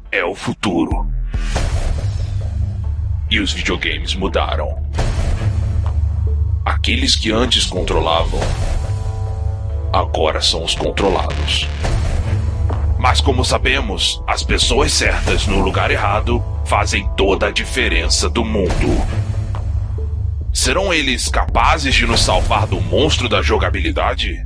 é o futuro. E os videogames mudaram. Aqueles que antes controlavam, agora são os controlados. Mas como sabemos, as pessoas certas no lugar errado fazem toda a diferença do mundo. Serão eles capazes de nos salvar do monstro da jogabilidade?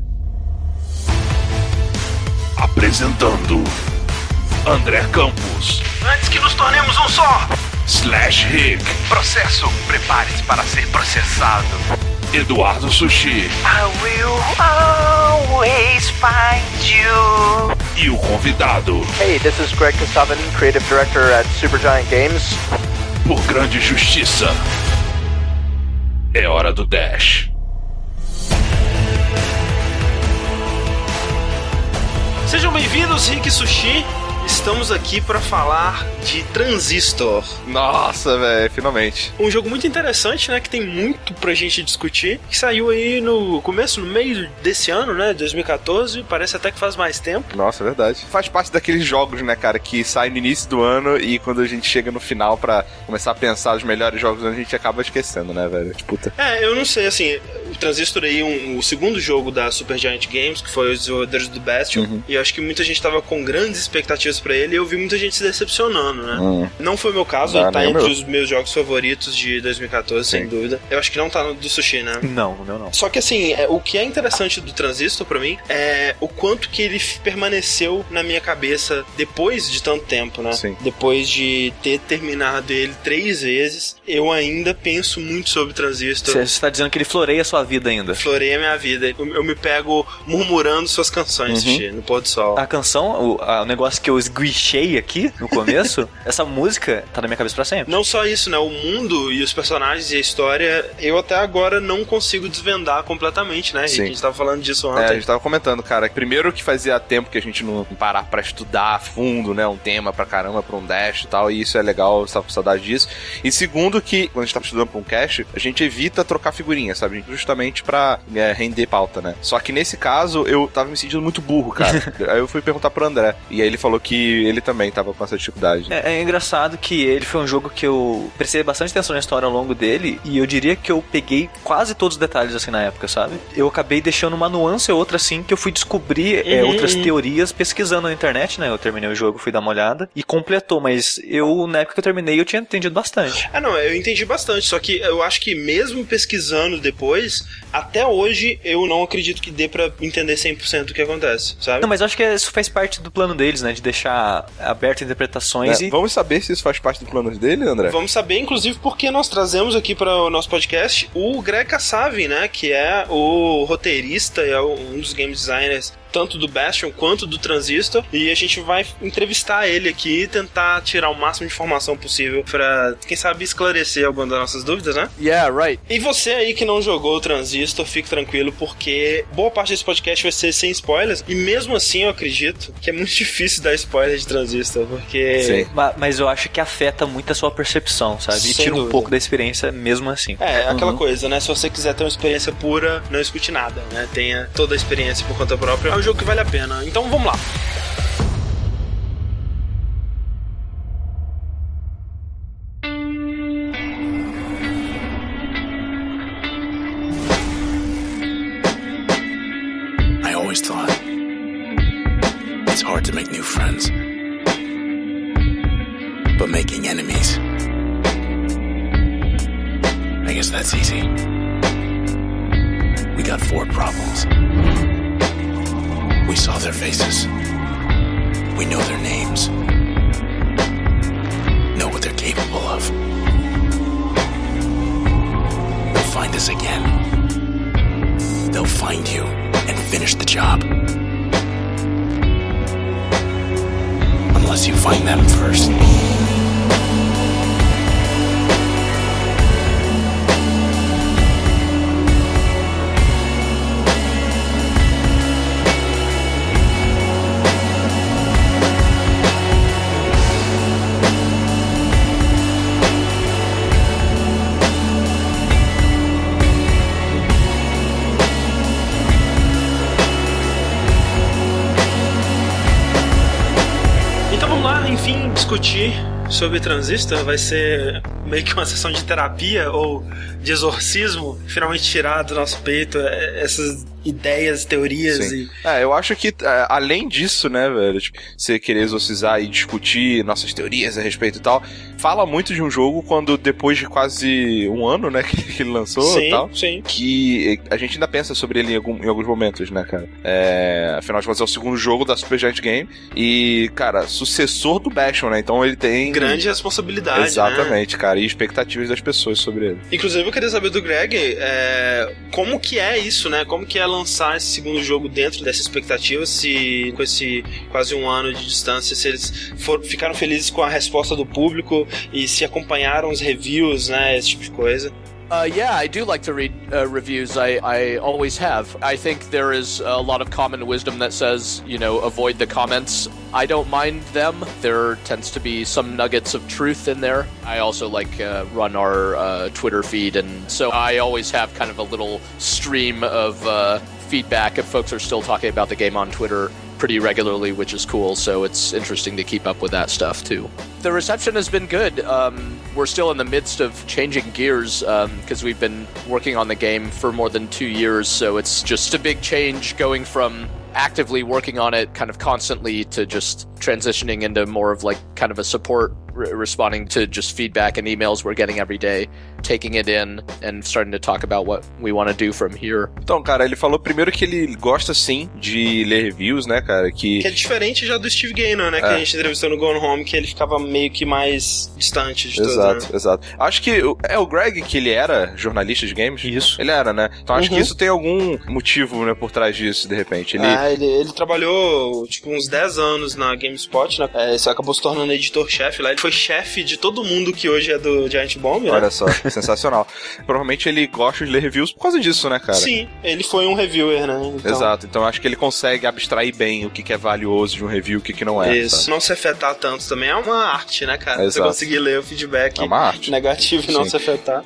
Apresentando André Campos. Antes que nos tornemos um só. Slash Rick. Processo, prepare-se para ser processado. Eduardo Sushi. I will always find you. E o convidado. Hey, this is Greg Kasavin, Creative Director at Supergiant Games. Por grande justiça, é hora do Dash. Sejam bem-vindos, Rick e Sushi. Estamos aqui para falar de Transistor. Nossa, velho, finalmente. Um jogo muito interessante, né, que tem muito pra gente discutir, que saiu aí no meio desse ano, né, 2014, parece até que faz mais tempo. Nossa, é verdade. Faz parte daqueles jogos, né, cara, que saem no início do ano e quando a gente chega no final pra começar a pensar os melhores jogos, a gente acaba esquecendo, né, velho? Disputa. Eu não sei, assim, o Transistor aí, o segundo jogo da Supergiant Games, que foi os desenvolvedores do Bastion, e eu acho que muita gente tava com grandes expectativas pra ele e eu vi muita gente se decepcionando, né? Não foi o meu caso, ele tá entre os meus jogos favoritos de 2014, sem dúvida. Eu acho que não tá no do Sushi, né? Não, o meu não. Só que assim, o que é interessante do Transistor pra mim é o quanto que ele permaneceu na minha cabeça depois de tanto tempo, né? Sim. Depois de ter terminado ele 3 vezes, eu ainda penso muito sobre Transistor. Você tá dizendo que ele floreia a sua vida ainda? Floreia a minha vida. Eu me pego murmurando suas canções, Sushi, no pôr do sol. A canção, o negócio que eu esguichei aqui no começo, essa música tá na minha cabeça pra sempre. Não só isso, né? O mundo e os personagens e a história, eu até agora não consigo desvendar completamente, né, Rick? Sim. A gente tava falando disso ontem. A gente tava comentando, cara, primeiro que fazia tempo que a gente não parar pra estudar a fundo, né, um tema pra caramba, pra um dash e tal, e isso é legal, eu tava com saudade disso. E segundo que, quando a gente tava estudando pra um cache, a gente evita trocar figurinha, sabe? Justamente pra render pauta, né? Só que nesse caso, eu tava me sentindo muito burro, cara. Aí eu fui perguntar pro André, e aí ele falou que ele também tava com essa dificuldade. É engraçado que ele foi um jogo que eu prestei bastante atenção na história ao longo dele, e eu diria que eu peguei quase todos os detalhes assim na época, sabe? Eu acabei deixando uma nuance ou outra assim, que eu fui descobrir outras teorias pesquisando na internet, né? Eu terminei o jogo, fui dar uma olhada, e completou, mas na época que eu terminei, eu tinha entendido bastante. Não, eu entendi bastante, só que eu acho que mesmo pesquisando depois, até hoje, eu não acredito que dê pra entender 100% o que acontece, sabe? Não, mas eu acho que isso faz parte do plano deles, né? De deixar aberto interpretações e... Vamos saber se isso faz parte do plano dele, André? Vamos saber, inclusive, porque nós trazemos aqui para o nosso podcast o Greg Kasavin, né? Que é o roteirista e é um dos game designers tanto do Bastion quanto do Transistor, e a gente vai entrevistar ele aqui e tentar tirar o máximo de informação possível pra, quem sabe, esclarecer alguma das nossas dúvidas, né? Yeah, right. E você aí que não jogou o Transistor, fique tranquilo, porque boa parte desse podcast vai ser sem spoilers, e mesmo assim eu acredito que é muito difícil dar spoiler de Transistor, porque... Sim. Mas eu acho que afeta muito a sua percepção, sabe? E tira um pouco da experiência mesmo assim. Aquela coisa, né? Se você quiser ter uma experiência pura, não escute nada, né? Tenha toda a experiência por conta própria. É um jogo que vale a pena. Então vamos lá. I always thought it's hard to make new friends, but making enemies, I guess that's easy. We got 4 problems. We saw their faces. We know their names. Know what they're capable of. They'll find us again. They'll find you and finish the job. Unless you find them first. vamos lá, enfim, discutir sobre Transistor. Vai ser meio que uma sessão de terapia ou de exorcismo, finalmente tirar do nosso peito essas ideias, teorias. Sim. Eu acho que além disso, né, velho, tipo, você querer exorcizar e discutir nossas teorias a respeito e tal, fala muito de um jogo quando depois de quase um ano, né, que ele lançou e tal, que a gente ainda pensa sobre ele em alguns momentos, né, cara. Afinal de contas é o segundo jogo da Supergiant Game e, cara, sucessor do Bastion, né, então ele tem grande responsabilidade. Exatamente, né? Cara, e expectativas das pessoas sobre ele. Inclusive eu queria saber do Greg como que é isso, né, como que é lançar esse segundo jogo dentro dessa expectativa, se com esse quase um ano de distância, se eles ficaram felizes com a resposta do público e se acompanharam os reviews, né, esse tipo de coisa. Yeah, I do like to read reviews. I always have. I think there is a lot of common wisdom that says, avoid the comments. I don't mind them. There tends to be some nuggets of truth in there. I also run our Twitter feed, and so I always have kind of a little stream of feedback if folks are still talking about the game on Twitter pretty regularly, which is cool, so it's interesting to keep up with that stuff too. The reception has been good. We're still in the midst of changing gears because we've been working on the game for more than 2 years, so it's just a big change going from actively working on it kind of constantly to just transitioning into more of kind of a support, responding to just feedback and emails we're getting every day, taking it in and starting to talk about what we want to do from here. Então, cara, ele falou primeiro que ele gosta sim de ler reviews, né, cara, que é diferente já do Steve Gaynor, né, que a gente entrevistou no Gone Home, que ele ficava meio que mais distante de tudo, né? Exato. Acho que o Greg, que ele era jornalista de games. Isso. Ele era, né? Então acho que isso tem algum motivo, né, por trás disso, de repente. Ele trabalhou, uns 10 anos na GameSpot, né? Isso acabou se tornando editor-chefe lá. Ele foi chefe de todo mundo que hoje é do Giant Bomb, né? Olha só, sensacional. Provavelmente ele gosta de ler reviews por causa disso, né, cara? Sim, ele foi um reviewer, né? Então... Exato, então acho que ele consegue abstrair bem o que é valioso de um review e o que não é. Isso, sabe? Não se afetar tanto também é uma arte, né, cara? Exato. Você conseguir ler o feedback negativo e não se afetar.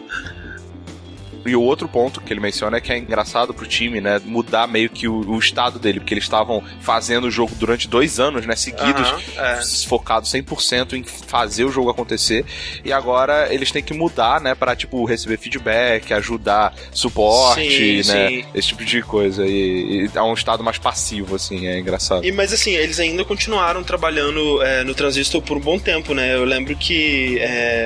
E o outro ponto que ele menciona é que é engraçado pro time, né, mudar meio que o estado dele, porque eles estavam fazendo o jogo durante 2 anos, né, seguidos, focados 100% em fazer o jogo acontecer, e agora eles têm que mudar, né, pra, receber feedback, ajudar suporte, né, esse tipo de coisa, e é um estado mais passivo, assim, é engraçado. Mas assim, eles ainda continuaram trabalhando no Transistor por um bom tempo, né, eu lembro que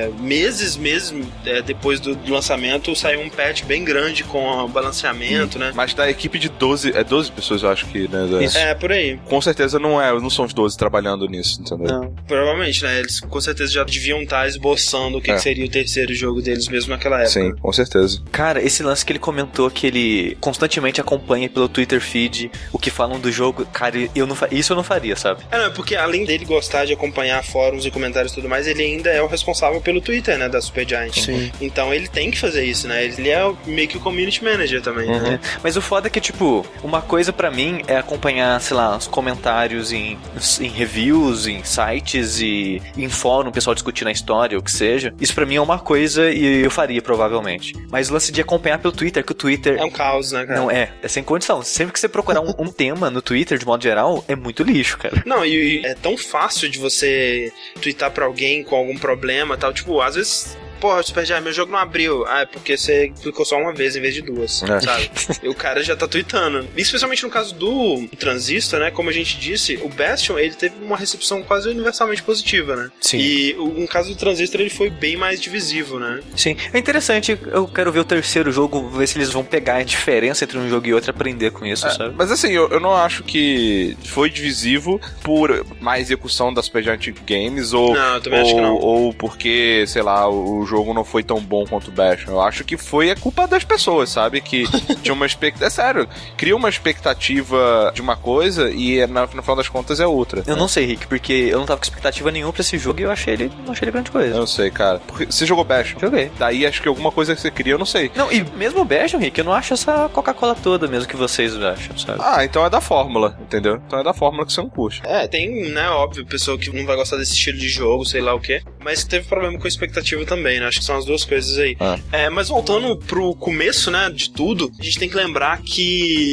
meses depois do lançamento saiu um patch bem grande com o balanceamento, né? Mas da equipe de 12 pessoas, eu acho que, né? Isso. Por aí. Com certeza não são os 12 trabalhando nisso, entendeu? Não, provavelmente, né? Eles com certeza já deviam estar esboçando o que seria o terceiro jogo deles mesmo naquela época. Sim, com certeza. Cara, esse lance que ele comentou que ele constantemente acompanha pelo Twitter feed o que falam do jogo, cara, isso eu não faria, sabe? Porque além dele gostar de acompanhar fóruns e comentários e tudo mais, ele ainda é o responsável pelo Twitter, né, da Supergiant. Sim. Então ele tem que fazer isso, né? Ele é meio que o community manager também, né? Mas o foda é que, uma coisa pra mim é acompanhar, sei lá, os comentários em reviews, em sites e em fórum, o pessoal discutindo a história, o que seja. Isso pra mim é uma coisa e eu faria, provavelmente. Mas o lance de acompanhar pelo Twitter, que o Twitter... é um caos, né, cara? Não, é sem condição. Sempre que você procurar um tema no Twitter, de modo geral, é muito lixo, cara. Não, e é tão fácil de você tweetar pra alguém com algum problema e tal, às vezes... Porra, Supergiant, meu jogo não abriu. É porque você clicou só uma vez em vez de 2, sabe? E o cara já tá tweetando. Especialmente no caso do Transistor, né? Como a gente disse, o Bastion, ele teve uma recepção quase universalmente positiva, né? Sim. E no caso do Transistor, ele foi bem mais divisivo, né? Sim. É interessante, eu quero ver o terceiro jogo, ver se eles vão pegar a diferença entre um jogo e outro e aprender com isso, sabe? Mas assim, eu não acho que foi divisivo por má execução da Supergiant Games ou... Não, eu também acho que não. Ou porque, sei lá, o jogo não foi tão bom quanto o Bastion. Eu acho que foi a culpa das pessoas, sabe? Que tinha uma expectativa... É sério, cria uma expectativa de uma coisa e no final das contas é outra. Eu não sei, Rick, porque eu não tava com expectativa nenhuma pra esse jogo e eu achei ele grande coisa. Eu não sei, cara. Porque você jogou Bastion? Joguei. Daí acho que alguma coisa que você queria, eu não sei. Não, e mesmo o Bastion, Rick, eu não acho essa Coca-Cola toda mesmo que vocês acham, sabe? Então é da fórmula, entendeu? Então é da fórmula que você não curte. Tem, né, óbvio, pessoa que não vai gostar desse estilo de jogo, sei lá o quê, mas teve problema com a expectativa também, né? Acho que são as duas coisas aí. Mas voltando pro começo, né, de tudo, a gente tem que lembrar que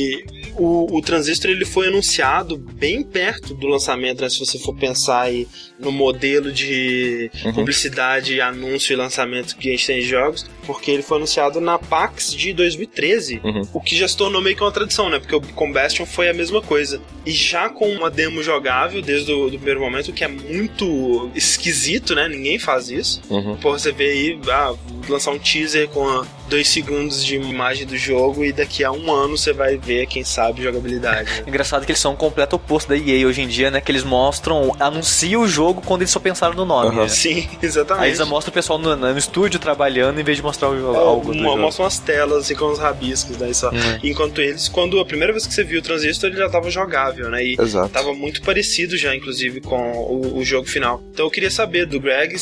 o Transistor ele foi anunciado bem perto do lançamento, né? Se você for pensar aí no modelo de publicidade, anúncio e lançamento que a gente tem de jogos, porque ele foi anunciado na PAX de 2013, o que já se tornou meio que uma tradição, né? Porque o Bastion foi a mesma coisa. E já com uma demo jogável desde o primeiro momento, o que é muito esquisito, né? Ninguém faz isso. Pô, você vê aí, lançar um teaser com 2 segundos de imagem do jogo e daqui a 1 ano você vai ver, quem sabe, jogabilidade. Né? Engraçado que eles são o completo oposto da EA hoje em dia, né? Que eles anunciam o jogo quando eles só pensaram no nome. Né? Sim, exatamente. Aí eles mostram o pessoal no estúdio trabalhando em vez de mostrar algo do jogo. Mostram as telas assim, com os rabiscos, daí só. Enquanto eles, quando a primeira vez que você viu o Transistor, ele já tava jogável, né? E tava muito parecido já, inclusive, com o jogo final. Então eu queria saber do Greg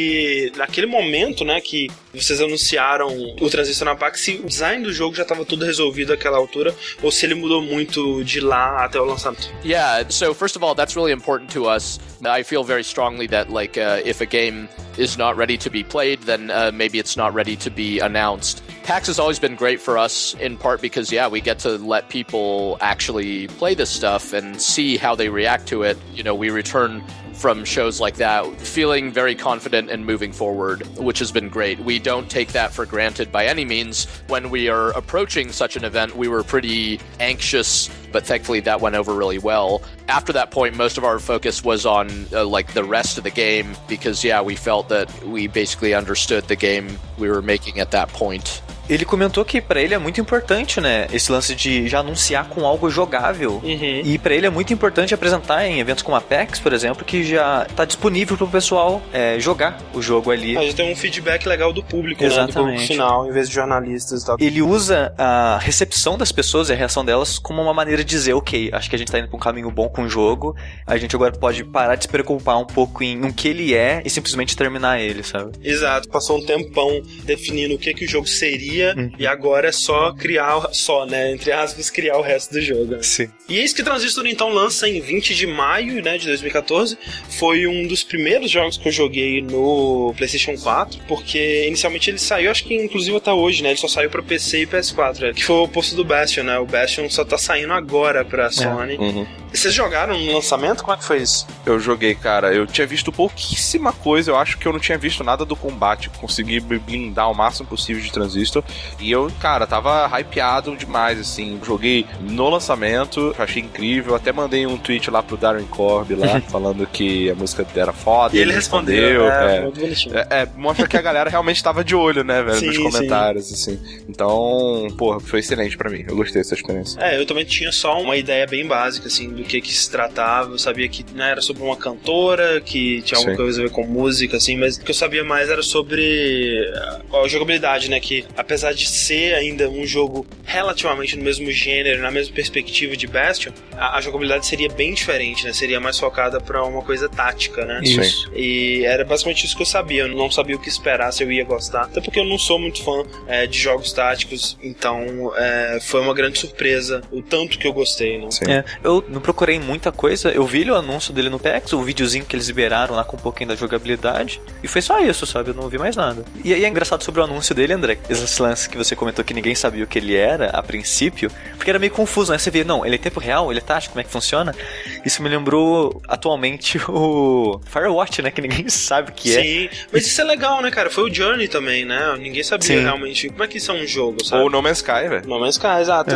se naquele momento, né, que vocês anunciaram o Transistor na PAX, se o design do jogo já estava tudo resolvido àquela altura, ou se ele mudou muito de lá até o lançamento. Yeah, so first of all, that's really important to us. I feel very strongly that, like, if a game is not ready to be played, then maybe it's not ready to be announced. PAX has always been great for us, in part because, we get to let people actually play this stuff and see how they react to it. You know, we return from shows like that feeling very confident and moving forward, which has been great. We don't take that for granted by any means. When we are approaching such an event, we were pretty anxious, but thankfully that went over really well. After that point, most of our focus was on like the rest of the game because, we felt that we basically understood the game we were making at that point. Ele comentou que pra ele é muito importante, né, esse lance de já anunciar com algo jogável. E pra ele é muito importante apresentar em eventos como a PAX, por exemplo, que já tá disponível pro pessoal jogar o jogo ali. A gente tem um feedback legal do público, exatamente, né, do público final, em vez de jornalistas e tal. Ele usa a recepção das pessoas e a reação delas como uma maneira de dizer, ok, acho que a gente tá indo pra um caminho bom com o jogo, a gente agora pode parar de se preocupar um pouco em o que ele é e simplesmente terminar ele, sabe? Exato, passou um tempão definindo o que o jogo seria. E agora é só criar, né, entre aspas, criar o resto do jogo. Né? Sim. E eis que Transistor então lança em 20 de maio, né, de 2014. Foi um dos primeiros jogos que eu joguei no PlayStation 4, porque inicialmente ele saiu, acho que inclusive até hoje, né, ele só saiu pra PC e PS4, né, que foi o oposto do Bastion, né, o Bastion só tá saindo agora pra Sony. Vocês jogaram no lançamento? Como é que foi isso? Eu joguei, cara, eu tinha visto pouquíssima coisa, eu acho que eu não tinha visto nada do combate, consegui me blindar o máximo possível de Transistor, e eu, cara, tava hypeado demais, assim, joguei no lançamento, achei incrível, até mandei um tweet lá pro Darren Corb lá, falando que a música era foda, e ele respondeu, muito bonitinho. Mostra que a galera realmente tava de olho, né, velho, sim, nos comentários, assim, então, porra, foi excelente pra mim, eu gostei dessa experiência. Eu também tinha só uma ideia bem básica, assim, do que se tratava, eu sabia que, né, era sobre uma cantora, que tinha alguma coisa a ver com música, assim, mas o que eu sabia mais era sobre a jogabilidade, né, que apesar de ser ainda um jogo relativamente no mesmo gênero, na mesma perspectiva de Bastion, a jogabilidade seria bem diferente, né, seria mais focada pra uma coisa tática, né. Isso. E era basicamente isso que eu sabia, eu não sabia o que esperar, se eu ia gostar, até porque eu não sou muito fã de jogos táticos, então foi uma grande surpresa o tanto que eu gostei, né. Eu não procurei muita coisa, eu vi o anúncio dele no PAX, o videozinho que eles liberaram lá com um pouquinho da jogabilidade, e foi só isso, sabe, eu não vi mais nada. E aí é engraçado sobre o anúncio dele, André, esse lance que você comentou que ninguém sabia o que ele era a princípio, porque era meio confuso, né, você vê, não, ele é tempo real, ele é tático, como é que funciona? Isso me lembrou atualmente o Firewatch, né, que ninguém sabe o que é. Sim, mas isso é legal, né, cara, foi o Journey também, né, ninguém sabia realmente como é que isso é um jogo, sabe? Ou No Man's Sky, velho. No Man's Sky, exato.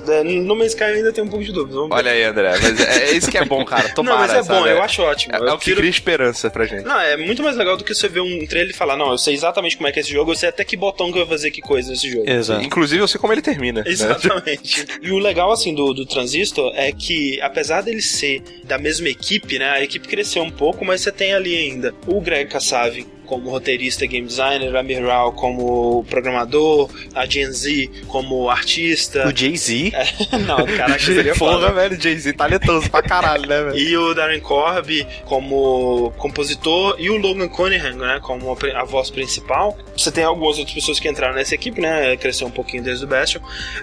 No Man's Sky eu ainda tenho um pouco de dúvida. Olha aí, André, mas é isso que é bom, cara, tomara. Não, mas é bom, eu acho ótimo. É o que cria esperança pra gente. Não, é muito mais legal do que você ver um trailer e falar, não, eu sei exatamente como é que é esse jogo, eu sei até que botão que vai fazer que coisa nesse jogo. Exato. Inclusive eu sei como ele termina. Exatamente. Né? E o legal, assim, do Transistor é que, apesar dele ser da mesma equipe, né, a equipe cresceu um pouco, mas você tem ali ainda o Greg Kasavin como roteirista e game designer, a Amir Rao como programador, a Gen Z como artista. O Jay-Z? Não, caraca, seria foda. Velho, Jay-Z talentoso pra caralho, né, velho? E o Darren Corb como compositor e o Logan Cunningham, né, como a voz principal. Você tem algumas outras pessoas que entraram nessa equipe, né, cresceu um pouquinho desde o Bastion,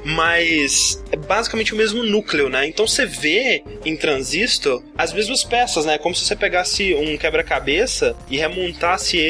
mas é basicamente o mesmo núcleo, né, então você vê em Transistor as mesmas peças, né, como se você pegasse um quebra-cabeça e remontasse ele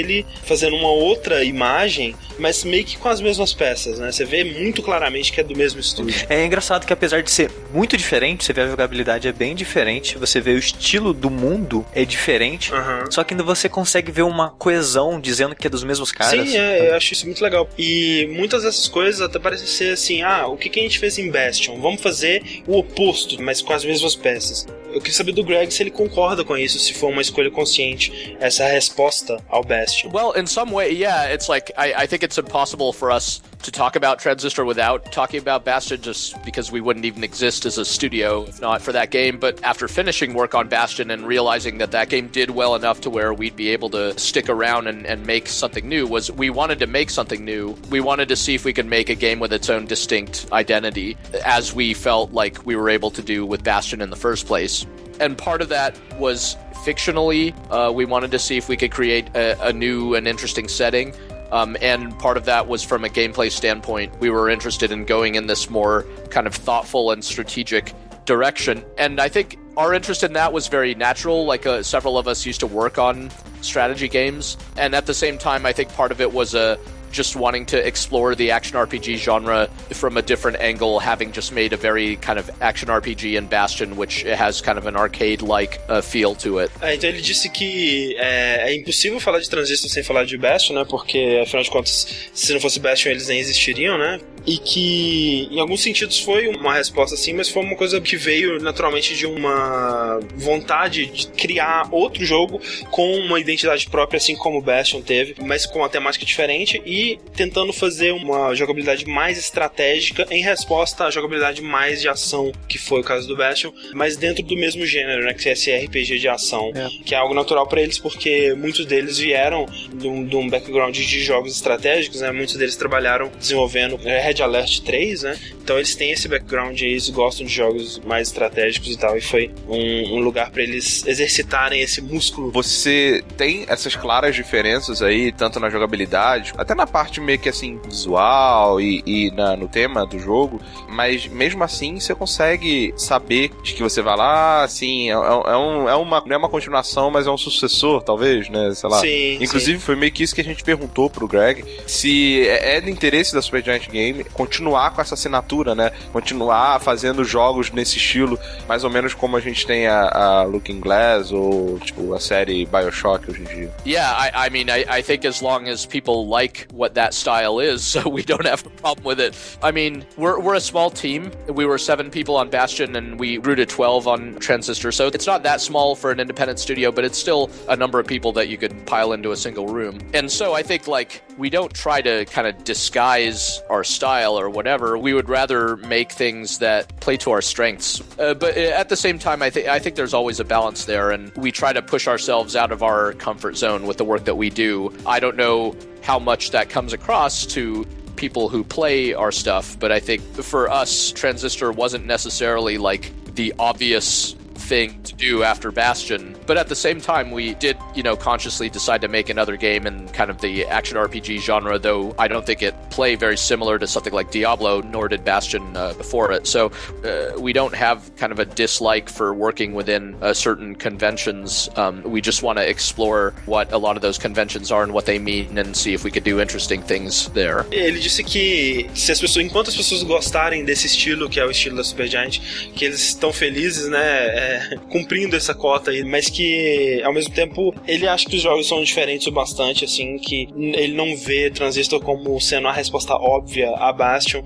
ele fazendo uma outra imagem, mas meio que com as mesmas peças, né? Você vê muito claramente que é do mesmo estúdio. É engraçado que apesar de ser muito diferente, você vê a jogabilidade é bem diferente, você vê o estilo do mundo é diferente, só que ainda você consegue ver uma coesão dizendo que é dos mesmos caras. Sim, eu acho isso muito legal. E muitas dessas coisas até parecem ser assim, o que a gente fez em Bastion? Vamos fazer o oposto, mas com as mesmas peças. Eu queria saber do Greg se ele concorda com isso, se for uma escolha consciente, essa resposta ao Bastion. Well, in some way, yeah, it's like, I think it's impossible for us to talk about Transistor without talking about Bastion, just because we wouldn't even exist as a studio if not for that game. But after finishing work on Bastion and realizing that game did well enough to where we'd be able to stick around and make something new, was we wanted to make something new. We wanted to see if we could make a game with its own distinct identity, as we felt like we were able to do with Bastion in the first place. And part of that was fictionally, we wanted to see if we could create a new and interesting setting. And part of that was from a gameplay standpoint. We were interested in going in this more kind of thoughtful and strategic direction. And I think our interest in that was very natural. Like several of us used to work on strategy games. And at the same time, I think part of it was just wanting to explore the action RPG genre from a different angle, having just made a very kind of action RPG in Bastion, which has kind of an arcade-like feel to it. Então ele disse que é impossível falar de Transistor sem falar de Bastion, né? Porque, afinal de contas, se não fosse Bastion, eles nem existiriam, né? E que, em alguns sentidos, foi uma resposta assim, mas foi uma coisa que veio naturalmente de uma vontade de criar outro jogo com uma identidade própria, assim como o Bastion teve, mas com uma temática diferente e tentando fazer uma jogabilidade mais estratégica em resposta à jogabilidade mais de ação, que foi o caso do Bastion, mas dentro do mesmo gênero, né, que é esse RPG de ação, que é algo natural para eles, porque muitos deles vieram de um background de jogos estratégicos, né, muitos deles trabalharam desenvolvendo Red Alert 3, né, então eles têm esse background aí, eles gostam de jogos mais estratégicos e tal, e foi um lugar para eles exercitarem esse músculo. Você tem essas claras diferenças aí, tanto na jogabilidade, até na parte meio que assim, visual e no tema do jogo, mas mesmo assim você consegue saber de que você vai lá, assim, não é uma continuação, mas é um sucessor, talvez, né, sei lá. Sim, inclusive foi meio que isso que a gente perguntou pro Greg, se é do interesse da Supergiant Game continuar com essa assinatura, né, continuar fazendo jogos nesse estilo, mais ou menos como a gente tem a Looking Glass ou, tipo, a série BioShock hoje em dia. Yeah, I mean, I think as long as people like what that style is, so we don't have a problem with it. I mean, we're a small team. We were 7 people on Bastion and we grew to 12 on Transistor, so it's not that small for an independent studio, but it's still a number of people that you could pile into a single room. And so I think, like, we don't try to kind of disguise our style or whatever. We would rather make things that play to our strengths. But at the same time, I think there's always a balance there, and we try to push ourselves out of our comfort zone with the work that we do. I don't know how much that comes across to people who play our stuff, but I think for us, Transistor wasn't necessarily like the obvious thing to do after Bastion, but at the same time we did, consciously decide to make another game in kind of the action RPG genre, though I don't think it played very similar to something like Diablo, nor did Bastion before it. So we don't have kind of a dislike for working within certain conventions. We just want to explore what a lot of those conventions are and what they mean and see if we could do interesting things there. Ele disse que enquanto as pessoas gostarem desse estilo, que é o estilo da Supergiant, que eles estão felizes, né, cumprindo essa cota aí, mas que ao mesmo tempo ele acha que os jogos são diferentes o bastante, assim, que ele não vê Transistor como sendo a resposta óbvia a Bastion,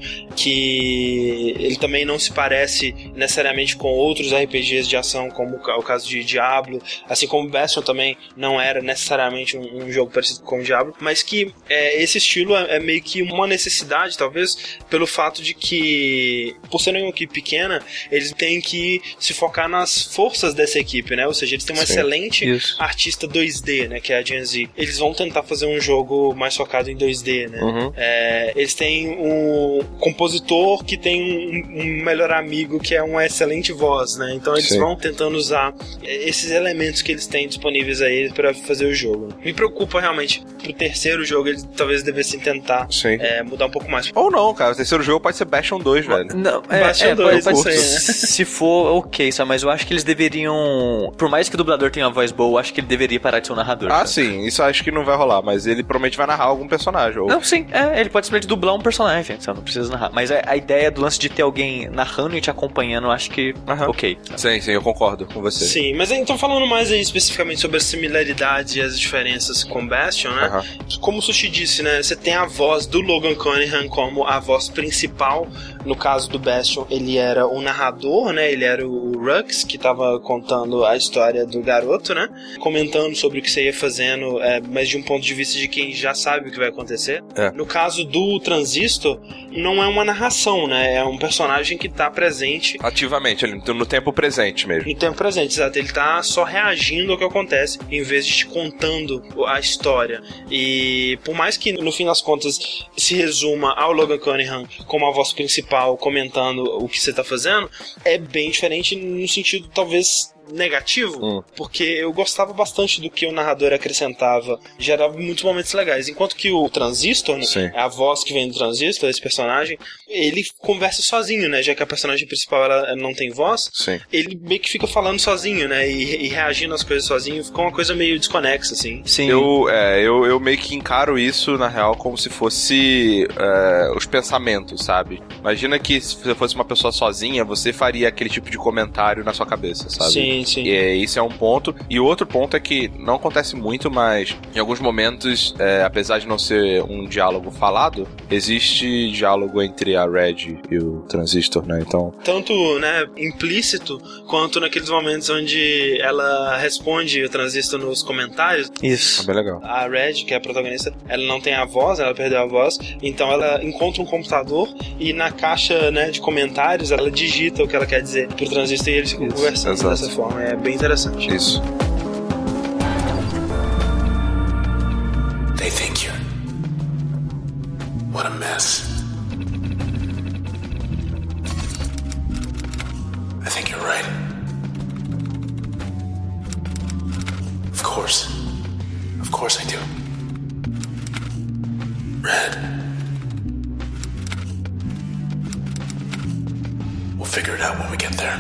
que ele também não se parece necessariamente com outros RPGs de ação, como o caso de Diablo, assim como Bastion também não era necessariamente um jogo parecido com o Diablo, mas que esse estilo é meio que uma necessidade, talvez, pelo fato de que, por serem uma equipe pequena, eles têm que se focar nas forças dessa equipe, né? Ou seja, eles têm uma excelente artista 2D, né? Que é a Gen Z. Eles vão tentar fazer um jogo mais focado em 2D, né? Uhum. Eles têm um compositor que tem um melhor amigo que é uma excelente voz, né? Então eles vão tentando usar esses elementos que eles têm disponíveis aí pra fazer o jogo. Me preocupa realmente pro terceiro jogo eles talvez devessem tentar mudar um pouco mais. Ou não, cara. O terceiro jogo pode ser Bastion 2, velho. Não, Bastion 2 pode ser, né? Se for, ok, sabe? Mas eu acho que eles deveriam... Por mais que o dublador tenha uma voz boa, eu acho que ele deveria parar de ser um narrador. Ah, sabe? sim. Isso eu acho que não vai rolar, mas ele provavelmente vai narrar algum personagem. Ou... Não, sim. Ele pode simplesmente dublar um personagem, você não precisa narrar. Mas a ideia do lance de ter alguém narrando e te acompanhando, eu acho que... Ok. Sim, eu concordo com você. Sim, mas então falando mais aí especificamente sobre a similaridade e as diferenças com Bastion, né? Como o Sushi disse, né? Você tem a voz do Logan Cunningham como a voz principal. No caso do Bastion, ele era o narrador, né? Ele era o Rux, que tava contando a história do garoto, né? Comentando sobre o que você ia fazendo, mas de um ponto de vista de quem já sabe o que vai acontecer. No caso do Transistor, não é uma narração, né? É um personagem que tá presente ativamente, no tempo presente mesmo. No tempo presente, exato. Ele tá só reagindo ao que acontece, em vez de te contando a história. E por mais que, no fim das contas, se resuma ao Logan Cunningham como a voz principal comentando o que você tá fazendo, é bem diferente no sentido, talvez, negativo, porque eu gostava bastante do que o narrador acrescentava, gerava muitos momentos legais, enquanto que o Transistor, né, a voz que vem do Transistor, esse personagem, ele conversa sozinho, né, já que a personagem principal ela não tem voz, ele meio que fica falando sozinho, né, e reagindo às coisas sozinho, ficou uma coisa meio desconexa, assim. Sim. Eu meio que encaro isso, na real, como se fosse os pensamentos, sabe? Imagina que se você fosse uma pessoa sozinha, você faria aquele tipo de comentário na sua cabeça, sabe? Sim. E isso é um ponto. E o outro ponto é que não acontece muito, mas em alguns momentos, apesar de não ser um diálogo falado, existe diálogo entre a Red e o Transistor, né? Então... Tanto, né, implícito, quanto naqueles momentos onde ela responde o Transistor nos comentários. Isso. É bem legal. A Red, que é a protagonista, ela não tem a voz, ela perdeu a voz, então ela encontra um computador e na caixa, né, de comentários ela digita o que ela quer dizer pro Transistor e eles ficam conversando dessa forma. É bem interessante. Isso. They think you're... What a mess. I think you're right. Of course. Of course I do. Red. We'll figure it out when we get there.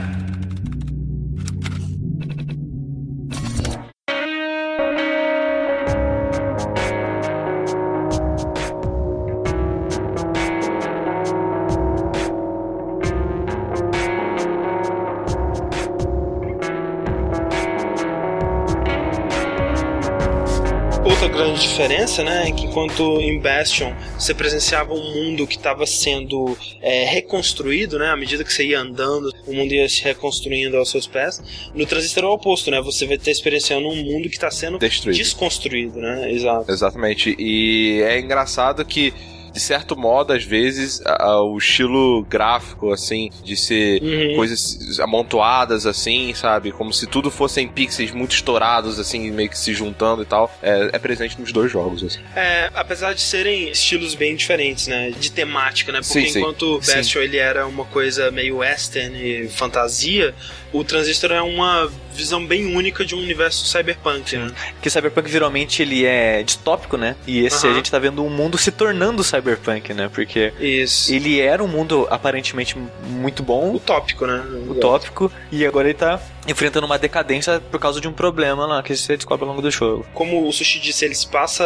Outra grande diferença, né, é que enquanto em Bastion você presenciava um mundo que estava sendo reconstruído, né, à medida que você ia andando, o mundo ia se reconstruindo aos seus pés. No Transistor é o oposto, né, você vai estar experienciando um mundo que está sendo desconstruído, né, exato. Exatamente, e é engraçado que de certo modo, às vezes, o estilo gráfico, assim, de ser coisas amontoadas, assim, sabe? Como se tudo fossem pixels muito estourados, assim, meio que se juntando e tal. É presente nos dois jogos, assim. Apesar de serem estilos bem diferentes, né? De temática, né? Porque enquanto o Bastion, ele era uma coisa meio western e fantasia, o Transistor é uma visão bem única de um universo cyberpunk, né? Porque cyberpunk, geralmente, ele é distópico, né? E esse a gente tá vendo um mundo se tornando cyberpunk, né? Porque ele era um mundo aparentemente muito bom. Utópico, né? Utópico. E agora ele tá enfrentando uma decadência por causa de um problema lá que você descobre ao longo do jogo. Como o Sushi disse, ele se passa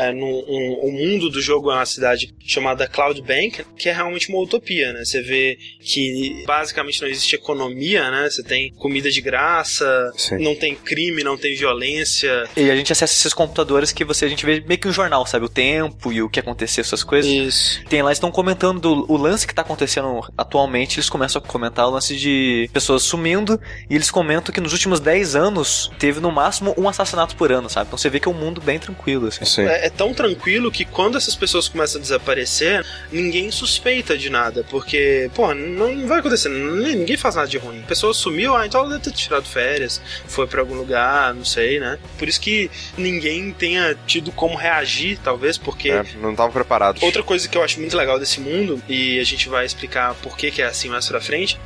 o mundo do jogo é uma cidade chamada Cloud Bank, que é realmente uma utopia, né? Você vê que basicamente não existe economia, né? Você tem comida de graça, não tem crime, não tem violência. E a gente acessa esses computadores que a gente vê meio que um jornal, sabe? O tempo e o que aconteceu, essas coisas. Isso. Tem lá, eles estão comentando o lance que tá acontecendo atualmente, eles começam a comentar o lance de pessoas sumindo, e eles comentam que nos últimos 10 anos teve no máximo um assassinato por ano, sabe? Então você vê que é um mundo bem tranquilo, assim. É tão tranquilo que quando essas pessoas começam a desaparecer, ninguém suspeita de nada, porque, pô, não vai acontecer, ninguém faz nada de ruim. A pessoa sumiu, então ela deve ter tirado férias, foi pra algum lugar, não sei, né? Por isso que ninguém tenha tido como reagir, talvez, porque... não estavam preparados. Outra coisa que eu acho muito legal desse mundo, e a gente vai explicar por que é assim mais pra frente,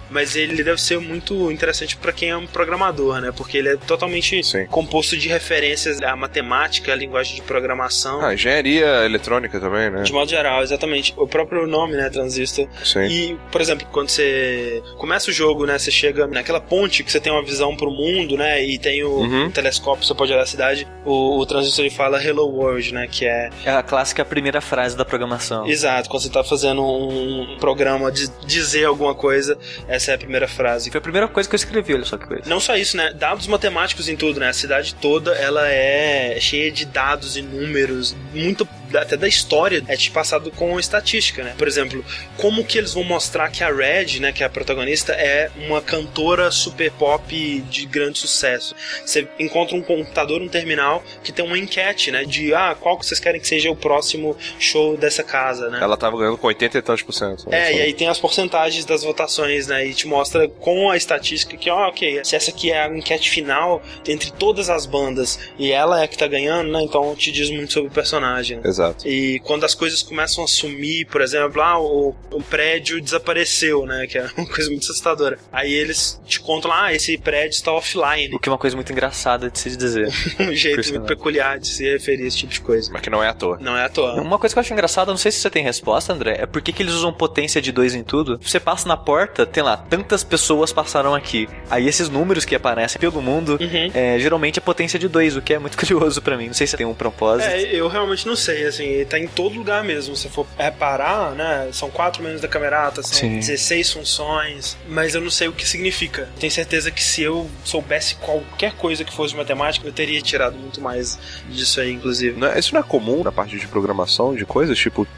mas ele deve ser muito interessante pra quem é um programador, né? Porque ele é totalmente composto de referências à matemática, à linguagem de programação. Engenharia eletrônica também, né? De modo geral, exatamente. O próprio nome, né? Transistor. Sim. E, por exemplo, quando você começa o jogo, né? Você chega naquela ponte que você tem uma visão pro mundo, né? E tem o telescópio, você pode olhar a cidade. O Transistor ele fala Hello World, né? Que é a clássica primeira frase da programação. Exato, quando você tá fazendo um programa de dizer alguma coisa, essa é a primeira frase. Foi a primeira coisa que eu escrevi, olha só que coisa. Não só isso, né? Dados matemáticos em tudo, né? A cidade toda, ela é cheia de dados e números, muito até da história é te passado com estatística, né? Por exemplo, como que eles vão mostrar que a Red, né, que é a protagonista, é uma cantora super pop de grande sucesso. Você encontra um computador, um terminal, que tem uma enquete, né, de qual que vocês querem que seja o próximo show dessa casa, né? Ela tava ganhando com 80 e tantos %. E aí tem as porcentagens das votações, né, e te mostra com a estatística que, ok, se essa aqui é a enquete final entre todas as bandas e ela é que tá ganhando, né, então te diz muito sobre o personagem. Exato. E quando as coisas começam a sumir, por exemplo, o prédio desapareceu, né? Que é uma coisa muito assustadora. Aí eles te contam lá, esse prédio está offline. O que é uma coisa muito engraçada de se dizer. Um jeito muito peculiar de se referir a esse tipo de coisa. Mas que não é à toa. Não é à toa. Uma coisa que eu acho engraçada, não sei se você tem resposta, André, é por que eles usam potência de 2 em tudo. Você passa na porta, tem lá, tantas pessoas passaram aqui. Aí esses números que aparecem pelo mundo, geralmente é potência de 2, o que é muito curioso pra mim. Não sei se tem um propósito. Eu realmente não sei, assim, tá em todo lugar mesmo. Se for reparar, né, são 4 menus da camerata, são 16 funções, mas eu não sei o que significa. Tenho certeza que se eu soubesse qualquer coisa que fosse de matemática, eu teria tirado muito mais disso aí, inclusive. Isso não é comum na parte de programação de coisas, tipo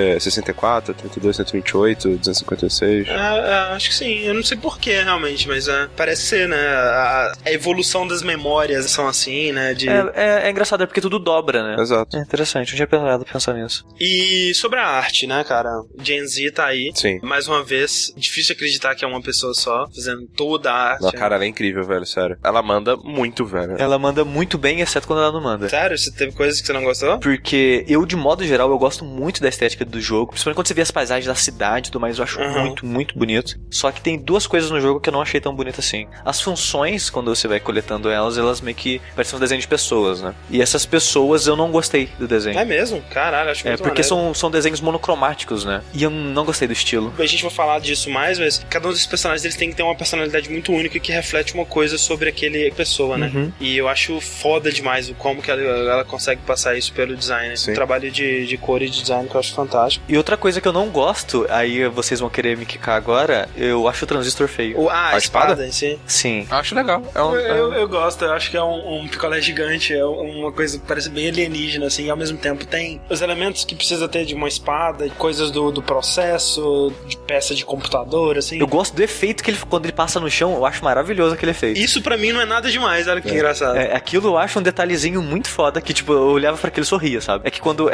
64, 32, 128, 256? Acho que sim. Eu não sei porquê, realmente, mas parece ser, né? A evolução das memórias são assim, né? É engraçado, é porque tudo dobra, né? Exato. É interessante, não tinha pensar nisso. E sobre a arte, né, cara? Gen Z tá aí. Sim. Mais uma vez, difícil acreditar que é uma pessoa só, fazendo toda a arte. Não, cara, ela é incrível, velho, sério. Ela manda muito, velho. Ela manda muito bem, exceto quando ela não manda. Sério? Você teve coisas que você não gostou? Porque eu, de modo geral, eu gosto muito da estética do jogo. Principalmente quando você vê as paisagens da cidade e tudo mais, eu acho muito, muito bonito. Só que tem 2 coisas no jogo que eu não achei tão bonito assim. As funções, quando você vai coletando elas meio que parecem um desenho de pessoas, né? E essas pessoas eu não gostei do desenho. É mesmo? Caralho, acho muito porque são desenhos monocromáticos, né? E eu não gostei do estilo. A gente vai falar disso mais, mas cada um desses personagens eles tem que ter uma personalidade muito única que reflete uma coisa sobre aquele pessoa, né? E eu acho foda demais como que ela consegue passar isso pelo design. Sim. O trabalho de cor e de design que eu acho fantástico. E outra coisa que eu não gosto, aí vocês vão querer me quicar agora, eu acho o Transistor feio. A espada em si? Sim. Acho legal. Eu gosto, eu acho que é um picolé gigante, é uma coisa que parece bem alienígena, assim, e ao mesmo tempo tem os elementos que precisa ter de uma espada, coisas do processo, de peça de computador, assim. Eu gosto do efeito que quando ele passa no chão, eu acho maravilhoso aquele efeito. Isso pra mim não é nada demais, olha que engraçado. Aquilo eu acho um detalhezinho muito foda, que tipo, eu olhava pra aquele e sorria, sabe? É que quando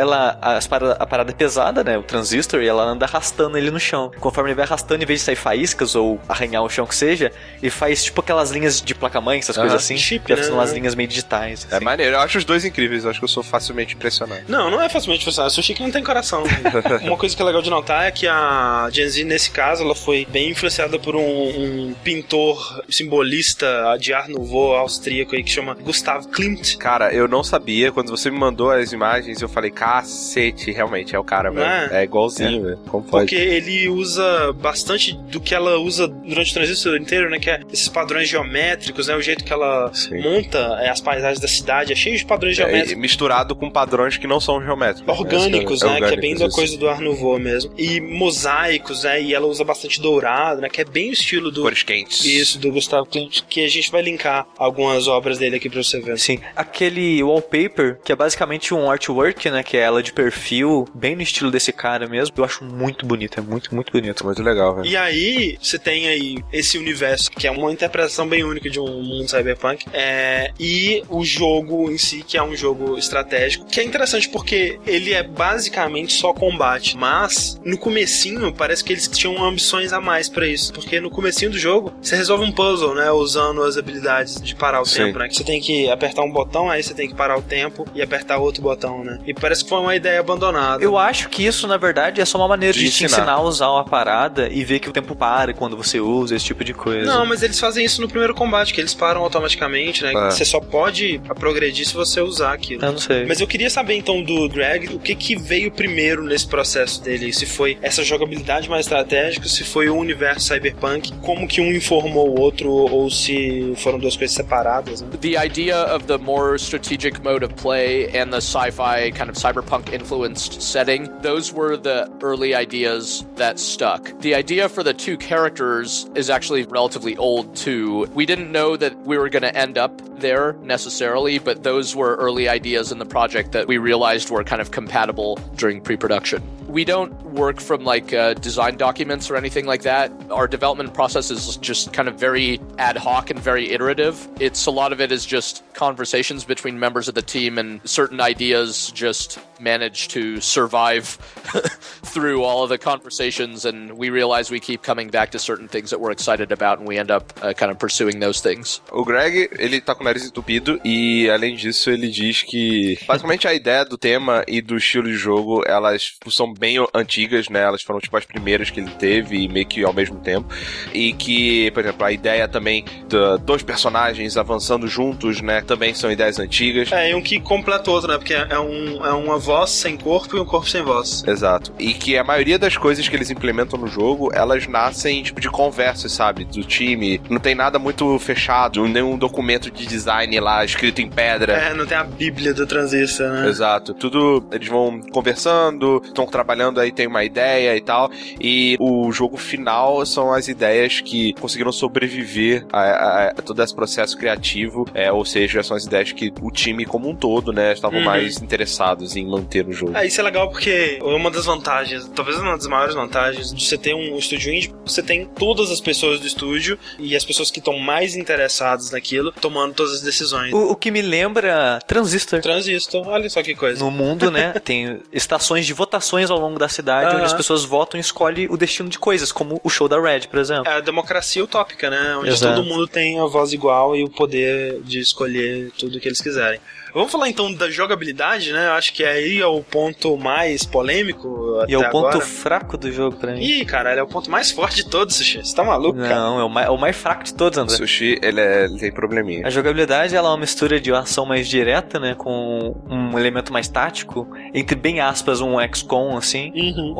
a parada é pesada, né, o transistor, e ela anda arrastando ele no chão. Conforme ele vai arrastando, em vez de sair faíscas ou arranhar o chão que seja, ele faz tipo aquelas linhas de placa-mãe, essas coisas assim. Chip, que né? são umas linhas meio digitais. É assim. maneiro, eu acho os 2 incríveis, eu acho que eu sou facilmente impressionado. Não é facilmente impressionado, Sushi que não tem coração. Uma coisa que é legal de notar é que a Gen Z, nesse caso, ela foi bem influenciada por um pintor simbolista de Art Nouveau austríaco aí que chama Gustav Klimt. Cara, eu não sabia, quando você me mandou as imagens, eu falei, cacete, realmente é o cara, velho. É igualzinho, velho. Como pode? Porque ele usa bastante do que ela usa durante o transistor inteiro, né? Que é esses padrões geométricos, né? O jeito que ela monta as paisagens da cidade, é cheio de padrões geométricos. Misturado com padrões que não são geométricos. Orgânicos, né? Que é bem da coisa do Art Nouveau mesmo. E mosaicos, né? E ela usa bastante dourado, né? Que é bem o estilo do... Cores quentes. Isso, do Gustav Klimt, que a gente vai linkar algumas obras dele aqui pra você ver. Sim. Aquele wallpaper, que é basicamente um artwork, né? Que é ela de perfil, bem no estilo desse cara mesmo. Eu acho muito bonito, é muito, muito bonito. Muito legal, velho. E aí, você tem aí esse universo, que é uma interpretação bem única de um mundo cyberpunk. E o jogo em si, que é um jogo estratégico, que é interessante porque porque ele é basicamente só combate, mas no comecinho parece que eles tinham ambições a mais pra isso, porque no comecinho do jogo você resolve um puzzle, né, usando as habilidades de parar o tempo, né, que você tem que apertar um botão, aí você tem que parar o tempo e apertar outro botão, né, e parece que foi uma ideia abandonada. Eu acho que isso, na verdade, é só uma maneira de te ensinar a usar uma parada e ver que o tempo para quando você usa esse tipo de coisa. Não, mas eles fazem isso no primeiro combate, que eles param automaticamente, né, você só pode progredir se você usar aquilo. Eu não sei. Mas eu queria saber, então, do Greg, o que veio primeiro nesse processo dele, se foi essa jogabilidade mais estratégica, se foi o universo cyberpunk, como que um informou o outro, ou se foram duas coisas separadas, né? The idea of the more strategic mode of play and the sci-fi kind of cyberpunk influenced setting, those were the early ideas that stuck. The idea for the two characters is actually relatively old too. We didn't know that we were going to end up there necessarily, but those were early ideas in the project that we realized were kind of compatible during pre-production. We don't work from like design documents or anything like that. Our development process is just kind of very ad hoc and very iterative. A lot of it is just conversations between members of the team, and certain ideas just manage to survive through all of the conversations, and we realize we keep coming back to certain things that we're excited about, and we end up kind of pursuing those things. O Greg, ele tá com o nariz entupido e, além disso, ele diz que basicamente a ideia do tema e do estilo de jogo, elas são bem antigas, né? Elas foram tipo as primeiras que ele teve e meio que ao mesmo tempo. E que, por exemplo, a ideia também de dois personagens avançando juntos, né? Também são ideias antigas. E um que completa o outro, né? Porque é uma voz sem corpo e um corpo sem voz. Exato. E que a maioria das coisas que eles implementam no jogo, elas nascem tipo de conversas, sabe? Do time. Não tem nada muito fechado, nenhum documento de design lá escrito em pedra. Não tem a bíblia do Transistor, né? Exato. Tudo, eles vão conversando, estão trabalhando, aí tem uma ideia e tal. E o jogo final são as ideias que conseguiram sobreviver a todo esse processo criativo. Ou seja, são as ideias que o time como um todo, né, estavam mais interessados em manter no jogo. Isso é legal porque uma das vantagens, talvez uma das maiores vantagens de você ter um estúdio indie, você tem todas as pessoas do estúdio e as pessoas que estão mais interessadas naquilo tomando todas as decisões. O que me lembra Transistor, olha só que coisa. No mundo, né, tem estações de votações ao longo da cidade onde as pessoas votam e escolhem o destino de coisas, como o show da Red, por exemplo. É a democracia utópica, né, onde Exato. todo mundo tem a voz igual e o poder de escolher tudo que eles quiserem. Vamos falar então da jogabilidade, né? Eu acho que aí é o ponto mais polêmico até agora. E é o ponto fraco do jogo pra mim. Ih, caralho, é o ponto mais forte de todos, Sushi. Você tá maluco, cara? Não, é o mais fraco de todos, André. Sushi, ele tem probleminha. A jogabilidade, ela é uma mistura de ação mais direta, né? Com um elemento mais tático. Entre bem aspas, um XCOM, assim.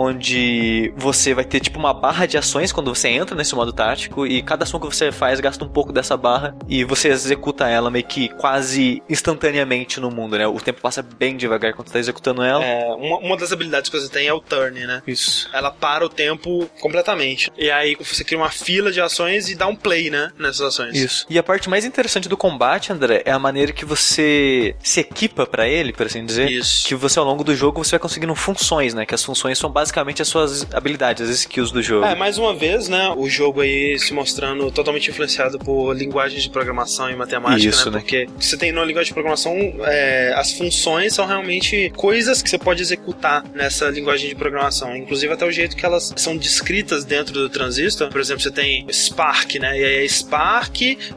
Onde você vai ter tipo uma barra de ações quando você entra nesse modo tático. E cada ação que você faz gasta um pouco dessa barra. E você executa ela meio que quase instantaneamente no mundo, né? O tempo passa bem devagar quando você tá executando ela. Uma das habilidades que você tem é o turn, né? Isso. Ela para o tempo completamente. E aí você cria uma fila de ações e dá um play, né? Nessas ações. Isso. E a parte mais interessante do combate, André, é a maneira que você se equipa pra ele, por assim dizer. Isso. Que você, ao longo do jogo, você vai conseguindo funções, né? Que as funções são basicamente as suas habilidades, as skills do jogo. Mais uma vez, né? O jogo aí se mostrando totalmente influenciado por linguagens de programação e matemática, Isso, né? Porque você tem numa linguagem de programação, as funções são realmente coisas que você pode executar nessa linguagem de programação. Inclusive até o jeito que elas são descritas dentro do Transistor. Por exemplo, você tem Spark, né? E aí é Spark,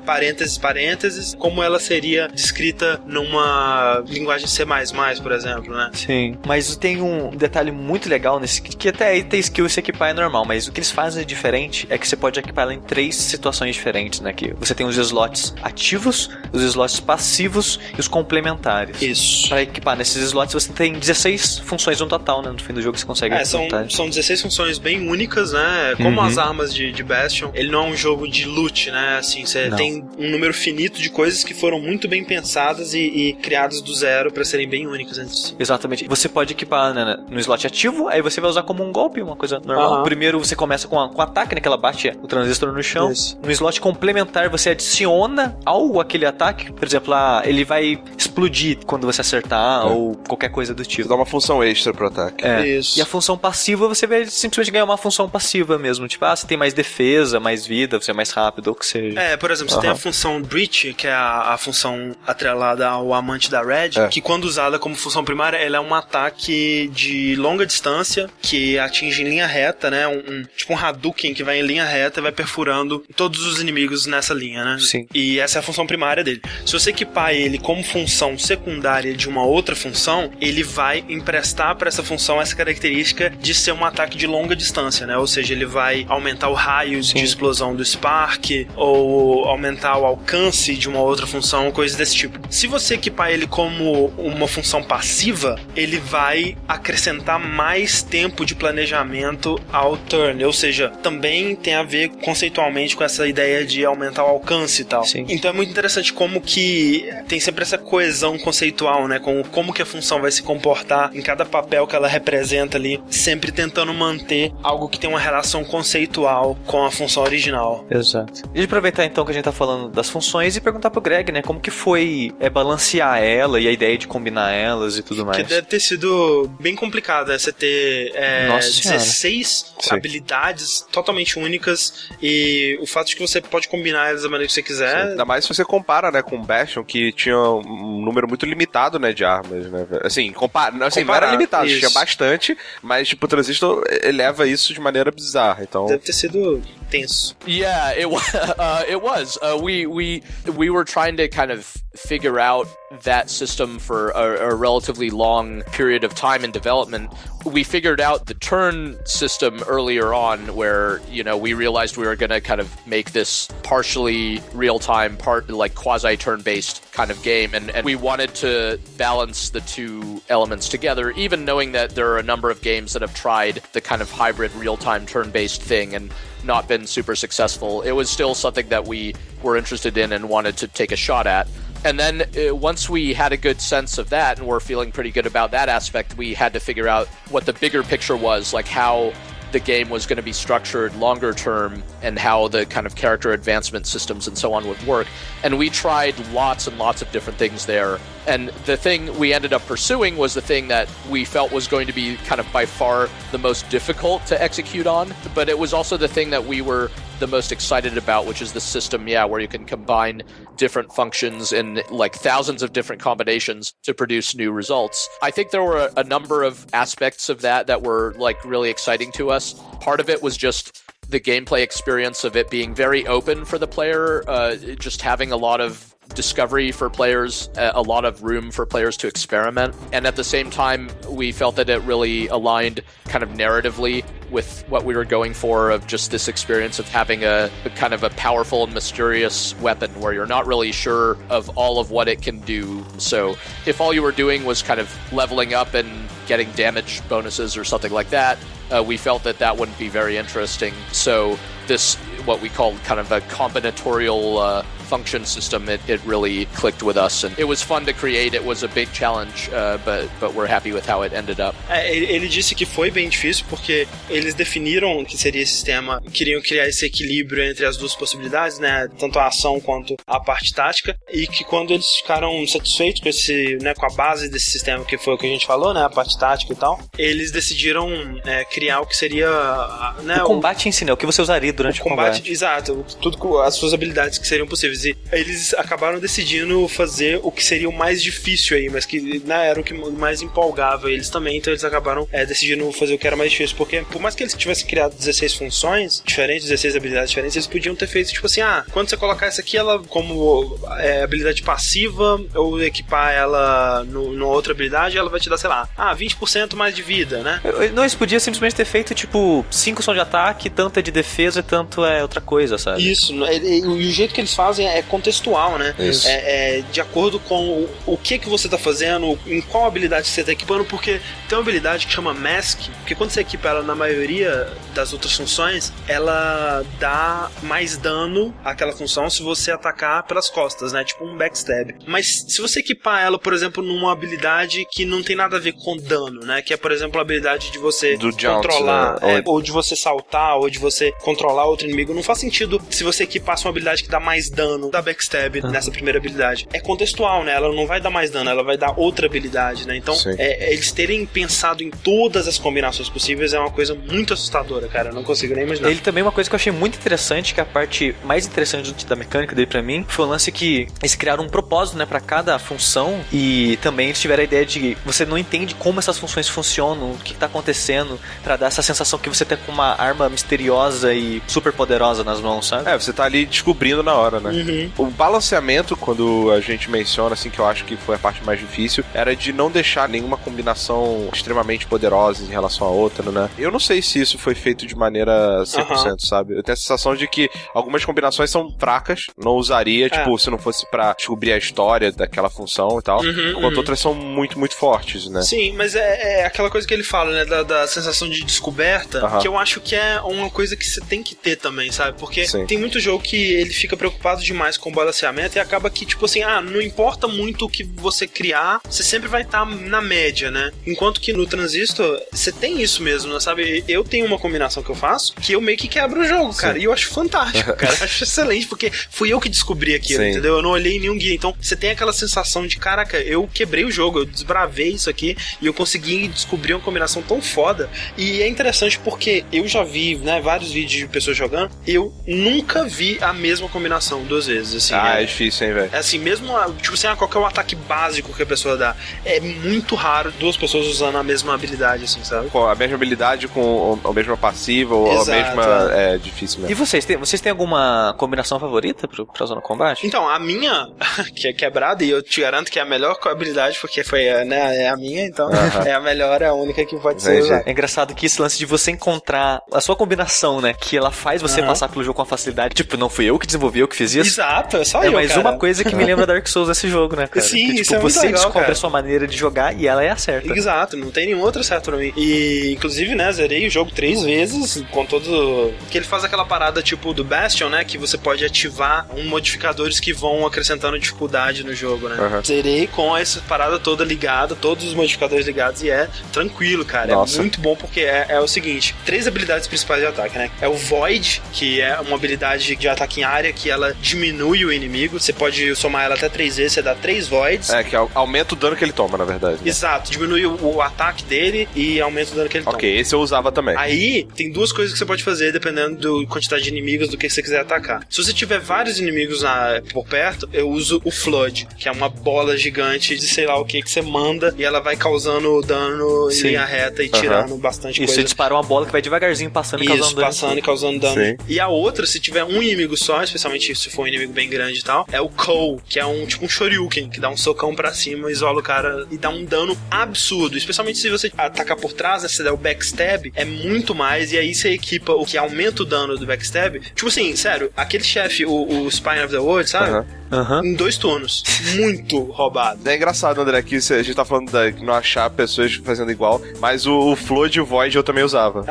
parênteses, como ela seria descrita numa linguagem C++, por exemplo, né? Sim. Mas tem um detalhe muito legal nesse, que até aí ter skill e se equipar é normal, mas o que eles fazem de diferente é que você pode equipar ela em 3 situações diferentes, né? Que você tem os slots ativos, os slots passivos e os complementares. Isso. Pra equipar nesses slots você tem 16 funções no total, né? No fim do jogo você consegue são 16 funções bem únicas, né? Como as armas de Bastion, ele não é um jogo de loot, né? Assim, você tem um número finito de coisas que foram muito bem pensadas e criadas do zero pra serem bem únicas entre si. Exatamente. Você pode equipar, né, no slot ativo, aí você vai usar como um golpe, uma coisa normal. Primeiro você começa com ataque, né? Que ela bate o transistor no chão. Isso. No slot complementar você adiciona algo àquele ataque. Por exemplo, ele vai explodir quando você acertar ou qualquer coisa do tipo. Dá uma função extra pro ataque. Isso. E a função passiva, você vai simplesmente ganhar uma função passiva mesmo. Tipo, você tem mais defesa, mais vida, você é mais rápido, ou que seja. Por exemplo, você tem a função Breach, que é a função atrelada ao amante da Red, que quando usada como função primária, ela é um ataque de longa distância, que atinge em linha reta, né? Tipo um Hadouken que vai em linha reta e vai perfurando todos os inimigos nessa linha, né? Sim. E essa é a função primária dele. Se você equipar ele como função secundária de uma outra função, ele vai emprestar para essa função essa característica de ser um ataque de longa distância, né? Ou seja, ele vai aumentar o raio de explosão do Spark, ou aumentar o alcance de uma outra função, coisas desse tipo. Se você equipar ele como uma função passiva, ele vai acrescentar mais tempo de planejamento ao turn, ou seja, também tem a ver conceitualmente com essa ideia de aumentar o alcance e tal. Sim. Então é muito interessante como que tem sempre essa coesão conceitual, né? Como que a função vai se comportar em cada papel que ela representa ali, sempre tentando manter algo que tem uma relação conceitual com a função original. Exato. E aproveitar então que a gente tá falando das funções e perguntar pro Greg, né, como que foi balancear ela e a ideia de combinar elas e tudo mais. Que deve ter sido bem complicado, né? Você ter 16 habilidades totalmente únicas e o fato de que você pode combinar elas da maneira que você quiser. Sim. Ainda mais se você compara, né, com o Bastion, que tinha um número muito limitado, né, de armas, né? Assim, não era limitado, tinha bastante, mas tipo, o Transistor eleva isso de maneira bizarra, então... Deve ter sido tenso. Yeah, it was. We were trying to kind of figure out that system for a relatively long period of time in development. We figured out the turn system earlier on where, we realized we were going to kind of make this partially real-time, like quasi-turn-based kind of game. And we wanted to balance the two elements together, even knowing that there are a number of games that have tried the kind of hybrid real-time turn-based thing and not been super successful. It was still something that we were interested in and wanted to take a shot at. And then once we had a good sense of that and were feeling pretty good about that aspect, we had to figure out what the bigger picture was, like how the game was going to be structured longer term and how the kind of character advancement systems and so on would work. And we tried lots and lots of different things there. And the thing we ended up pursuing was the thing that we felt was going to be kind of by far the most difficult to execute on. But it was also the thing that we were the most excited about, which is the system, where you can combine different functions in like thousands of different combinations to produce new results. I think there were a number of aspects of that were like really exciting to us. Part of it was just the gameplay experience of it being very open for the player, just having a lot of discovery for players, a lot of room for players to experiment. And at the same time, we felt that it really aligned kind of narratively with what we were going for, of just this experience of having a kind of a powerful and mysterious weapon where you're not really sure of all of what it can do. So if all you were doing was kind of leveling up and getting damage bonuses or something like that, we felt that wouldn't be very interesting. So this, what we called kind of a combinatorial function system, it really clicked with us, and it was fun to create. It was a big challenge, but we're happy with how it ended up. Ele disse que foi bem difícil porque eles definiram que seria esse sistema, queriam criar esse equilíbrio entre as duas possibilidades, né, tanto a ação quanto a parte tática, e que quando eles ficaram satisfeitos com esse, né, com a base desse sistema, que foi o que a gente falou, né, a parte tática e tal, eles decidiram criar o que seria, né, o combate em si, né, o que você usaria durante o combate. Exato, tudo com as suas habilidades que seriam possíveis. E eles acabaram decidindo fazer o que seria o mais difícil aí, mas que, né, era o que mais empolgava eles também, então eles acabaram decidindo fazer o que era mais difícil, porque por mais que eles tivessem criado 16 funções diferentes, 16 habilidades diferentes, eles podiam ter feito tipo assim, quando você colocar essa aqui, ela como habilidade passiva, ou equipar ela numa outra habilidade, ela vai te dar, sei lá, 20% mais de vida, né? Não, eles podiam simplesmente ter feito, tipo, 5 são de ataque, tanto é de defesa e tanto é outra coisa, sabe? Isso, e o jeito que eles fazem é contextual, né? Isso. É de acordo com o que você tá fazendo, em qual habilidade você tá equipando, porque tem uma habilidade que chama Mask, que quando você equipa ela na maioria das outras funções, ela dá mais dano àquela função se você atacar pelas costas, né? Tipo um backstab. Mas se você equipar ela, por exemplo, numa habilidade que não tem nada a ver com dano, né? Que é, por exemplo, a habilidade de você controlar, né? ou de você saltar, ou de você controlar outro inimigo Não faz sentido se você equipasse uma habilidade que dá mais dano da backstab nessa primeira habilidade. É contextual, né? Ela não vai dar mais dano, ela vai dar outra habilidade, né? Então, eles terem pensado em todas as combinações possíveis é uma coisa muito assustadora, cara. Eu não consigo nem imaginar. Ele também, uma coisa que eu achei muito interessante, que a parte mais interessante da mecânica dele pra mim, foi o lance que eles criaram um propósito, né, pra cada função, e também eles tiveram a ideia de você não entende como essas funções funcionam, o que tá acontecendo, pra dar essa sensação que você tá com uma arma misteriosa e super poderosa nas mãos, sabe? Você tá ali descobrindo na hora, né? O balanceamento, quando a gente menciona, assim, que eu acho que foi a parte mais difícil, era de não deixar nenhuma combinação extremamente poderosa em relação a outra, né? Eu não sei se isso foi feito de maneira 100%, sabe? Eu tenho a sensação de que algumas combinações são fracas, não usaria, tipo, se não fosse pra descobrir a história daquela função e tal, enquanto outras são muito, muito fortes, né? Sim, mas é aquela coisa que ele fala, né, da sensação de descoberta, que eu acho que é uma coisa que você tem que ter também, sabe? Porque tem muito jogo que ele fica preocupado demais com o balanceamento e acaba que, tipo assim, não importa muito o que você criar, você sempre vai estar na média, né? Enquanto que no Transistor, você tem isso mesmo, né, sabe? Eu tenho uma combinação que eu faço que eu meio que quebro o jogo, cara, e eu acho fantástico, cara. Eu acho excelente, porque fui eu que descobri aquilo, entendeu? Eu não olhei em nenhum guia. Então, você tem aquela sensação de, caraca, eu quebrei o jogo, eu desbravei isso aqui e eu consegui descobrir uma combinação tão foda. E é interessante porque eu já vi, né, vários vídeos de pessoas jogando, eu nunca vi a mesma combinação duas vezes, assim. É difícil, hein, velho? É assim, mesmo, tipo assim, qual que é o ataque básico que a pessoa dá? É muito raro duas pessoas usando a mesma habilidade, assim, sabe? A mesma habilidade com a mesma passiva ou a mesma... É difícil mesmo. E vocês têm alguma combinação favorita pra usar no combate? Então, a minha, que é quebrada, e eu te garanto que é a melhor habilidade, porque foi, né, é a minha, então é a melhor, é a única que pode ser usada. É engraçado que esse lance de você encontrar a sua combinação, né, que ela faz você passar pelo jogo com facilidade, tipo, não fui eu que desenvolvi, eu que fiz isso. Exato, é só eu, mais uma coisa que me lembra Dark Souls nesse jogo, né, cara? Sim, que, tipo, isso é muito você legal, descobre cara. a sua maneira de jogar e ela é a certa. Exato, não tem nenhum outro certo pra mim. E, inclusive, né, zerei o jogo 3 vezes, com todo... Que ele faz aquela parada, tipo, do Bastion, né, que você pode ativar modificadores que vão acrescentando dificuldade no jogo, né. Zerei com essa parada toda ligada, todos os modificadores ligados, e é tranquilo, cara. Nossa. É muito bom, porque é o seguinte, 3 habilidades principais de ataque, né. É o Void, que é uma habilidade de ataque em área, que ela diminui o inimigo. Você pode somar ela até 3 vezes, você dá 3 Voids. Que aumenta o dano que ele toma, na verdade. Né? Exato, diminui o ataque dele e aumenta o dano que ele toma. Ok, esse eu usava também. Aí, tem duas coisas que você pode fazer, dependendo da quantidade de inimigos, do que você quiser atacar. Se você tiver vários inimigos por perto, eu uso o Flood, que é uma bola gigante de sei lá o que você manda, e ela vai causando dano em linha reta e tirando bastante coisa. Você dispara uma bola que vai devagarzinho passando e causando dano. Passando e causando dano. Sim. E a outra, se tiver um inimigo só, especialmente se for um inimigo bem grande e tal, é o Kou, que é tipo um Shoryuken, que dá um socão pra cima, isola o cara e dá um dano absurdo. Especialmente se você atacar por trás, né, se der o backstab, é muito mais, e aí você equipa o que aumenta o dano do backstab. Tipo assim, sério, aquele chefe, o Spine of the World, sabe? Em 2 turnos. Muito roubado. É engraçado, André, que a gente tá falando de não achar pessoas fazendo igual, mas o Flood e o Void eu também usava.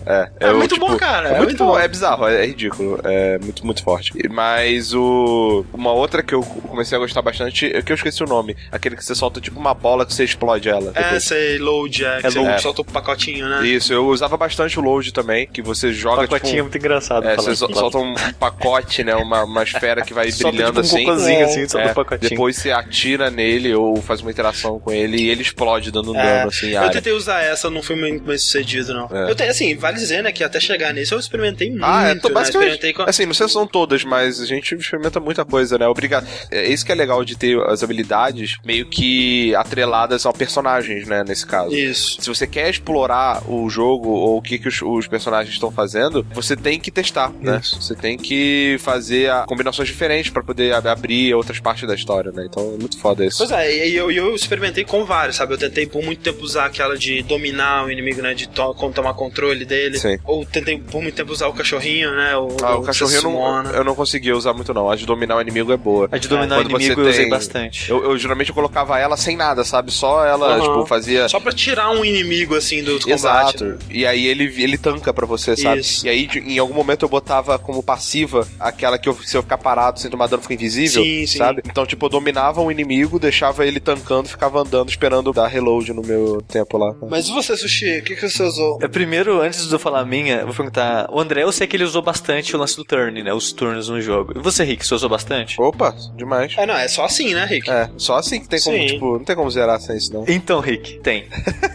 É muito bom, cara. É muito bom. É bizarro, é ridículo. É muito, muito forte. Mas uma outra que eu comecei a gostar bastante, é que eu esqueci o nome. Aquele que você solta tipo uma bola que você explode ela. Sei, load, você solta o pacotinho, né? Isso, eu usava bastante o load também, que você joga, o pacotinho é muito engraçado. Você solta um pacote, né, uma esfera que vai brilhando assim. Assim, solta um pacotinho. Depois você atira nele ou faz uma interação com ele e ele explode dando dano, assim. Eu tentei usar essa, não fui muito bem sucedido, não. Eu tenho, assim, vale dizer, né, que até chegar nisso eu experimentei muito. Basicamente, assim, não sei se são todas, mas a gente experimenta muita coisa, né? Obrigado. É isso que é legal de ter as habilidades meio que atreladas a personagens, né, nesse caso. Isso. Se você quer explorar o jogo ou o que os personagens estão fazendo, você tem que testar, né? Você tem que fazer combinações diferentes pra poder abrir outras partes da história, né? Então é muito foda isso. Pois é, e eu experimentei com vários, sabe? Eu tentei por muito tempo usar aquela de dominar o inimigo, né? De tomar controle dele. Sim. Ou tentei por muito tempo usar o cachorrinho, né? O cachorrinho eu não conseguia usar muito, não. A de dominar o inimigo é boa. A de dominar o inimigo eu usei bastante. Eu geralmente colocava ela sem nada, sabe? Só ela, tipo, fazia... Só pra tirar um inimigo, assim, do combate. Exato. Né? E aí ele tanca pra você, sabe? Isso. E aí, em algum momento, eu botava como passiva aquela que se eu ficar parado sem tomar dano, fica invisível. invisível, Sim, sim. sabe? Então, tipo, eu dominava um inimigo, deixava ele tancando, ficava andando, esperando dar reload no meu tempo lá. Mas e você, Sushi? O que você usou? Primeiro, antes de eu falar a minha, eu vou perguntar... O André, eu sei que ele usou bastante o lance do turn, né? Os turnos no jogo. E você, Rick, você usou bastante? Opa, demais. Não, é só assim, né, Rick? É, só assim que tem como, Sim. tipo, não tem como zerar sem isso, não. Então, Rick, tem.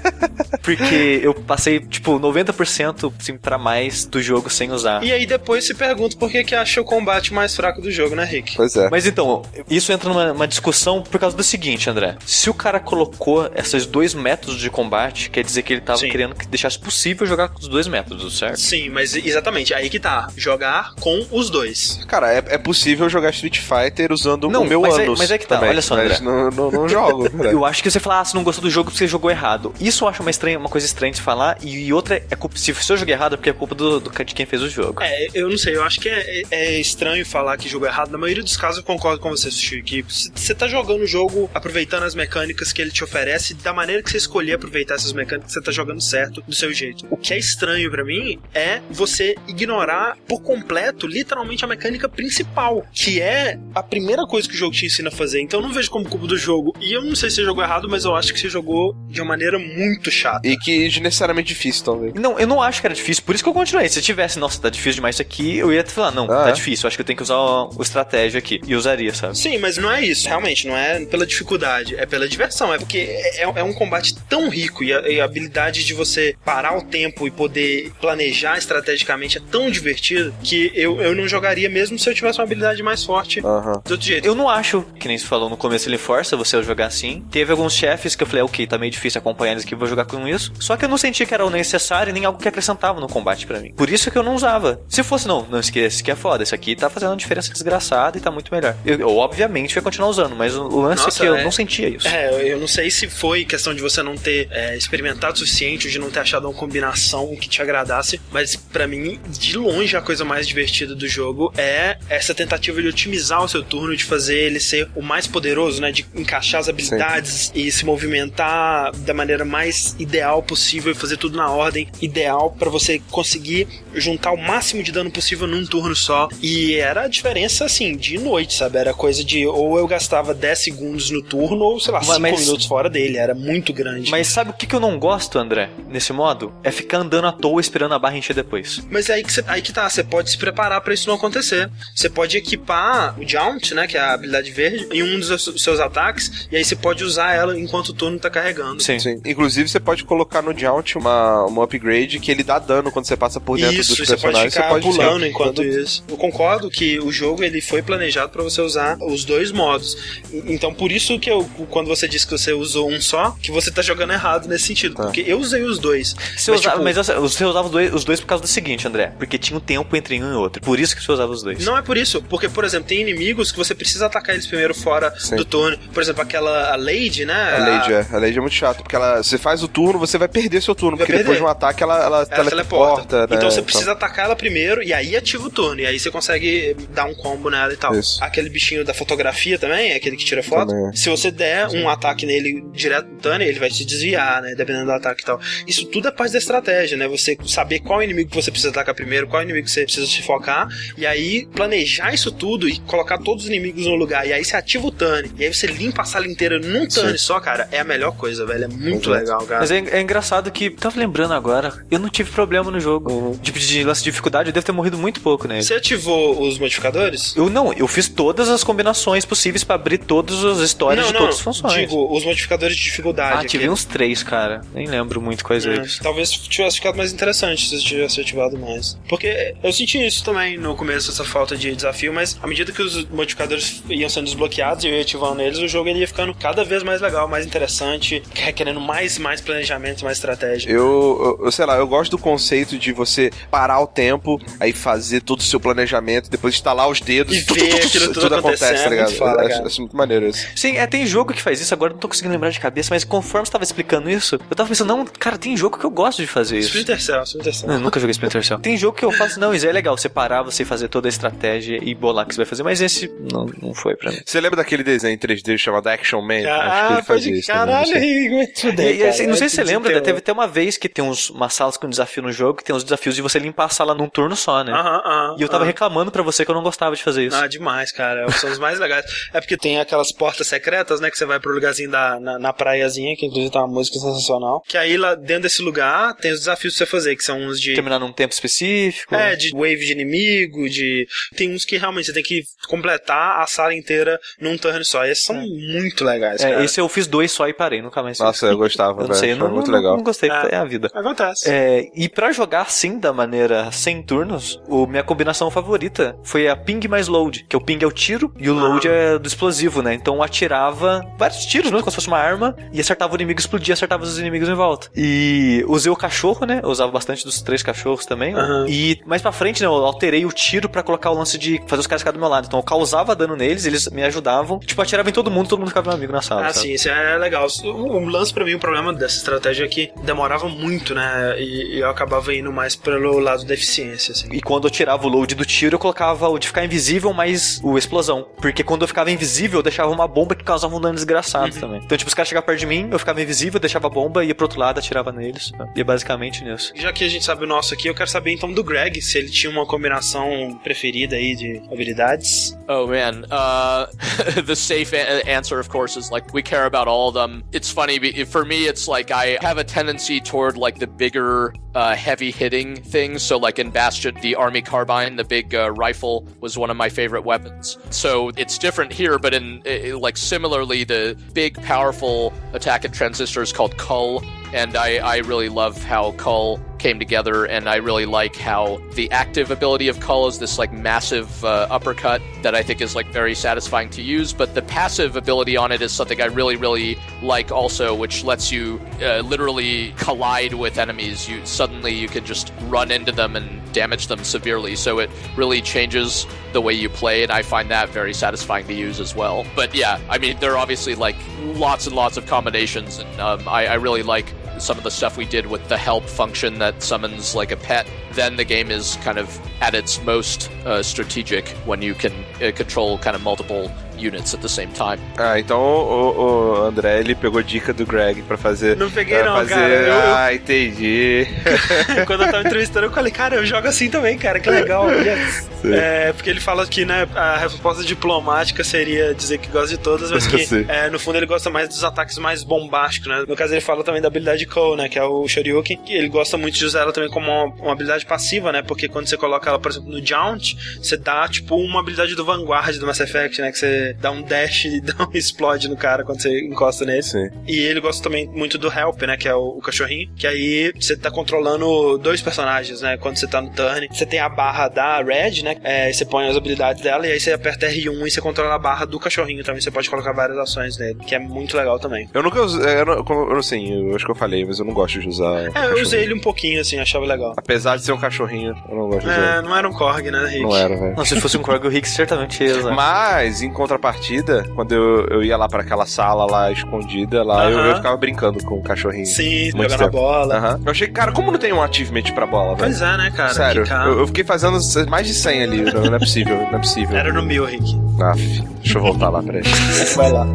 Porque eu passei, tipo, 90% assim, pra mais do jogo sem usar. E aí depois se pergunta por que acha o combate mais fraco do jogo, né, Rick? Pois é. Mas então, isso entra numa discussão por causa do seguinte, André. Se o cara colocou esses dois métodos de combate, quer dizer que ele tava querendo que deixasse possível jogar com os dois métodos, certo? Sim, mas exatamente, aí que tá. Jogar com os dois. Cara, é possível jogar Street Fighter usando o meu mas ânus. mas é que tá, também, olha só, André. mas não jogo. Né? Eu acho que você fala, você não gostou do jogo porque você jogou errado. Isso eu acho uma coisa estranha de falar. E outra é culpa. Se eu joguei errado, é porque é culpa de quem fez o jogo. Eu não sei, eu acho que é estranho falar que jogou errado. Na maioria dos casos eu concordo com você, Sushi, que você tá jogando o jogo aproveitando as mecânicas que ele te oferece, da maneira que você escolher aproveitar essas mecânicas, você tá jogando certo, do seu jeito. O que é estranho pra mim é você ignorar por completo, literalmente, a mecânica principal, que é a primeira coisa que o jogo te ensina a fazer. Então eu não vejo como culpa do jogo. E eu não sei se você jogou errado, mas eu acho que você jogou de uma maneira muito chata. E que desnecessariamente difícil, talvez. Não, eu não acho que era difícil, por isso que eu continuei. Se tivesse, nossa, tá difícil demais isso aqui, eu ia te falar, não, tá difícil, eu acho que eu tenho que usar o estratégia aqui. E usaria, sabe? Sim, mas não é isso, realmente, não é pela dificuldade, é pela diversão, é porque é um combate tão rico e a habilidade de você parar o tempo e poder planejar estrategicamente é tão divertido que eu não jogaria mesmo se eu tivesse uma habilidade mais forte do outro jeito. Eu não acho, que nem você falou no começo, ele força você a jogar assim. Teve alguns chefes que eu falei, ok, tá meio difícil acompanhar eles aqui, vou jogar com isso. Só que eu não senti que era o necessário nem algo que acrescentava no combate pra mim. Por isso que eu não usava. Se fosse, não esqueça, esse aqui é foda, esse aqui tá fazendo uma diferença desgraçada e tá muito melhor. Eu obviamente ia continuar usando, mas o lance é que eu não sentia isso. Eu não sei se foi questão de você não ter experimentado o suficiente, ou de não ter achado uma combinação que te agradasse, mas pra mim, de longe, a coisa mais divertida do jogo é essa tentativa de otimizar o seu turno, de fazer ele ser o mais poderoso, né, de encaixar as habilidades e se movimentar da maneira mais ideal possível e fazer tudo na ordem ideal pra você conseguir juntar o máximo de dano possível num turno só. E era a diferença, assim, de noite, sabe? Era coisa de ou eu gastava 10 segundos no turno ou, sei lá, 5 minutos fora dele. Era muito grande. Mas sabe o que eu não gosto, André, nesse modo? É ficar andando à toa esperando a barra encher depois. Mas aí que tá, você pode se preparar pra isso não acontecer. Você pode equipar o Jaunt, né, que é a habilidade verde, em um dos seus ataques, e aí você pode usar ela enquanto o turno tá carregando. Sim. Inclusive você pode colocar no Jaunt uma upgrade que ele dá dano quando você passa por dentro dos personagens. Você pode ficar pulando enquanto isso. Eu concordo que o jogo ele foi planejado pra você usar os dois modos. Então por isso que quando você disse que você usou um só, que você tá jogando errado nesse sentido. Porque eu usei os dois. Você usava os dois por causa do seguinte, André, porque tinha um tempo entre um e outro. Por isso que você usava os dois. Não é por isso, porque, por exemplo, tem inimigos que você precisa atacar eles primeiro fora do turno. Por exemplo, a Lady, né? A Lady é muito chato, porque você faz o turno, você vai perder seu turno, porque depois de um ataque ela teleporta. Né? Então você precisa atacar ela primeiro e aí ativa o turno. E aí você consegue dar um combo nela e tal. Isso. Aquele bichinho da fotografia também, aquele que tira foto. Também. Se você der um ataque nele direto no turno, ele vai se desviar, né? Dependendo do ataque e tal. Isso tudo é parte da estratégia, né? Você saber qual inimigo que você precisa atacar primeiro, qual inimigo que você precisa se focar, e aí planejar isso tudo e colocar todos os inimigos no lugar. E aí você ativa o turn. E aí você limpa a sala inteira num turn só, cara. É a melhor coisa, velho. É muito legal, cara. Mas é engraçado que, tava lembrando agora, eu não tive problema no jogo. De lance de dificuldade, eu devo ter morrido muito pouco nele. Você ativou os modificadores? Eu fiz todas as combinações possíveis pra abrir todas as histórias de todas as funções. Digo, os modificadores de dificuldade. Tive uns 3, cara. Nem lembro muito quais eles. Talvez tivesse ficado mais interessante se tivesse ativado mais. Porque eu senti isso também no começo, essa falta de desafio, mas à medida que os modificadores iam sendo desbloqueados e eu ia ativando eles, o jogo ia ficando cada vez mais legal, mais interessante, requerendo mais planejamento, mais estratégia. Eu sei lá, eu gosto do conceito de você parar o tempo, aí fazer todo o seu planejamento, depois instalar os dedos e ver aquilo tudo acontece, tá ligado? Acho muito maneiro isso. Sim, tem jogo que faz isso, agora não tô conseguindo lembrar de cabeça, mas conforme você tava explicando isso, eu tava pensando, não, cara, tem jogo que eu gosto de fazer isso. Splinter Cell. Eu nunca joguei Splinter Cell. Tem jogo que eu faço, não, isso é legal, você parar, você fazer toda a estratégia e bolar o que você vai fazer, mas esse não foi pra mim. Você lembra daquele desenho em 3D chamado Action Man? Acho que ele fazia isso. Caralho, não sei se você lembra, teve até uma vez que tem umas salas com desafio no jogo, que tem uns desafios de você limpar a sala num turno só, né? E eu tava reclamando pra você que eu não gostava de fazer isso. Demais, cara. São os mais legais. É porque tem aquelas portas secretas, né? Que você vai pro lugarzinho na praiazinha, que inclusive tem uma música sensacional. Que aí lá dentro desse lugar tem os desafios pra você fazer, que são uns de... terminar num tempo específico. De wave de inimigo, tem uns que realmente você tem que completar a sala inteira num turn só. E esses são muito legais, cara. Esse eu fiz 2 só e parei, nunca mais. Nossa, eu gostava, eu não sei, foi muito legal. Não gostei, é a vida. Acontece. E pra jogar assim, da maneira sem turnos, minha combinação favorita foi a ping mais load, que o ping é o tiro e o load é do explosivo, né? Então eu atirava vários tiros, né? Como se fosse uma arma, e acertava o inimigo, explodia, acertava os inimigos em volta. E usei o cachorro, né? Eu usava bastante dos 3 cachorros também. E mais pra frente, né? Eu alterei o tiro pra colocar o lance de fazer os caras ficarem do meu lado. Então eu causava dano neles, eles me ajudavam. Tipo, atirava em todo mundo ficava meu amigo na sala. Sim, isso é legal. O lance pra mim, o problema dessa estratégia é que demorava muito, né? E eu acabava indo mais pelo lado da eficiência, assim. E quando eu tirava o load do tiro, eu colocava o de ficar invisível mais o explosão. Porque quando eu ficava invisível, eu deixava uma bomba que causava um dano desgraçado também. Então, tipo, os caras chegavam perto de mim, eu ficava invisível, deixava a bomba, ia pro outro lado, atirava neles. E é basicamente nisso. Já que a gente sabe o nosso aqui, eu quero saber então do Greg, se ele tinha uma combinação preferida aí de habilidades. Oh man, the safe answer, of course, is like we care about all of them. It's funny, for me, it's like I have a tendency toward like the bigger, heavy hitting things. So like in Bastion, the army carbine, the big rifle, was one of my favorite weapons. So it's different here, but in like similarly, the big, powerful attack and transistor is called Cull. And I really love how Cull came together, and I really like how the active ability of Cull is this like massive uppercut that I think is like very satisfying to use, but the passive ability on it is something I really, really like also, which lets you literally collide with enemies. Suddenly you can just run into them and damage them severely, so it really changes the way you play, and I find that very satisfying to use as well. But yeah, I mean, there are obviously like lots and lots of combinations, and I really like some of the stuff we did with the help function that summons like a pet. Then the game is kind of at its most strategic when you can control kind of multiple units at the same time. Então o André, ele pegou dica do Greg pra fazer... Não peguei não, cara. Entendi. Quando eu tava entrevistando, eu falei, cara, eu jogo assim também, cara, que legal. Yes. Porque ele fala que, né, a resposta diplomática seria dizer que gosta de todas, mas que no fundo ele gosta mais dos ataques mais bombásticos, né? No caso ele fala também da habilidade Cole, né, que é o Shoryuken, que ele gosta muito de usar ela também como uma habilidade passiva, né, porque quando você coloca ela, por exemplo, no Jaunt, você dá, tipo, uma habilidade do Vanguard do Mass Effect, né, que você dá um dash e explode no cara quando você encosta nele. Sim. E ele gosta também muito do Help, né, que é o cachorrinho, que aí você tá controlando 2 personagens, né, quando você tá no turn. Você tem a barra da Red, né, você põe as habilidades dela e aí você aperta R1 e você controla a barra do cachorrinho também. Você pode colocar várias ações nele, que é muito legal também. Eu nunca usei, eu não sei, eu acho que eu falei, mas eu não gosto de usar. Eu usei ele um pouquinho, assim, achava legal. Apesar de ser um cachorrinho, eu não gosto de usar. Não era um Korg, né, Rick? Não era, velho. Não, se fosse um Korg, o Rick certamente ia usar. Mas, em contrapartida, quando eu ia lá pra aquela sala lá escondida, lá eu ficava brincando com o cachorrinho. Sim, jogando a bola. Eu achei, cara, como não tem um achievement pra bola, velho? Pois é, né, cara? Sério, eu fiquei fazendo mais de 100 ali, não é possível, não é possível. Era no 1000, Rick. Deixa eu voltar lá, peraí. Vai lá.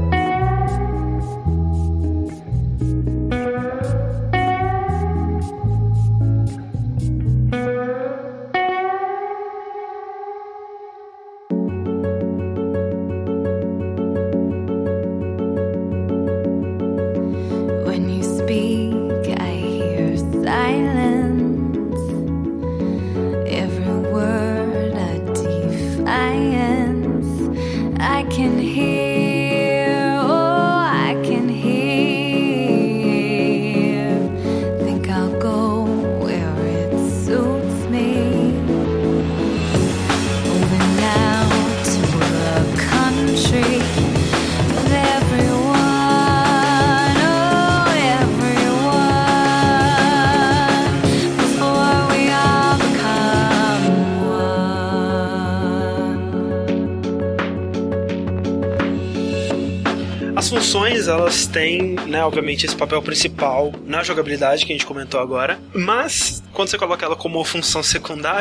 Elas têm, né, obviamente, esse papel principal na jogabilidade que a gente comentou agora, mas quando você coloca ela como função secundária,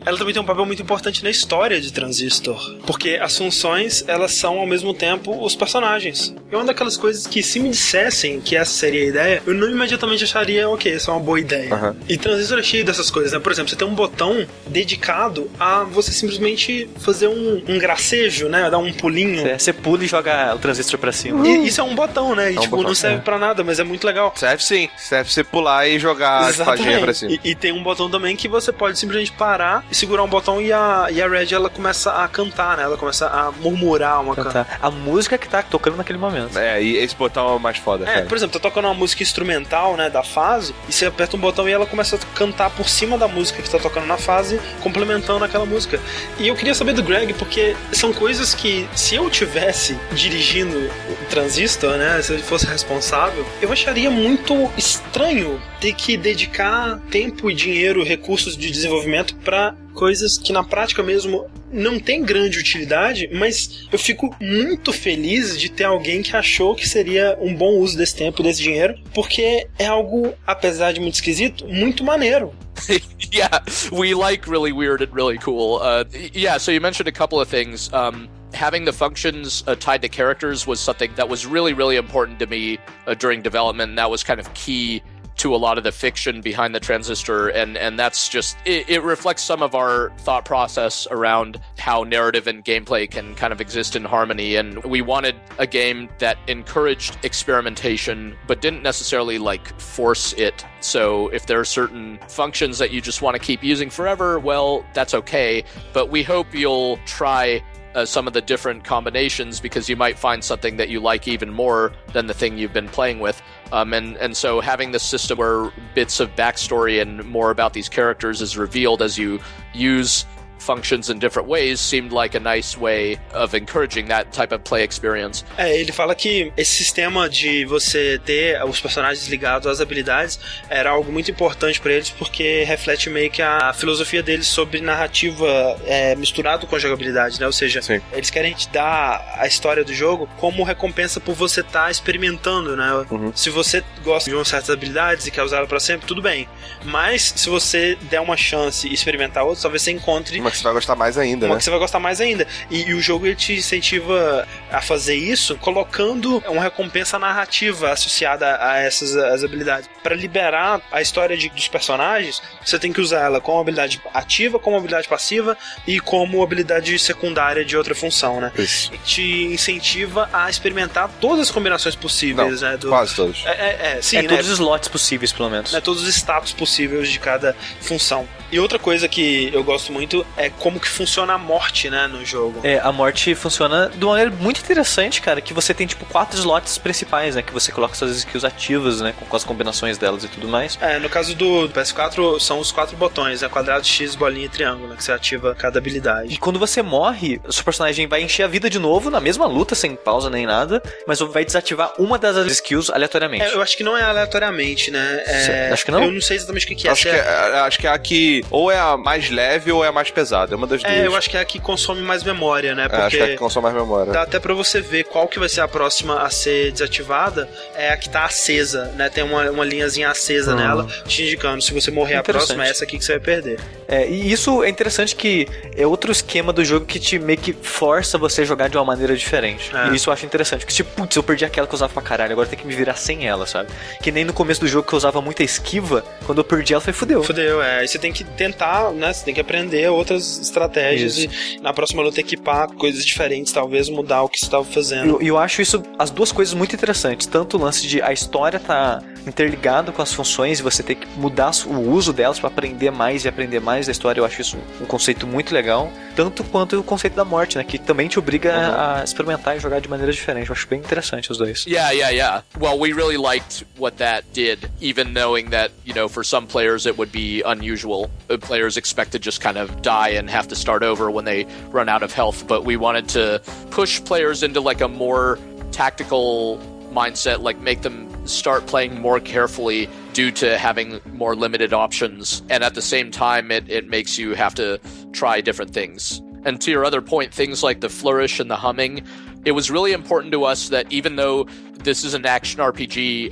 ela também tem um papel muito importante na história de Transistor. Porque as funções, elas são ao mesmo tempo os personagens. É uma daquelas coisas que, se me dissessem que essa seria a ideia, eu não imediatamente acharia, ok, essa é uma boa ideia. Uhum. E Transistor é cheio dessas coisas, né? Por exemplo, você tem um botão dedicado a você simplesmente fazer um gracejo, né? Dar um pulinho. Você pula e joga o transistor pra cima. E isso é um botão, né? E, um tipo, botão, não serve pra nada, mas é muito legal. Serve sim. Serve você pular e jogar a espadinha pra cima. E tem um botão também que você pode simplesmente parar e segurar um botão e a Red, ela começa a cantar, né? Ela começa a murmurar uma canção. A música que tá tocando naquele momento. E esse botão é o mais foda, cara. Por exemplo, tá tocando uma música instrumental, né, da fase, e você aperta um botão e ela começa a cantar por cima da música que tá tocando na fase, complementando aquela música. E eu queria saber do Greg, porque são coisas que, se eu tivesse dirigindo o Transistor, né, se ele fosse responsável, eu acharia muito estranho ter que dedicar tempo e dinheiro, recursos de desenvolvimento pra coisas que na prática mesmo não tem grande utilidade, mas eu fico muito feliz de ter alguém que achou que seria um bom uso desse tempo, desse dinheiro, porque é algo, apesar de muito esquisito, muito maneiro. Yeah, we like really weird and really cool. So you mentioned a couple of things. Having the functions tied to characters was something that was really, really important to me during development, and that was kind of key to a lot of the fiction behind the Transistor, and that's just, it reflects some of our thought process around how narrative and gameplay can kind of exist in harmony, and we wanted a game that encouraged experimentation but didn't necessarily like force it. So if there are certain functions that you just want to keep using forever, well, that's okay, but we hope you'll try some of the different combinations, because you might find something that you like even more than the thing you've been playing with. And so having this system where bits of backstory and more about these characters is revealed as you use functions in different ways seemed like a nice way of encouraging that type of play experience. Ele fala que esse sistema de você ter os personagens ligados às habilidades era algo muito importante para eles, porque reflete meio que a filosofia deles sobre narrativa misturado com a jogabilidade, né? Ou seja, Sim. Eles querem te dar a história do jogo como recompensa por você estar experimentando, né? Uhum. Se você gosta de umas certas habilidades e quer usá-la para sempre, tudo bem. Mas se você der uma chance e experimentar outras, talvez você encontre Mas você vai gostar mais ainda, uma né? que você vai gostar mais ainda. E o jogo ele te incentiva a fazer isso, colocando uma recompensa narrativa associada a essas as habilidades. Para liberar a história dos personagens, você tem que usar ela como habilidade ativa, como habilidade passiva e como habilidade secundária de outra função, né? Isso. E te incentiva a experimentar todas as combinações possíveis, Não, né? quase todos. Sim, né? Todos os slots possíveis, pelo menos. Né, todos os status possíveis de cada função. E outra coisa que eu gosto muito é como que funciona a morte, né, no jogo. A morte funciona de uma maneira muito interessante, cara, que você tem, tipo, 4 slots principais, né, que você coloca suas skills ativas, né, com as combinações delas e tudo mais. No caso do PS4, são os 4 botões, né, quadrado, X, bolinha e triângulo, né, que você ativa cada habilidade. E quando você morre, o seu personagem vai encher a vida de novo, na mesma luta, sem pausa nem nada, mas vai desativar uma das skills aleatoriamente. Eu acho que não é aleatoriamente, né? Acho que não? Eu não sei exatamente o que é. Acho que é a que ou é a mais leve ou é a mais pesada. É uma das duas. Eu acho que é a que consome mais memória, né? Porque acho que é a que consome mais memória. Dá até pra você ver qual que vai ser a próxima a ser desativada. É a que tá acesa, né? Tem uma linhazinha acesa nela, te indicando se você morrer a próxima, é essa aqui que você vai perder. E isso é interessante, que é outro esquema do jogo que te meio que força você a jogar de uma maneira diferente. E isso eu acho interessante, porque tipo, putz, eu perdi aquela que eu usava pra caralho, agora tem que me virar sem ela, sabe? Que nem no começo do jogo que eu usava muita esquiva, quando eu perdi ela, fudeu. E você tem que tentar, né? Você tem que aprender outras estratégias e na próxima luta equipar coisas diferentes, talvez mudar o que você estava fazendo. Eu acho isso, as duas coisas muito interessantes, tanto o lance de a história tá interligado com as funções e você ter que mudar o uso delas para aprender mais e aprender mais da história. Eu acho isso um conceito muito legal, tanto quanto o conceito da morte, né, que também te obriga a experimentar e jogar de maneira diferente. Eu acho bem interessante os dois. Yeah. Well, we really liked what that did, even knowing that, you know, for some players it would be unusual. Players expect to just kind of die and have to start over when they run out of health, but we wanted to push players into like a more tactical mindset, like make them start playing more carefully due to having more limited options, and at the same time it makes you have to try different things. And to your other point, things like the flourish and the humming, it was really important to us that even though this is an action RPG and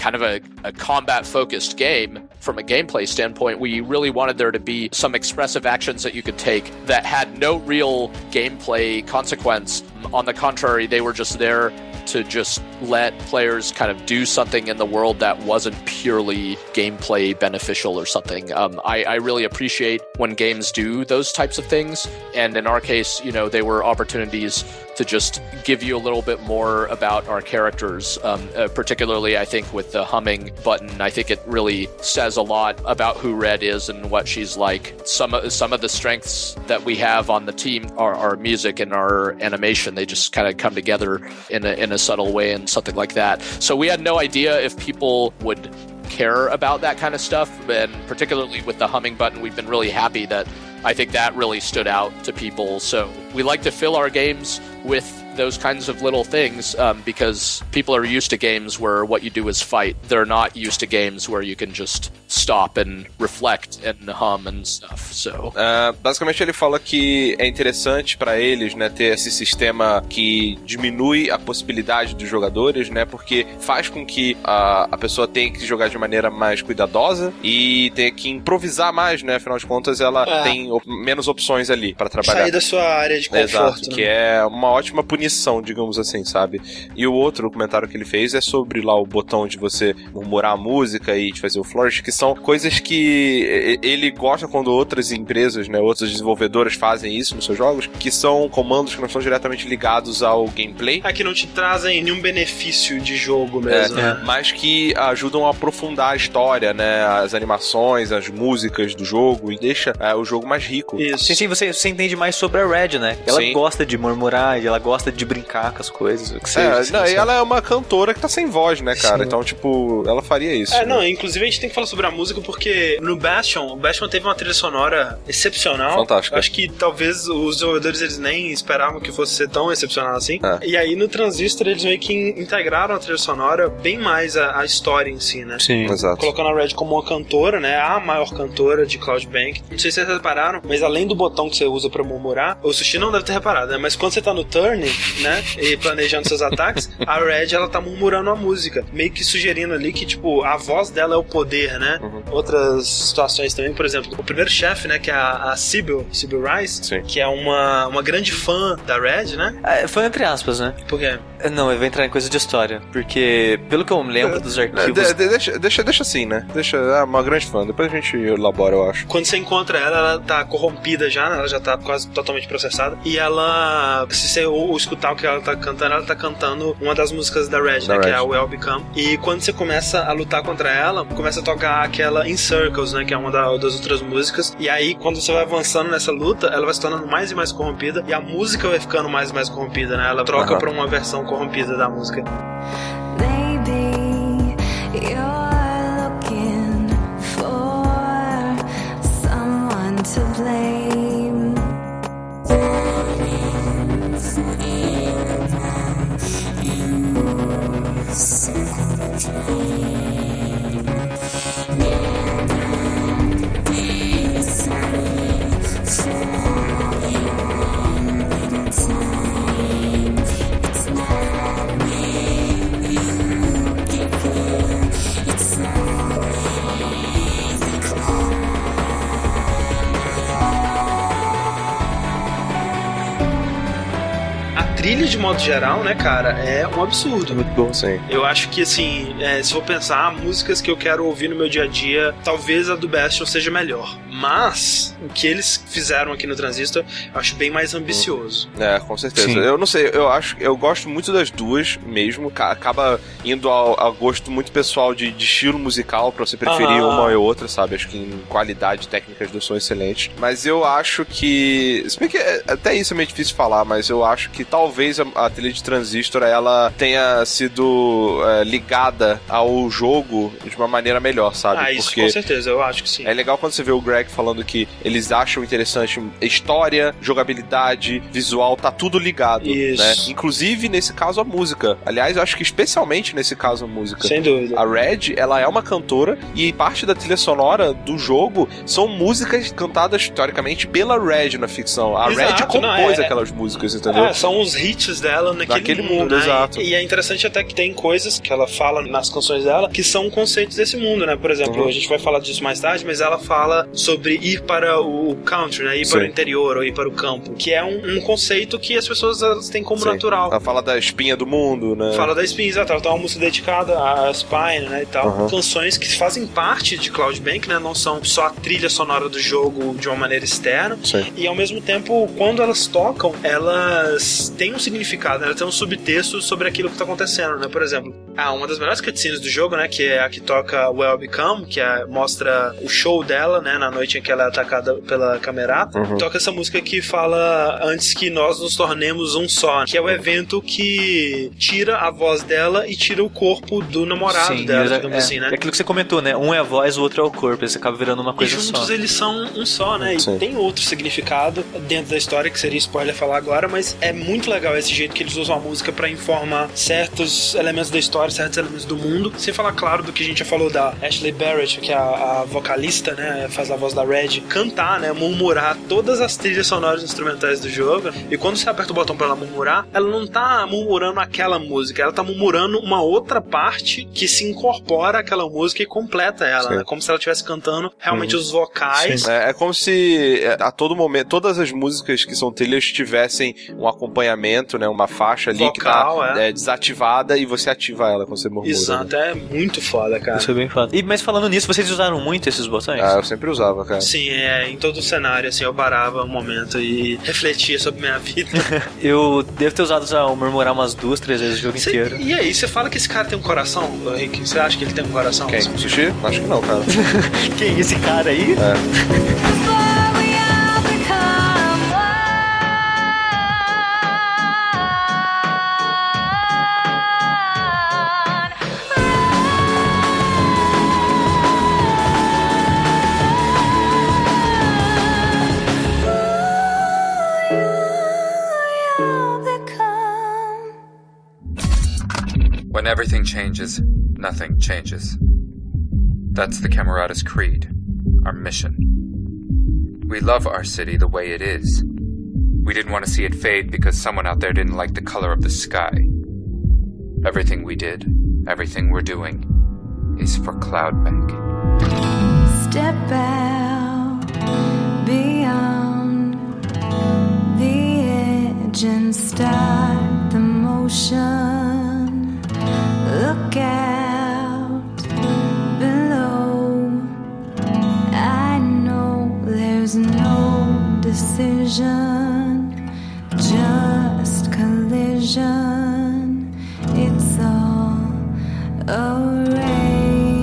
kind of a combat-focused game, from a gameplay standpoint, we really wanted there to be some expressive actions that you could take that had no real gameplay consequence. On the contrary, they were just there to just let players kind of do something in the world that wasn't purely gameplay beneficial or something. I really appreciate when games do those types of things, and in our case, they were opportunities to just give you a little bit more about our characters, particularly I think with the humming button. I think it really says a lot about who Red is and what she's like. Some of the strengths that we have on the team are our music and our animation. They just kind of come together in a subtle way and something like that. So we had no idea if people would care about that kind of stuff, and particularly with the humming button, we've been really happy that I think that really stood out to people. So we like to fill our games with those kinds of little things because people are used to games where what you do is fight. They're not used to games where you can just stop and reflect and hum and stuff. So basicamente ele fala que é interessante para eles, né, ter esse sistema que diminui a possibilidade dos jogadores, né, porque faz com que a pessoa tenha que jogar de maneira mais cuidadosa e tenha que improvisar mais, né, afinal de contas ela tem menos opções ali para trabalhar. Sair da sua área de conforto. Exato, né? Que é uma ótima punição, digamos assim, sabe? E o outro comentário que ele fez é sobre lá o botão de você murmurar a música e de fazer o flourish, que são coisas que ele gosta quando outras empresas, né, outros desenvolvedores fazem isso nos seus jogos, que são comandos que não são diretamente ligados ao gameplay. Que não te trazem nenhum benefício de jogo mesmo. Mas que ajudam a aprofundar a história, né, as animações, as músicas do jogo e deixa o jogo mais rico. Isso. Sim, você entende mais sobre a Red, né? Ela Sim. gosta de murmurar e ela gosta de brincar com as coisas. O que seja, e ela é uma cantora que tá sem voz, né, cara? Sim. Então, tipo, ela faria isso. Não, inclusive a gente tem que falar sobre a música porque no Bastion, o Bastion teve uma trilha sonora excepcional. Fantástica. Acho que talvez os desenvolvedores eles nem esperavam que fosse ser tão excepcional assim. E aí no Transistor eles meio que integraram a trilha sonora bem mais a história em si, né? Sim. Exato. Colocando a Red como uma cantora, né? A maior cantora de Cloud Bank. Não sei se vocês repararam, mas além do botão que você usa pra murmurar, o Sushi não deve ter reparado, né? Mas quando você tá no turn, né? E planejando seus ataques, a Red, ela tá murmurando a música. Meio que sugerindo ali que, tipo, a voz dela é o poder, né? Outras situações também, por exemplo, o primeiro chefe, né? Que é a Sybil Rice, Sim. que é uma grande fã da Red, né? Foi entre aspas, né? Por quê? Não, eu vou entrar em coisa de história. Porque, pelo que eu me lembro dos arquivos... Deixa assim, né? Deixa uma grande fã. Depois a gente elabora, eu acho. Quando você encontra ela tá corrompida já, né? Ela já tá quase totalmente processada. E ela, se você escutar o que ela tá cantando uma das músicas da Red, né? Que é a Well Become. E quando você começa a lutar contra ela, começa a tocar aquela In Circles, né? Que é uma das outras músicas. E aí, quando você vai avançando nessa luta, ela vai se tornando mais e mais corrompida. E a música vai ficando mais e mais corrompida, né? Ela troca pra uma versão corrompida da música. Trilha de modo geral, né, cara, é um absurdo. Muito bom, sim. Eu acho que, assim, se for pensar, músicas que eu quero ouvir no meu dia a dia, talvez a do Bastion seja melhor. Mas, o que eles fizeram aqui no Transistor, eu acho bem mais ambicioso. Com certeza. Sim. Eu não sei, eu gosto muito das duas mesmo. Acaba indo ao gosto muito pessoal de estilo musical, pra você preferir uma ou outra, sabe? Acho que em qualidade técnicas do som excelente. Mas eu acho que... Se bem que até isso é meio difícil de falar, mas eu acho que talvez a trilha de Transistor ela tenha sido ligada ao jogo de uma maneira melhor, sabe? Isso porque com certeza, eu acho que sim. É legal quando você vê o Greg falando que eles acham interessante história, jogabilidade, visual, tá tudo ligado, Isso. né? Inclusive, nesse caso, a música. Aliás, eu acho que especialmente nesse caso a música. Sem dúvida. A Red, ela é uma cantora e parte da trilha sonora do jogo são músicas cantadas, teoricamente, pela Red na ficção. A Exato, Red compôs aquelas músicas, entendeu? São os hits conceitos dela naquele mundo, né? exato. E é interessante até que tem coisas que ela fala nas canções dela que são conceitos desse mundo, né? Por exemplo, a gente vai falar disso mais tarde, mas ela fala sobre ir para o country, né? Ir para o interior ou ir para o campo, que é um conceito que as pessoas elas têm como natural. Ela fala da espinha do mundo, né? Fala da espinha, exato. Ela tem uma música dedicada à Spine, né? E tal. Canções que fazem parte de Cloud Bank, né? Não são só a trilha sonora do jogo de uma maneira externa. Sim. E ao mesmo tempo, quando elas tocam, elas têm um significado, né? Elas têm um subtexto sobre aquilo que tá acontecendo, né? Por exemplo, uma das melhores cutscenes do jogo, né? Que é a que toca Well Become, que mostra o show dela, né? Na noite em que ela é atacada pela Camerata. Toca essa música que fala antes que nós nos tornemos um só, que é o evento que tira a voz dela e tira o corpo do namorado dela, digamos assim, né? É aquilo que você comentou, né? Um é a voz, o outro é o corpo. Eles acabam virando uma coisa só. E juntos eles são um só, né? E tem outro significado dentro da história, que seria spoiler falar agora, mas é muito legal esse jeito que eles usam a música pra informar certos elementos da história, certos elementos do mundo, sem falar, claro, do que a gente já falou da Ashley Barrett, que é a vocalista, né? Faz a voz da Red, cantar, né? Murmurar todas as trilhas sonoras instrumentais do jogo. E quando você aperta o botão pra ela murmurar, ela não tá murmurando aquela música, ela tá murmurando uma outra parte que se incorpora àquela música e completa ela, né? Como se ela estivesse cantando realmente os vocais. É como se a todo momento, todas as músicas que são trilhas tivessem um acompanhamento, né? Uma faixa ali vocal, que tá desativada e você ativa ela quando você murmura. Exato, é muito foda, cara. Isso é bem foda. Mas falando nisso, vocês usaram muito esses botões? Eu sempre usava, cara. Sim, em todo o cenário, assim, eu parava um momento e refletia sobre minha vida. Eu devo ter usado o murmurar umas 2, 3 vezes o jogo inteiro. E aí, você fala que esse cara tem um coração, Rick? Você acha que ele tem um coração? Quem? Sushi? Acho que não, cara. Quem? Esse cara aí? When everything changes, nothing changes. That's the Camerata's creed, our mission. We love our city the way it is. We didn't want to see it fade because someone out there didn't like the color of the sky. Everything we did, everything we're doing, is for Cloudbank. Step out beyond the edge and start the motion. Look out below. I know there's no decision, just collision. It's all arranged.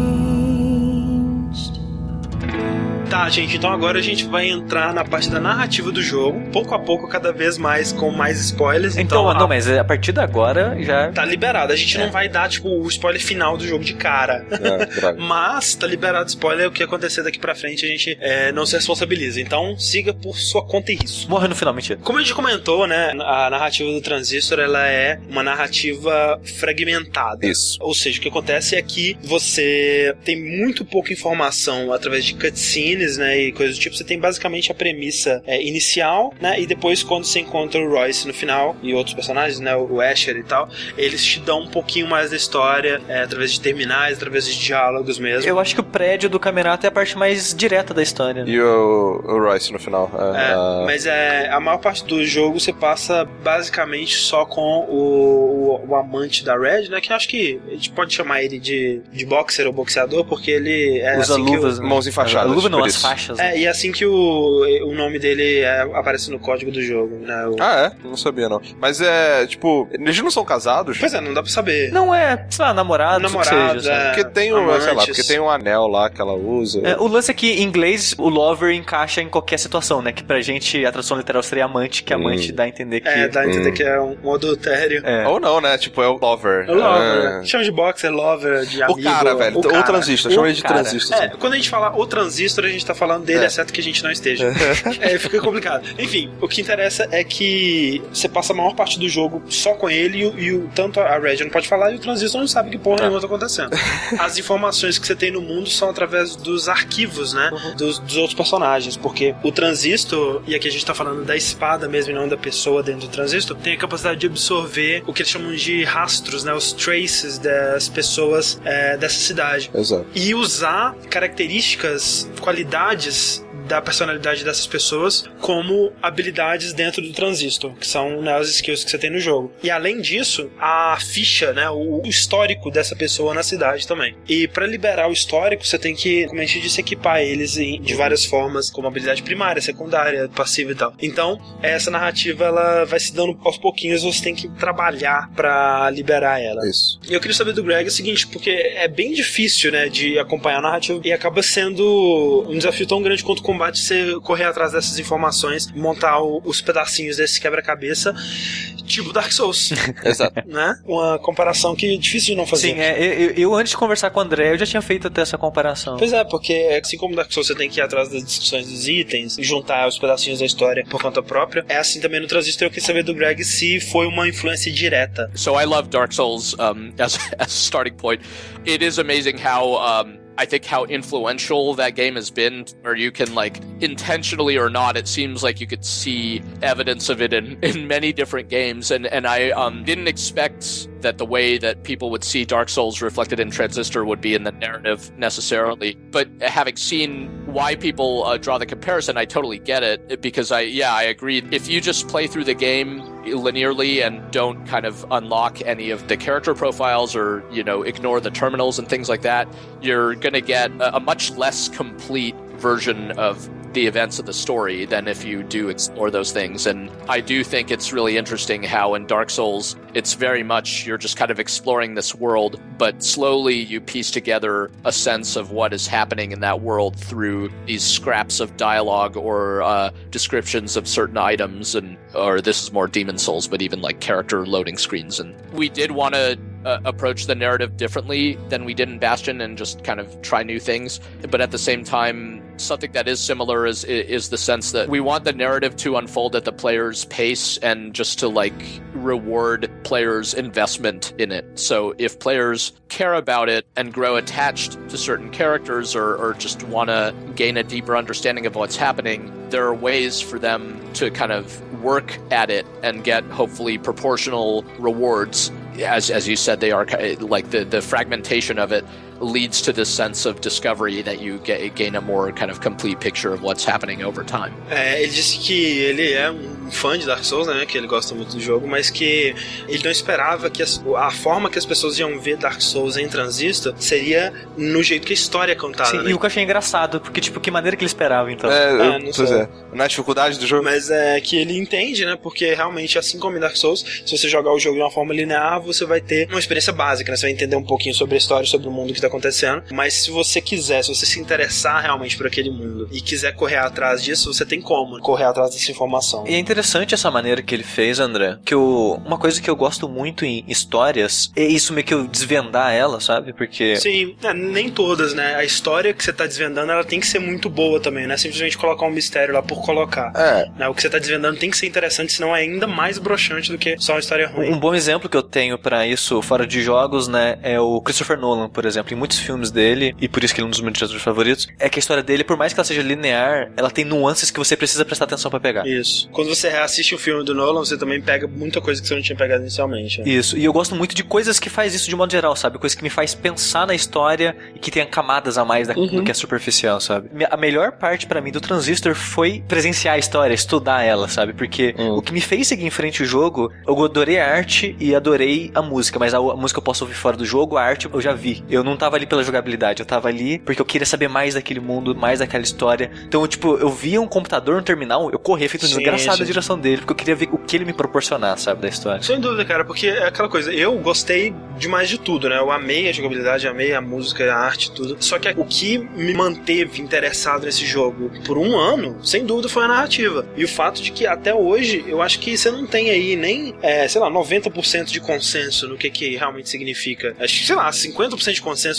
Tá, gente, então agora a gente vai entrar na parte da narrativa do jogo, pouco a pouco, cada vez mais, com mais spoilers. Então não, mas a partir de agora já... Tá liberado, a gente não vai dar, tipo, o spoiler final do jogo de cara. Mas tá liberado spoiler, o que acontecer daqui pra frente a gente não se responsabiliza. Então siga por sua conta e risco. Morre no final, mentira. Como a gente comentou, né, a narrativa do Transistor, ela é uma narrativa fragmentada. Isso. Ou seja, o que acontece é que você tem muito pouca informação através de cutscenes, né, e coisas do tipo. Você tem basicamente a premissa inicial, né, e depois quando você encontra o Royce no final e outros personagens, né, o Asher e tal, eles te dão um pouquinho mais da história através de terminais, através de diálogos mesmo. Eu acho que o prédio do Camerata é a parte mais direta da história, né? E o Royce no final. Mas a maior parte do jogo você passa basicamente só com o amante da Red, né, que eu acho que a gente pode chamar ele de boxer ou boxeador, porque ele usa assim luvas, que mãos enfaixadas. Luva não, as faixas. E assim que o nome dele aparece no código do jogo, né? Não sabia não. Mas tipo, eles não são casados? Pois não dá pra saber. Não sei lá, namorado, seja, porque tem porque tem um anel lá que ela usa. O lance é que em inglês o lover encaixa em qualquer situação, né? Que pra gente a tradução literal seria amante, que amante dá a entender que... dá a entender que é um adultério. Ou não, né? Tipo, é o lover. O lover. Chama de boxer, lover, de amigo. O cara, velho. O transistor. Chama ele de transistor. Quando a gente fala o transistor, a gente tá falando dele, exceto que a gente não esteja. Fica complicado. Enfim, o que interessa é que você passa a maior parte do jogo só com ele e tanto a Red não pode falar e o Transistor não sabe que porra nenhuma tá acontecendo. As informações que você tem no mundo são através dos arquivos, né? Dos outros personagens, porque o Transistor, e aqui a gente tá falando da espada mesmo e não da pessoa dentro do Transistor, tem a capacidade de absorver o que eles chamam de rastros, né? Os traces das pessoas dessa cidade. Exato. E usar características, qualidades da personalidade dessas pessoas como habilidades dentro do Transistor, que são, né, as skills que você tem no jogo. E além disso, a ficha, né, o histórico dessa pessoa na cidade também. E pra liberar o histórico, você tem que, como a gente disse, equipar eles de várias formas, como habilidade primária, secundária, passiva e tal. Então, essa narrativa, ela vai se dando aos pouquinhos, você tem que trabalhar pra liberar ela. Isso. E eu queria saber do Greg o seguinte, porque é bem difícil, né, de acompanhar a narrativa e acaba sendo um desafio tão grande quanto o combate, você correr atrás dessas informações, montar os pedacinhos desse quebra-cabeça, tipo Dark Souls. Exato. Né? Uma comparação que é difícil de não fazer. Sim, eu antes de conversar com o André, eu já tinha feito até essa comparação. Pois é, porque assim como Dark Souls você tem que ir atrás das discussões dos itens e juntar os pedacinhos da história por conta própria, é assim também no Transistor. Eu queria saber do Greg se foi uma influência direta. So I love Dark Souls as a starting point. It is amazing how I think how influential that game has been, where you can, like, intentionally or not, it seems like you could see evidence of it in many different games, and I didn't expect that the way that people would see Dark Souls reflected in Transistor would be in the narrative necessarily, but having seen why people draw the comparison, I totally get it, because I agree. If you just play through the game linearly and don't kind of unlock any of the character profiles or, you know, ignore the terminals and things like that, you're going to get a much less complete version of the events of the story than if you do explore those things. And I do think it's really interesting how in Dark Souls, it's very much you're just kind of exploring this world, but slowly you piece together a sense of what is happening in that world through these scraps of dialogue or descriptions of certain items, or this is more Demon Souls, but even like character loading screens. And we did want to approach the narrative differently than we did in Bastion and just kind of try new things. But at the same time, something that is similar is the sense that we want the narrative to unfold at the player's pace and just to, like, reward players' investment in it. So if players care about it and grow attached to certain characters or just want to gain a deeper understanding of what's happening, there are ways for them to kind of work at it and get hopefully proportional rewards. As you said, they are like the fragmentation of it leads to this sense of discovery that you gain a more kind of complete picture of what's happening over time. Ele disse que ele é um fã de Dark Souls, né, que ele gosta muito do jogo, mas que ele não esperava que a forma que as pessoas iam ver Dark Souls em Transistor seria no jeito que a história é contada. Sim, né? E o que eu achei engraçado, porque, tipo, que maneira que ele esperava, então. Na dificuldade do jogo. Mas é que ele entende, né, porque realmente, assim como em Dark Souls, se você jogar o jogo de uma forma linear, você vai ter uma experiência básica, né, você vai entender um pouquinho sobre a história, sobre o mundo que tá acontecendo, mas se você quiser, se você se interessar realmente por aquele mundo e quiser correr atrás disso, você tem como correr atrás dessa informação. E é interessante essa maneira que ele fez, André, que uma coisa que eu gosto muito em histórias é isso meio que eu desvendar ela, sabe? Porque... Sim, nem todas, né? A história que você tá desvendando, ela tem que ser muito boa também, né? Simplesmente colocar um mistério lá por colocar. Né? O que você tá desvendando tem que ser interessante, senão é ainda mais broxante do que só uma história ruim. Um bom exemplo que eu tenho pra isso, fora de jogos, né, é o Christopher Nolan, por exemplo. Em muitos filmes dele, e por isso que ele é um dos meus diretores favoritos, é que a história dele, por mais que ela seja linear, ela tem nuances que você precisa prestar atenção pra pegar. Isso. Quando você reassiste um filme do Nolan, você também pega muita coisa que você não tinha pegado inicialmente. Né? Isso. E eu gosto muito de coisas que faz isso de modo geral, sabe? Coisas que me faz pensar na história e que tenha camadas a mais do que é superficial, sabe? A melhor parte pra mim do Transistor foi presenciar a história, estudar ela, sabe? Porque o que me fez seguir em frente o jogo, eu adorei a arte e adorei a música, mas a música eu posso ouvir fora do jogo, a arte eu já vi. Eu não tava ali pela jogabilidade, eu tava ali porque eu queria saber mais daquele mundo, mais daquela história. Então, eu via um computador no terminal, eu corria feito um engraçado na direção dele, porque eu queria ver o que ele me proporcionar, sabe, da história. Sem dúvida, cara, porque é aquela coisa, eu gostei demais de tudo, né? Eu amei a jogabilidade, amei a música, a arte, tudo. Só que o que me manteve interessado nesse jogo por um ano, sem dúvida, foi a narrativa. E o fato de que até hoje, eu acho que você não tem aí nem, sei lá, 90% de consenso no que realmente significa. Acho que, sei lá, 50% de consenso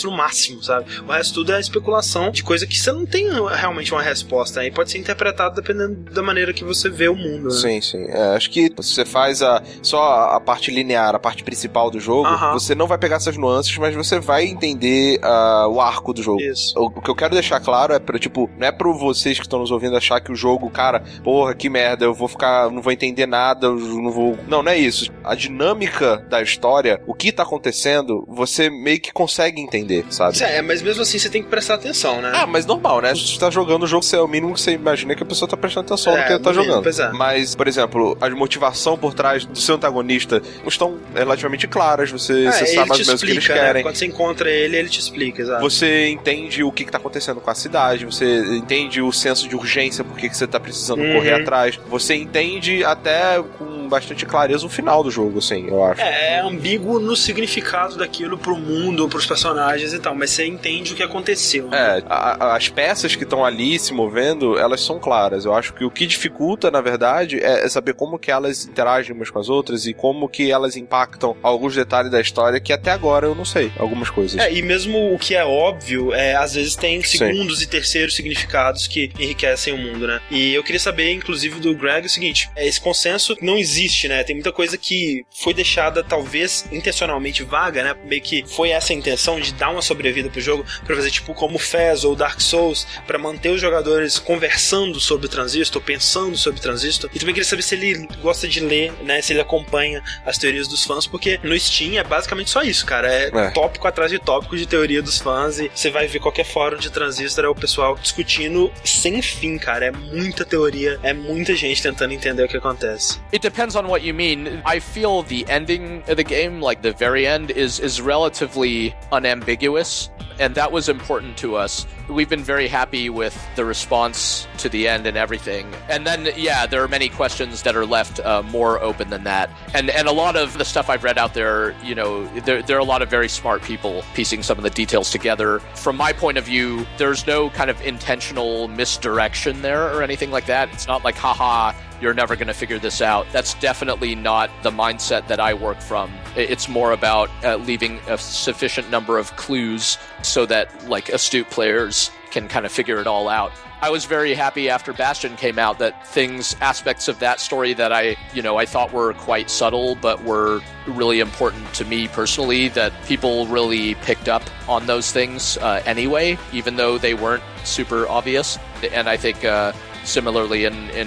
no máximo, sabe? O resto tudo é especulação de coisa que você não tem realmente uma resposta. Aí pode ser interpretado dependendo da maneira que você vê o mundo, né? Sim. Acho que se você faz só a parte linear, a parte principal do jogo, você não vai pegar essas nuances, mas você vai entender o arco do jogo. Isso. O que eu quero deixar claro é pra, tipo, não é pra vocês que estão nos ouvindo achar que o jogo, cara, porra, que merda, eu vou ficar, não vou entender nada, eu não vou... Não é isso. A dinâmica da história, o que tá acontecendo, você meio que consegue entender, sabe? Mas mesmo assim você tem que prestar atenção, né? Mas normal, né? Se você tá jogando o jogo, é o mínimo que você imagina que a pessoa tá prestando atenção no que ele tá jogando. Mas, por exemplo, a motivação por trás do seu antagonista estão relativamente claras, você sabe mais ou menos o que eles querem. Né? Quando você encontra ele te explica, exato. Você entende o que tá acontecendo com a cidade, você entende o senso de urgência, por que você tá precisando correr atrás, você entende até com bastante clareza o final do jogo, assim, eu acho. É ambíguo no significado daquilo pro mundo, pros personagens e tal, mas você entende o que aconteceu. Né? As peças que estão ali se movendo, elas são claras. Eu acho que o que dificulta, na verdade, é saber como que elas interagem umas com as outras e como que elas impactam alguns detalhes da história que até agora eu não sei, algumas coisas. E mesmo o que é óbvio, às vezes tem segundos e terceiros significados que enriquecem o mundo, né? E eu queria saber, inclusive, do Greg, o seguinte, esse consenso não existe, né? Tem muita coisa que foi deixada, talvez, intencionalmente vaga, né? Meio que foi essa a intenção de dar uma sobrevida pro jogo, pra fazer tipo como Fez ou Dark Souls, pra manter os jogadores conversando sobre o Transistor, pensando sobre o Transistor. E também queria saber se ele gosta de ler, né? Se ele acompanha as teorias dos fãs, porque no Steam é basicamente só isso, cara. É tópico atrás de tópico de teoria dos fãs e você vai ver qualquer fórum de Transistor, é o pessoal discutindo sem fim, cara. É muita teoria, é muita gente tentando entender o que acontece. It depends on what you mean. I feel the ending of the game, like the very end, is relatively unambiguous. And that was important to us. We've been very happy with the response to the end and everything. And then, there are many questions that are left more open than that. And a lot of the stuff I've read out there, you know, there are a lot of very smart people piecing some of the details together. From my point of view, there's no kind of intentional misdirection there or anything like that. It's not like, haha, you're never going to figure this out. That's definitely not the mindset that I work from. It's more about leaving a sufficient number of clues so that, like, astute players can kind of figure it all out. I was very happy after Bastion came out that aspects of that story that I thought were quite subtle but were really important to me personally, that people really picked up on those things anyway, even though they weren't super obvious. And I think similarly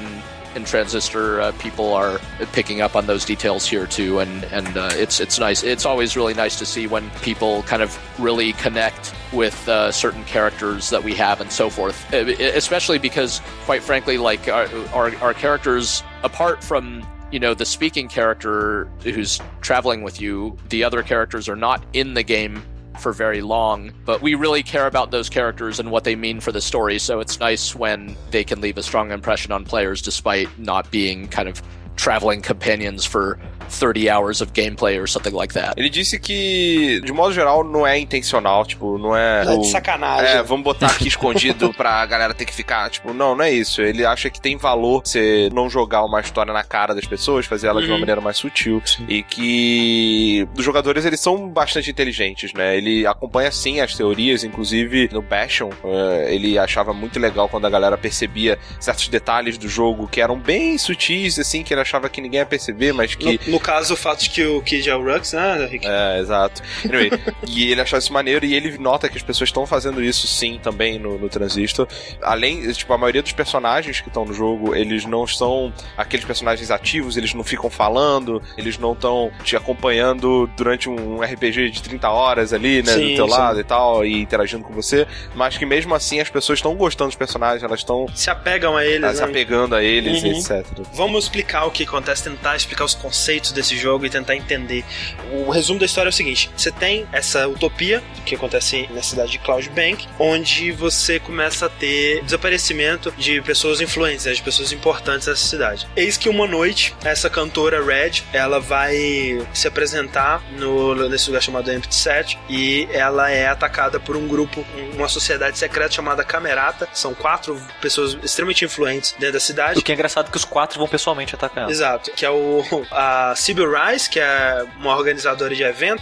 in Transistor, people are picking up on those details here too, and it's nice. It's always really nice to see when people kind of really connect with certain characters that we have and so forth. Especially because, quite frankly, like our characters, apart from the speaking character who's traveling with you, the other characters are not in the game for very long, but we really care about those characters and what they mean for the story, so it's nice when they can leave a strong impression on players despite not being kind of traveling companions for 30 hours of gameplay or something like that. Ele disse que, de modo geral, não é intencional, tipo, não é... É de sacanagem. Vamos botar aqui escondido pra galera ter que ficar, tipo, não é isso. Ele acha que tem valor você não jogar uma história na cara das pessoas, fazer elas de uma maneira mais sutil. Sim. E que os jogadores, eles são bastante inteligentes, né? Ele acompanha, sim, as teorias, inclusive no Bastion, ele achava muito legal quando a galera percebia certos detalhes do jogo que eram bem sutis, assim, que ele achava que ninguém ia perceber, mas que... No caso, o fato de que o Kid é o Rux, né, Rick? Exato. Anyway, e ele achava isso maneiro, e ele nota que as pessoas estão fazendo isso, sim, também no Transistor. Além, tipo, a maioria dos personagens que estão no jogo, eles não são aqueles personagens ativos, eles não ficam falando, eles não estão te acompanhando durante um RPG de 30 horas ali, né, do teu lado e tal, e interagindo com você, mas que mesmo assim as pessoas estão gostando dos personagens, elas estão... Se apegam a eles, se apegando a eles, etc. Vamos explicar o que acontece, tentar explicar os conceitos desse jogo e tentar entender. O resumo da história é o seguinte: você tem essa utopia que acontece na cidade de Cloudbank, onde você começa a ter desaparecimento de pessoas influentes, de pessoas importantes dessa cidade. Eis que uma noite, essa cantora Red, ela vai se apresentar nesse lugar chamado Empty Set, e ela é atacada por um grupo, uma sociedade secreta chamada Camerata. São 4 pessoas extremamente influentes dentro da cidade. O que é engraçado é que os 4 vão pessoalmente atacar ela. Exato, que é a Sibyl Rice, que é uma organizadora de eventos,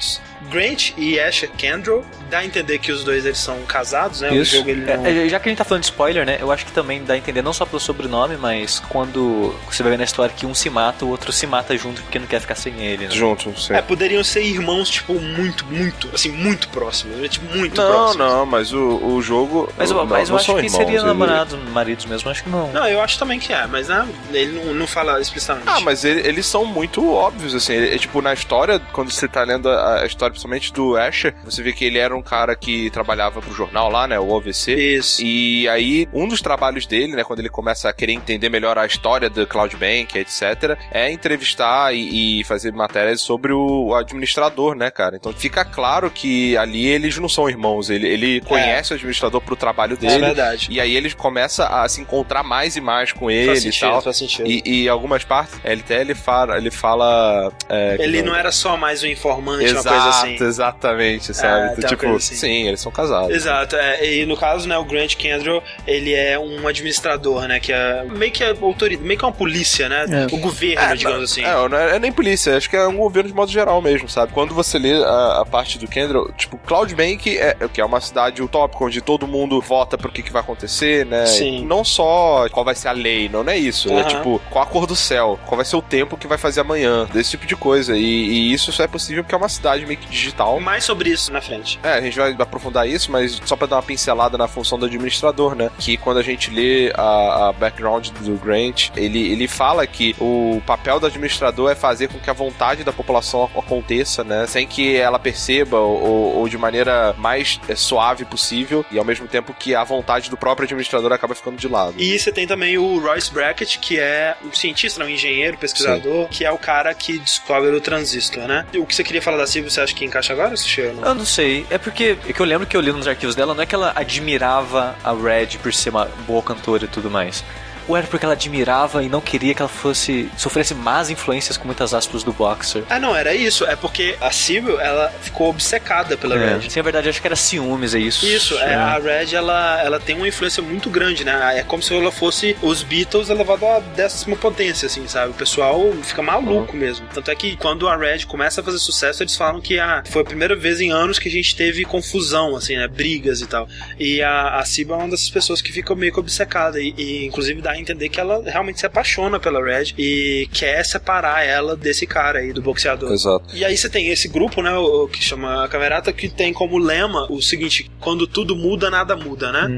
Grant e Asher Kendall, dá a entender que os dois eles são casados, né? Isso. O jogo, ele não... Já que a gente tá falando de spoiler, né? Eu acho que também dá a entender, não só pelo sobrenome, mas quando você vai ver na história que um se mata, o outro se mata junto porque não quer ficar sem ele, né? Junto, sim. Poderiam ser irmãos, tipo, muito próximos. Tipo, muito próximos. Não, mas o jogo... Mas eu acho que seria ele... namorados, maridos mesmo, acho que não. Não, eu acho também que mas ele não fala explicitamente. Mas eles são muito óbvios, assim. Tipo, na história, quando você tá lendo a história, principalmente do Asher, você vê que ele era um cara que trabalhava pro jornal lá, né, o OVC. Isso. E aí, um dos trabalhos dele, né, quando ele começa a querer entender melhor a história do Cloud Bank, etc., é entrevistar e fazer matérias sobre o administrador, né, cara? Então fica claro que ali eles não são irmãos. Ele conhece o administrador pro trabalho dele. É verdade. E aí ele começa a se encontrar mais e mais com ele e tal. Faz sentido. E algumas partes, ele fala... ele não era só mais um informante, exato, uma coisa assim. Exatamente, sabe? Então, tipo, assim. Sim, eles são casados. Exato. E no caso, né, o Grant Kendall, ele é um administrador, né, que é meio que a autoridade, meio que uma polícia, né? O governo, digamos assim. Não é nem polícia, acho que é um governo de modo geral mesmo, sabe? Quando você lê a parte do Kendall, tipo, Cloud Bank que é uma cidade utópica, onde todo mundo vota pro que vai acontecer, né? Sim. Não só qual vai ser a lei, não é isso. É tipo, qual a cor do céu, qual vai ser o tempo que vai fazer amanhã, desse tipo de coisa. E isso só é possível porque é uma cidade meio que digital. Mais sobre isso na frente. A gente vai aprofundar isso, mas só pra dar uma pincelada na função do administrador, né? Que quando a gente lê a background do Grant, ele fala que o papel do administrador é fazer com que a vontade da população aconteça, né? Sem que ela perceba ou de maneira mais suave possível, e ao mesmo tempo que a vontade do próprio administrador acaba ficando de lado. E você tem também o Royce Brackett, que é um cientista, um engenheiro, pesquisador, que é o cara que descobre o transistor, né? O que você queria falar da Sylvie, você acha que encaixa agora, Sushi? Eu não sei. É porque eu lembro que eu li nos arquivos dela, não é que ela admirava a Red por ser uma boa cantora e tudo mais. Ou era porque ela admirava e não queria que ela sofresse más influências, com muitas aspas, do Boxer? Não, era isso. É porque a Sybil, ela ficou obcecada pela Red. Sim, a verdade, acho que era ciúmes, é isso. Isso, a Red, ela tem uma influência muito grande, né? É como se ela fosse os Beatles elevado à 10ª potência, assim, sabe? O pessoal fica maluco mesmo. Tanto é que quando a Red começa a fazer sucesso, eles falam que foi a primeira vez em anos que a gente teve confusão, assim, né? Brigas e tal. E a Sybil é uma dessas pessoas que fica meio que obcecada e inclusive dá a entender que ela realmente se apaixona pela Red e quer separar ela desse cara aí, do boxeador. Exato. E aí você tem esse grupo, né, o que chama a Camerata, que tem como lema o seguinte: quando tudo muda, nada muda, né?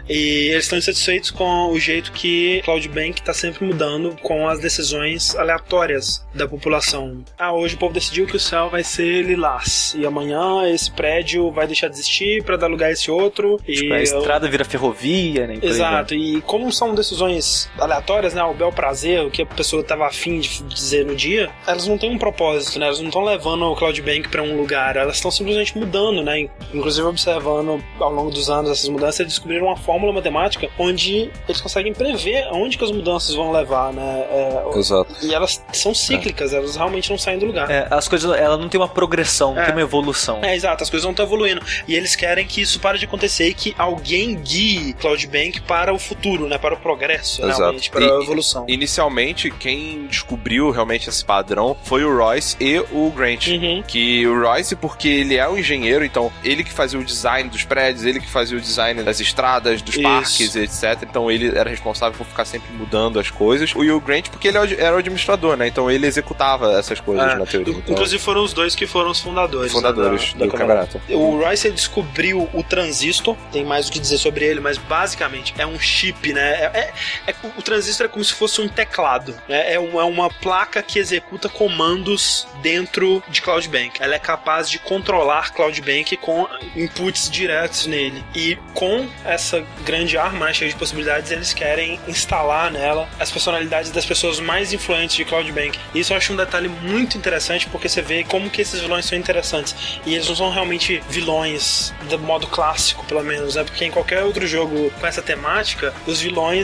E eles estão insatisfeitos com o jeito que Cloud Bank tá sempre mudando com as decisões aleatórias da população. Hoje o povo decidiu que o céu vai ser lilás e amanhã esse prédio vai deixar de existir pra dar lugar a esse outro. Tipo, a estrada vira ferrovia, né? Exato. E como são decisões aleatórias, né, o bel prazer, o que a pessoa tava afim de dizer no dia, elas não têm um propósito, né, elas não estão levando o Cloud Bank pra um lugar, elas estão simplesmente mudando, né, inclusive observando ao longo dos anos essas mudanças, eles descobriram uma fórmula matemática onde eles conseguem prever aonde que as mudanças vão levar, né. Exato. E elas são cíclicas, elas realmente não saem do lugar. As coisas, ela não tem uma progressão, não tem uma evolução. Exato, as coisas não estão evoluindo, e eles querem que isso pare de acontecer e que alguém guie Cloud Bank para o futuro, né, para o progresso. Realmente, para a evolução. Inicialmente, quem descobriu realmente esse padrão foi o Royce e o Grant. Que o Royce, porque ele é um engenheiro, então ele que fazia o design dos prédios, ele que fazia o design das estradas, dos parques, etc. Então ele era responsável por ficar sempre mudando as coisas. E o Grant, porque ele era o administrador, né? Então ele executava essas coisas na teoria. Então, inclusive foram os dois que foram os fundadores. Da Camerata. O Royce descobriu o transistor, tem mais o que dizer sobre ele, mas basicamente é um chip, né? O transistor é como se fosse um teclado, né? É uma placa que executa comandos dentro de Cloud Bank. Ela é capaz de controlar Cloud Bank com inputs diretos nele. E com essa grande arma, né, cheia de possibilidades, eles querem instalar nela as personalidades das pessoas mais influentes de Cloud Bank. E isso eu acho um detalhe muito interessante, porque você vê como que esses vilões são interessantes. E eles não são realmente vilões do modo clássico, pelo menos, né? Porque em qualquer outro jogo com essa temática, os vilões, eles iam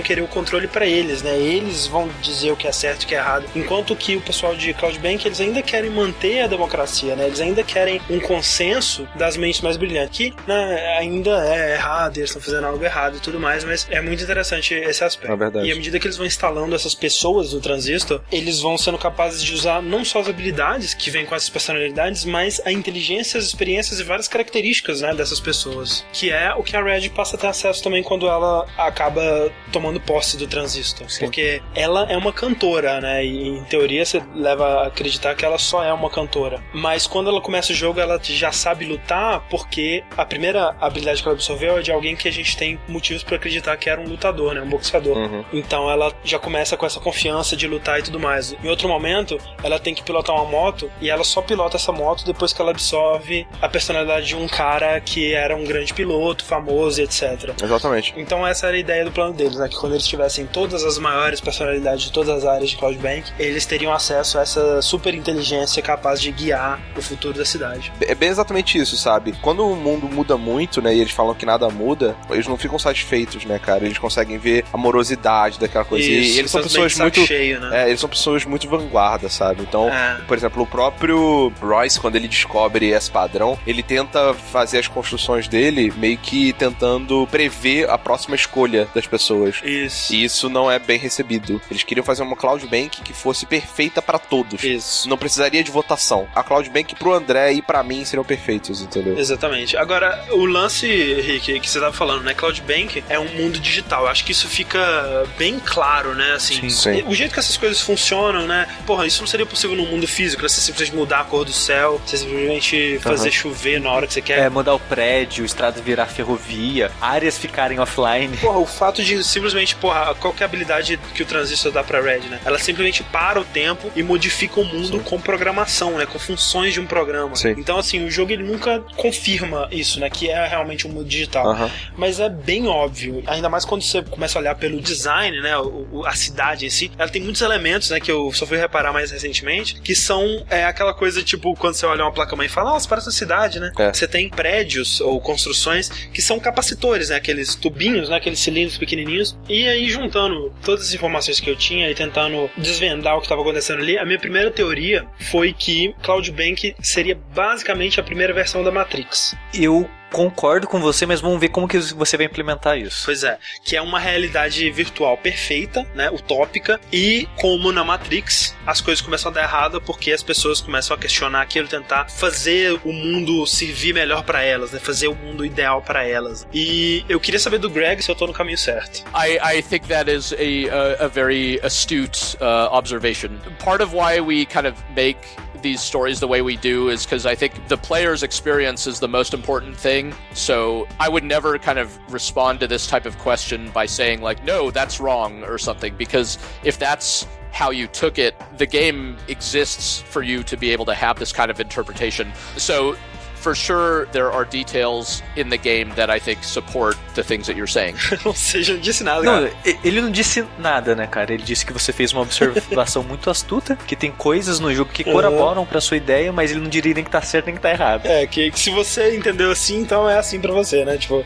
querer o controle pra eles, né? Eles vão dizer o que é certo e o que é errado. Enquanto que o pessoal de Cloud Bank, eles ainda querem manter a democracia, né? Eles ainda querem um consenso das mentes mais brilhantes, que, né, ainda é errado, eles estão fazendo algo errado e tudo mais, mas é muito interessante esse aspecto. É verdade. E à medida que eles vão instalando essas pessoas no transistor, eles vão sendo capazes de usar não só as habilidades que vêm com essas personalidades, mas a inteligência, as experiências e várias características, né, dessas pessoas, que é o que a Red passa a ter acesso também quando ela acaba tomando posse do transistor. Sim. Porque ela é uma cantora, né, e em teoria você leva a acreditar que ela só é uma cantora. Mas quando ela começa o jogo, ela já sabe lutar, porque a primeira habilidade que ela absorveu é de alguém que a gente tem motivos pra acreditar que era um lutador, né, um boxeador. Então ela já começa com essa confiança de lutar e tudo mais. Em outro momento, ela tem que pilotar uma moto, e ela só pilota essa moto depois que ela absorve a personalidade de um cara que era um grande piloto, famoso e etc. Exatamente. Então essa era a ideia do plano deles, né, que quando eles tivessem todas as maiores personalidades de todas as áreas de Cloud Bank, eles teriam acesso a essa super inteligência capaz de guiar o futuro da cidade. É bem exatamente isso, sabe? Quando o mundo muda muito, né, e eles falam que nada muda, eles não ficam satisfeitos, né, cara? Eles conseguem ver a morosidade daquela coisa. Isso, e eles são pessoas muito... cheio, né? Eles são pessoas muito vanguarda, sabe? Então, por exemplo, o próprio Royce, quando ele descobre esse padrão, ele tenta fazer as construções dele meio que tentando prever a próxima escolha das pessoas. Isso. E isso não é bem recebido. Eles queriam fazer uma Cloud Bank que fosse perfeita pra todos. Isso. Não precisaria de votação. A Cloud Bank pro André e pra mim seriam perfeitos, entendeu? Exatamente. Agora, o lance, Rick, que você tava falando, né? Cloud Bank é um mundo digital. Eu acho que isso fica bem claro, né? Assim, sim. O jeito que essas coisas funcionam, né? Porra, isso não seria possível no mundo físico, né? Você simplesmente mudar a cor do céu, você simplesmente fazer chover na hora que você quer. Mudar o prédio, estrada virar ferrovia, áreas ficarem offline. Porra, o fato de simplesmente, qual que é a habilidade que o transistor dá pra Red, né? Ela simplesmente para o tempo e modifica o mundo com programação, né? Com funções de um programa. Sim. Então, assim, o jogo ele nunca confirma isso, né? Que é realmente um mundo digital. Mas é bem óbvio. Ainda mais quando você começa a olhar pelo design, né? A cidade em si. Ela tem muitos elementos, né? Que eu só fui reparar mais recentemente, que são aquela coisa, tipo, quando você olha uma placa-mãe e fala, nossa, parece uma cidade, né? Você tem prédios ou construções que são capacitores, né? Aqueles tubinhos, né? Aqueles cilindros pequenininhos. E aí, juntando todas as informações que eu tinha e tentando desvendar o que estava acontecendo ali, a minha primeira teoria foi que Cloud Bank seria basicamente a primeira versão da Matrix. Eu concordo com você, mas vamos ver como que você vai implementar isso. Pois é, que é uma realidade virtual perfeita, né, utópica, e como na Matrix, as coisas começam a dar errado porque as pessoas começam a questionar aquilo, tentar fazer o mundo servir melhor pra elas, né, fazer o mundo ideal pra elas. E eu queria saber do Greg se eu tô no caminho certo. I think that is a very astute observation. Part of why we kind of make these stories the way we do is because I think the player's experience is the most important thing. So I would never kind of respond to this type of question by saying like, no, that's wrong or something, because if that's how you took it, the game exists for you to be able to have this kind of interpretation. So for sure, there are details in the game that I think support the things that you're saying. Ou seja, não disse nada, cara. Não, ele não disse nada, né, cara? Ele disse que você fez uma observação muito astuta, que tem coisas no jogo que corroboram pra sua ideia, mas ele não diria nem que tá certo nem que tá errado. Que se você entendeu assim, então é assim pra você, né? Tipo,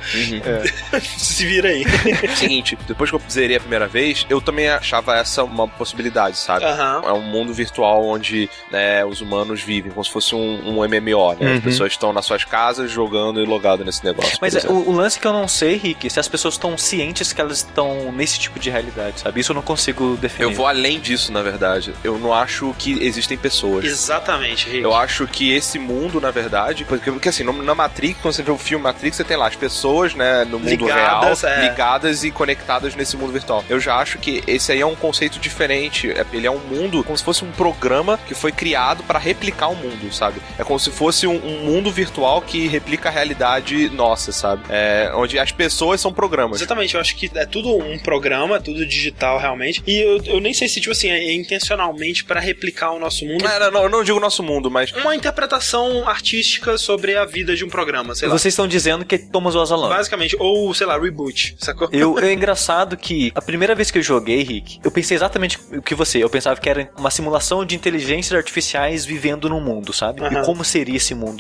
se vira aí. Seguinte, depois que eu zerei a primeira vez, eu também achava essa uma possibilidade, sabe? É um mundo virtual onde, né, os humanos vivem, como se fosse um MMO, né? As pessoas estão nas suas casas jogando e logado nesse negócio. Mas o lance que eu não sei, Rick, se as pessoas estão cientes que elas estão nesse tipo de realidade, sabe? Isso eu não consigo definir. Eu vou além disso, na verdade. Eu não acho que existem pessoas. Exatamente, Rick. Eu acho que esse mundo, na verdade, porque assim, na Matrix, quando você vê o filme Matrix, você tem lá as pessoas, né, no mundo real, ligadas e conectadas nesse mundo virtual. Eu já acho que esse aí é um conceito diferente. Ele é um mundo como se fosse um programa que foi criado para replicar o mundo, sabe? É como se fosse um mundo virtual que replica a realidade nossa, sabe? Onde as pessoas são programas. Exatamente, eu acho que é tudo um programa, tudo digital realmente. E eu nem sei se, tipo assim, é intencionalmente pra replicar o nosso mundo. Eu não digo nosso mundo, mas uma interpretação artística sobre a vida de um programa, sei lá. Vocês estão dizendo que é Thomas Was Alone. Basicamente, ou, sei lá, reboot, sacou? É engraçado que a primeira vez que eu joguei, Rick, eu pensei exatamente o que você. Eu pensava que era uma simulação de inteligências artificiais vivendo num mundo, sabe? E como seria esse mundo só de inteligência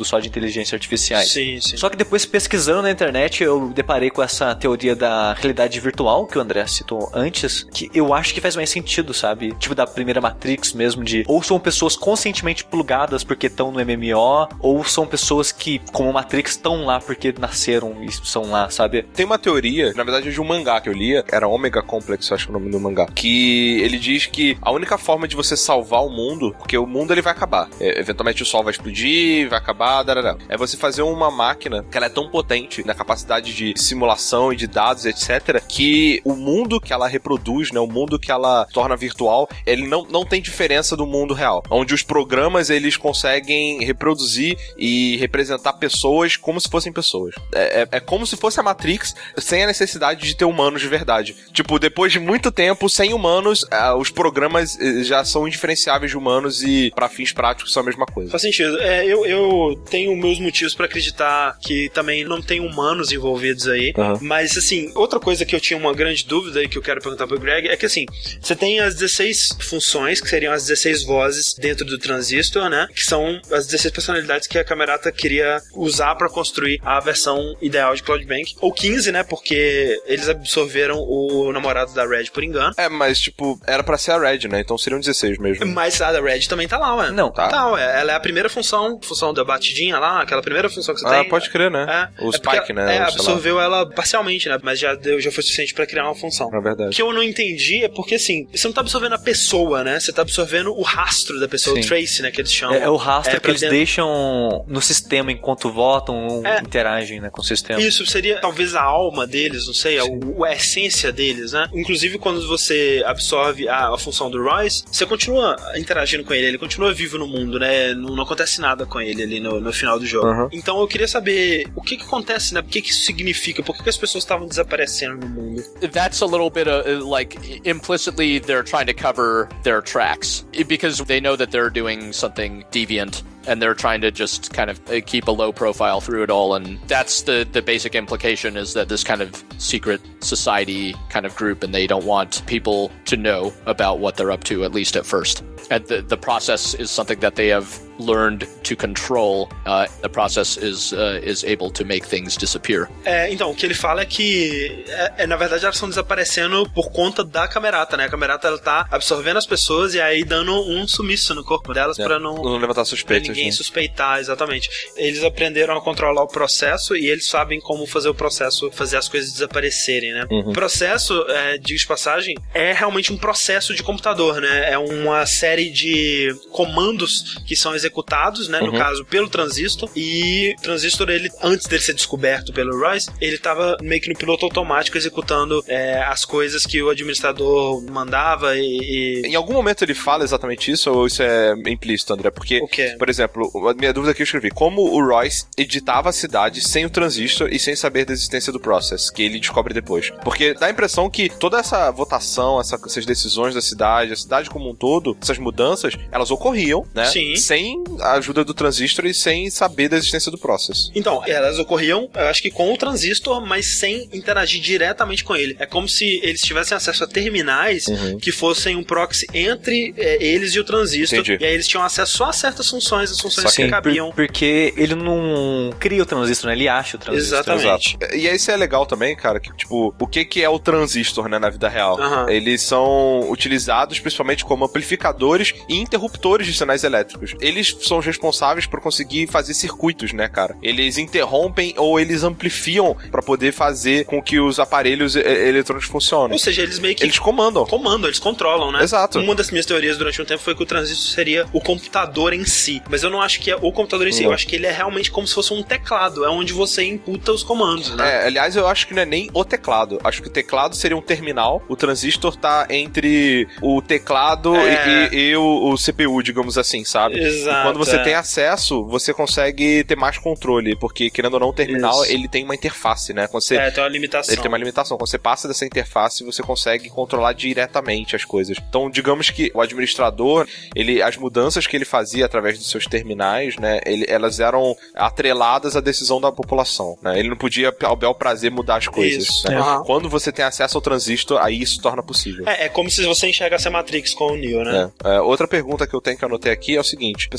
inteligência artificiais. Sim. Só que depois, pesquisando na internet, eu deparei com essa teoria da realidade virtual, que o André citou antes, que eu acho que faz mais sentido, sabe? Tipo da primeira Matrix mesmo, de ou são pessoas conscientemente plugadas porque estão no MMO, ou são pessoas que, como Matrix, estão lá porque nasceram e são lá, sabe? Tem uma teoria, na verdade, de um mangá que eu lia, era Omega Complex, acho que é o nome do mangá, que ele diz que a única forma de você salvar o mundo, porque o mundo ele vai acabar, eventualmente o sol vai explodir, vai acabar, é você fazer uma máquina que ela é tão potente na capacidade de simulação e de dados, etc., que o mundo que ela reproduz, né, o mundo que ela torna virtual, ele não tem diferença do mundo real, onde os programas eles conseguem reproduzir e representar pessoas como se fossem pessoas. É como se fosse a Matrix sem a necessidade de ter humanos de verdade. Tipo, depois de muito tempo, sem humanos, os programas já são indiferenciáveis de humanos e para fins práticos são a mesma coisa. Faz sentido. Eu tenho meus motivos pra acreditar que também não tem humanos envolvidos aí, mas assim, outra coisa que eu tinha uma grande dúvida e que eu quero perguntar pro Greg é que assim, você tem as 16 funções, que seriam as 16 vozes dentro do transistor, né, que são as 16 personalidades que a Camerata queria usar pra construir a versão ideal de Cloud Bank, ou 15, né, porque eles absorveram o namorado da Red por engano. Mas tipo, era pra ser a Red, né, então seriam 16 mesmo. Mas a da Red também tá lá, ué. Não. Tá, ela é a primeira função da batidinha lá, aquela primeira função que você tem. Pode crer, né? O Spike, né? Absorveu ela parcialmente, né? Mas já foi suficiente pra criar uma função. É verdade. O que eu não entendi é porque, assim, você não tá absorvendo a pessoa, né? Você tá absorvendo o rastro da pessoa, o trace, né? Que eles chamam. É o rastro que eles deixam no sistema enquanto votam, interagem, né? Com o sistema. Isso seria, talvez, a alma deles, não sei, a essência deles, né? Inclusive, quando você absorve a função do Royce, você continua interagindo com ele continua vivo no mundo, né? Não acontece nada com ele ali no final do jogo. Então eu queria saber o que acontece, né? O que isso significa? Por que as pessoas estavam desaparecendo no mundo? That's a little bit like implicitly they're trying to cover their tracks because they know that they're doing something deviant. And they're trying to just kind of keep a low profile through it all. And that's the basic implication, is that this kind of secret society kind of group, and they don't want people to know about what they're up to, at least at first. And the process is something that they have learned to control. The process is able to make things disappear. Então, o que ele fala é que, na verdade, elas estão desaparecendo por conta da Camerata, né? A Camerata, ela tá absorvendo as pessoas e aí dando um sumiço no corpo delas pra não levantar suspeitas. Ninguém suspeitar, exatamente. Eles aprenderam a controlar o processo e eles sabem como fazer o processo, fazer as coisas desaparecerem, né? O processo, digo de passagem, é realmente um processo de computador, né? É uma série de comandos que são executados, né? No caso, pelo transistor. E o transistor, ele, antes dele ser descoberto pelo Royce, ele tava meio que no piloto automático executando as coisas que o administrador mandava e... Em algum momento ele fala exatamente isso ou isso é implícito, André? Porque, por exemplo, a minha dúvida que eu escrevi, como o Royce editava a cidade sem o transistor e sem saber da existência do process, que ele descobre depois. Porque dá a impressão que toda essa votação, essas decisões da cidade, a cidade como um todo, essas mudanças, elas ocorriam, né? Sim. Sem a ajuda do transistor e sem saber da existência do process. Então, elas ocorriam, eu acho que com o transistor, mas sem interagir diretamente com ele. É como se eles tivessem acesso a terminais que fossem um proxy entre eles e o transistor. Entendi. E aí eles tinham acesso só a certas funções, as funções que cabiam. Porque ele não cria o transistor, né? Ele acha o transistor. Exatamente. Exato. E isso é legal também, cara, que tipo, o que é o transistor, né, na vida real? Eles são utilizados principalmente como amplificadores e interruptores de sinais elétricos. Eles são os responsáveis por conseguir fazer circuitos, né, cara? Eles interrompem ou eles amplifiam pra poder fazer com que os aparelhos eletrônicos funcionem. Ou seja, eles meio que... Eles comandam. Eles controlam, né? Exato. Uma das minhas teorias durante um tempo foi que o transistor seria o computador em si. Mas eu não acho que é o computador em si. Eu acho que ele é realmente como se fosse um teclado. É onde você imputa os comandos, né? Aliás, eu acho que não é nem o teclado. Acho que o teclado seria um terminal. O transistor tá entre o teclado e o CPU, digamos assim, sabe? Exato. E quando você tem acesso, você consegue ter mais controle. Porque, querendo ou não, o terminal, ele tem uma interface, né? Quando você... tem uma limitação. Ele tem uma limitação. Quando você passa dessa interface, você consegue controlar diretamente as coisas. Então, digamos que o administrador, as mudanças que ele fazia através dos seus terminais, né? elas eram atreladas à decisão da população, né? Ele não podia, ao bel prazer, mudar as coisas. Né? Quando você tem acesso ao transistor, aí isso torna possível. É como se você enxergasse a Matrix com o Neo, né? Outra pergunta que eu tenho que anotar aqui é o seguinte: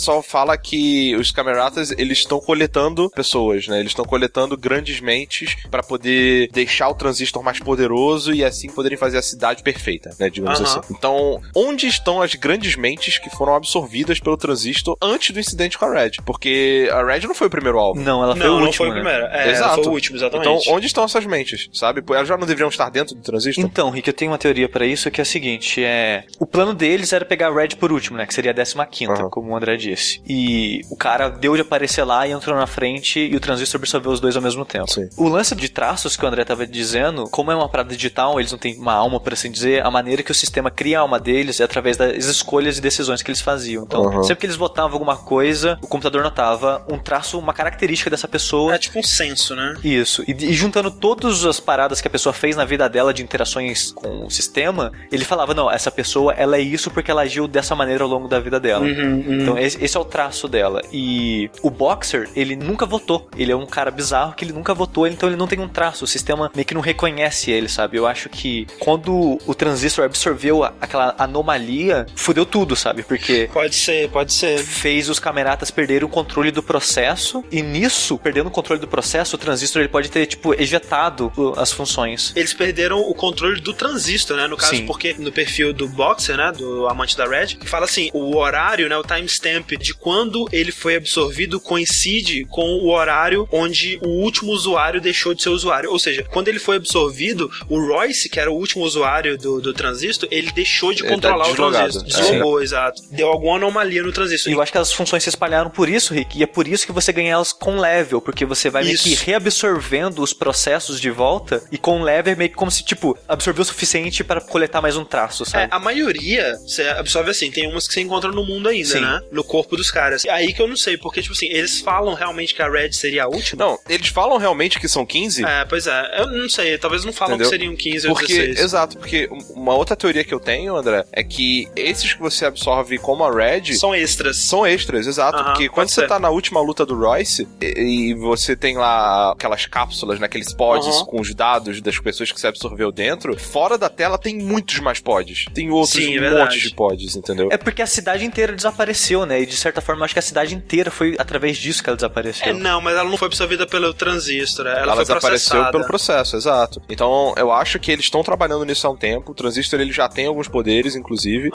pessoal fala que os cameratas, eles estão coletando pessoas, né? Eles estão coletando grandes mentes pra poder deixar o transistor mais poderoso e assim poderem fazer a cidade perfeita, né? Digamos assim. Então, onde estão as grandes mentes que foram absorvidas pelo transistor antes do incidente com a Red? Porque a Red não foi o primeiro alvo. Não, ela foi o último. Não foi o primeiro. Né? Exato. Ela foi o último, exatamente. Então, onde estão essas mentes, sabe? Elas já não deveriam estar dentro do transistor? Então, Rick, eu tenho uma teoria pra isso que é a seguinte, o plano deles era pegar a Red por último, né? Que seria a 15ª, como o André disse. E o cara deu de aparecer lá e entrou na frente e o transistor absorveu os dois ao mesmo tempo. Sim. O lance de traços que o André tava dizendo, como é uma parada digital, eles não têm uma alma, por assim dizer, a maneira que o sistema cria a alma deles é através das escolhas e decisões que eles faziam. Então, sempre que eles votavam alguma coisa, o computador notava um traço, uma característica dessa pessoa. É tipo um senso, né? Isso. E juntando todas as paradas que a pessoa fez na vida dela de interações com o sistema, ele falava, não, essa pessoa, ela é isso porque ela agiu dessa maneira ao longo da vida dela. Então, esse é o traço dela. E o Boxer, ele nunca votou. Ele é um cara bizarro que ele nunca votou, então ele não tem um traço. O sistema meio que não reconhece ele, sabe? Eu acho que quando o transistor absorveu aquela anomalia, fudeu tudo, sabe? Porque... Pode ser. Fez os cameratas perderem o controle do processo e nisso, perdendo o controle do processo, o transistor ele pode ter, tipo, ejetado as funções. Eles perderam o controle do transistor, né? No caso, Sim. Porque no perfil do Boxer, né? Do amante da Red, que fala assim, o horário, né? O timestamp de quando ele foi absorvido coincide com o horário onde o último usuário deixou de ser usuário. Ou seja, quando ele foi absorvido, o Royce, que era o último usuário do transistor, ele deixou de controlar o transistor. Deslogou, exato. Deu alguma anomalia no transistor. E eu acho que as funções se espalharam por isso, Rick, e é por isso que você ganha elas com level, porque você vai meio que reabsorvendo os processos de volta, e com level é meio que como se, tipo, absorveu o suficiente para coletar mais um traço, sabe? A maioria você absorve assim, tem umas que você encontra no mundo ainda, Sim. né? No corpo dos caras. E aí que eu não sei, porque, tipo assim, eles falam realmente que a Red seria a última? Não, eles falam realmente que são 15? Pois é. Eu não sei, talvez não falam que seriam 15 ou 16. Exato, porque uma outra teoria que eu tenho, André, é que esses que você absorve como a Red... São extras. São extras, exato. Porque quando você tá na última luta do Royce e você tem lá aquelas cápsulas, né, aqueles pods com os dados das pessoas que você absorveu dentro, fora da tela tem muitos mais pods. Tem outros montes de pods, entendeu? É porque a cidade inteira desapareceu, né? E de certa forma eu acho que a cidade inteira foi através disso que ela desapareceu. Não, mas ela não foi absorvida pelo transistor, ela foi desapareceu processada. pelo processo, exato. Então eu acho que eles estão trabalhando nisso há um tempo. O transistor ele já tem alguns poderes, inclusive.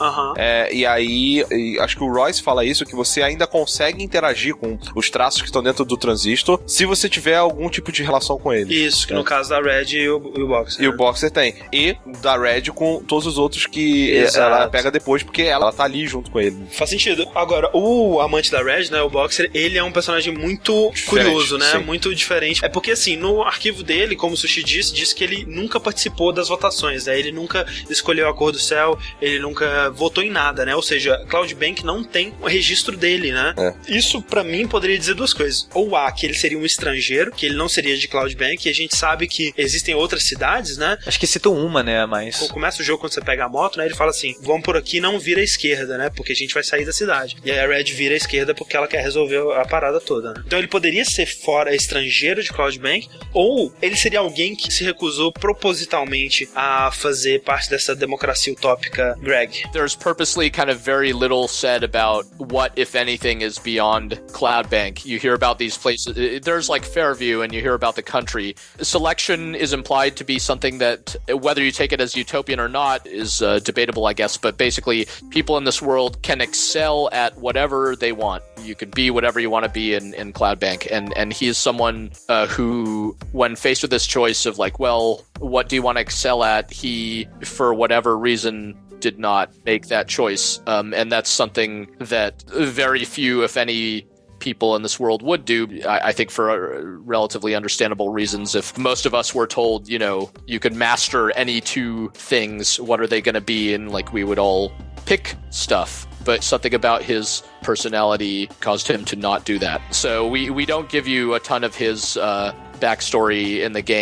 E aí, acho que o Royce fala isso, que você ainda consegue interagir com os traços que estão dentro do transistor se você tiver algum tipo de relação com ele. Isso, que no caso da Red e o Boxer. E o Boxer tem. E da Red com todos os outros que ela pega depois, porque ela tá ali junto com ele. Faz sentido. Agora, o amante da Red, né, o Boxer, ele é um personagem muito curioso, né? Sim. Muito diferente. É porque, assim, no arquivo dele, como o Sushi disse que ele nunca participou das votações, né? Ele nunca escolheu a cor do céu, ele nunca votou em nada, né? Ou seja, Cloud Bank não tem o registro dele, né? Isso, pra mim, poderia dizer duas coisas. Ou que ele seria um estrangeiro, que ele não seria de Cloud Bank, e a gente sabe que existem outras cidades, né? Acho que citam uma, né, mas... Começa o jogo quando você pega a moto, né? Ele fala assim, vamos por aqui, não vira à esquerda, né? Porque a gente vai sair da cidade. E aí a Red vira à esquerda porque ela quer resolver a parada toda, né? Então ele poderia ser estrangeiro de Cloud Bank, ou ele seria alguém que se recusou propositalmente a fazer parte dessa democracia utópica, Greg. There's purposely kind of very little said about what, if anything, is beyond Cloud Bank. You hear about these places. There's like Fairview, and you hear about the country. Selection is implied to be something that, whether you take it as utopian or not, is debatable, I guess. But basically, people in this world can excel at whatever they want. You could be whatever you want to be in Cloud Bank. And he is someone who, when faced with this choice of like, well, what do you want to excel at? He, for whatever reason, did not make that choice. And that's something that very few, if any, people in this world would do, I think for relatively understandable reasons. If most of us were told, you know, you could master any two things, what are they going to be? And like we would all pick stuff. But something about his personality caused him to not do that. So we don't give you a ton of his backstory in the game,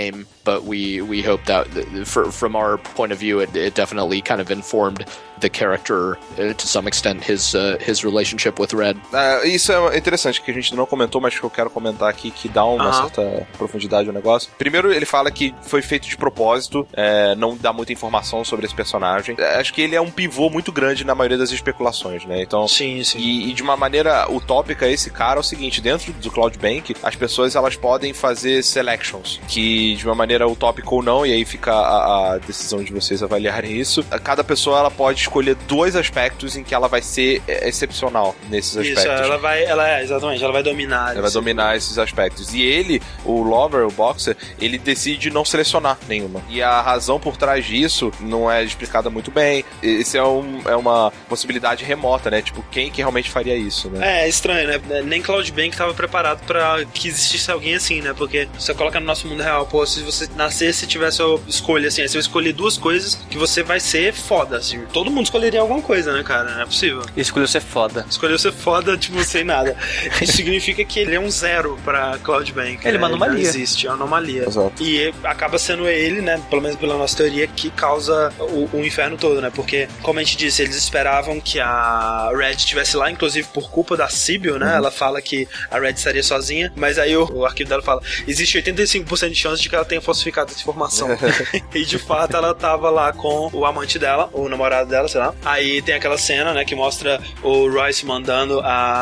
but we hope that from our point of view, it definitely kind of informed the character to some extent his relationship with Red. Isso é interessante, que a gente não comentou, mas que eu quero comentar aqui, que dá uma certa profundidade ao negócio. Primeiro, ele fala que foi feito de propósito, não dá muita informação sobre esse personagem. Acho que ele é um pivô muito grande na maioria das especulações, né? Então, sim. E de uma maneira utópica, esse cara é o seguinte, dentro do Cloud Bank, as pessoas elas podem fazer selections, que de uma maneira utópica ou não, e aí fica a decisão de vocês avaliarem isso. Cada pessoa ela pode escolher 2 aspectos em que ela vai ser excepcional nesses aspectos. Isso, exatamente, ela vai dominar. Ela vai dominar esses aspectos. E ele, o Lover, o Boxer, ele decide não selecionar nenhuma. E a razão por trás disso não é explicada muito bem. Isso é uma possibilidade remota, né? Tipo, quem que realmente faria isso, né? É estranho, né? Nem Cloud Bank estava preparado pra que existisse alguém assim, né? Porque você coloca no nosso mundo real, pô, se você nascesse e tivesse a escolha, assim, você vai escolher 2 coisas que você vai ser foda, assim. Todo mundo escolheria alguma coisa, né, cara? Não é possível. Ele escolheu ser foda. Escolheu ser foda, tipo, sem nada. Isso significa que ele é um 0 pra Cloud Bank. Ele é uma anomalia. Não existe, é uma anomalia. Exato. E acaba sendo ele, né, pelo menos pela nossa teoria, que causa o inferno todo, né? Porque, como a gente disse, eles esperavam que a Red estivesse lá, inclusive por culpa da Sybil, né? Ela fala que a Red estaria sozinha, mas aí o arquivo dela fala, existe 85% de chance de que ela tenha falsificado essa informação. E de fato ela tava lá com o amante dela, o namorado dela, sei lá. Aí tem aquela cena, né, que mostra o Royce mandando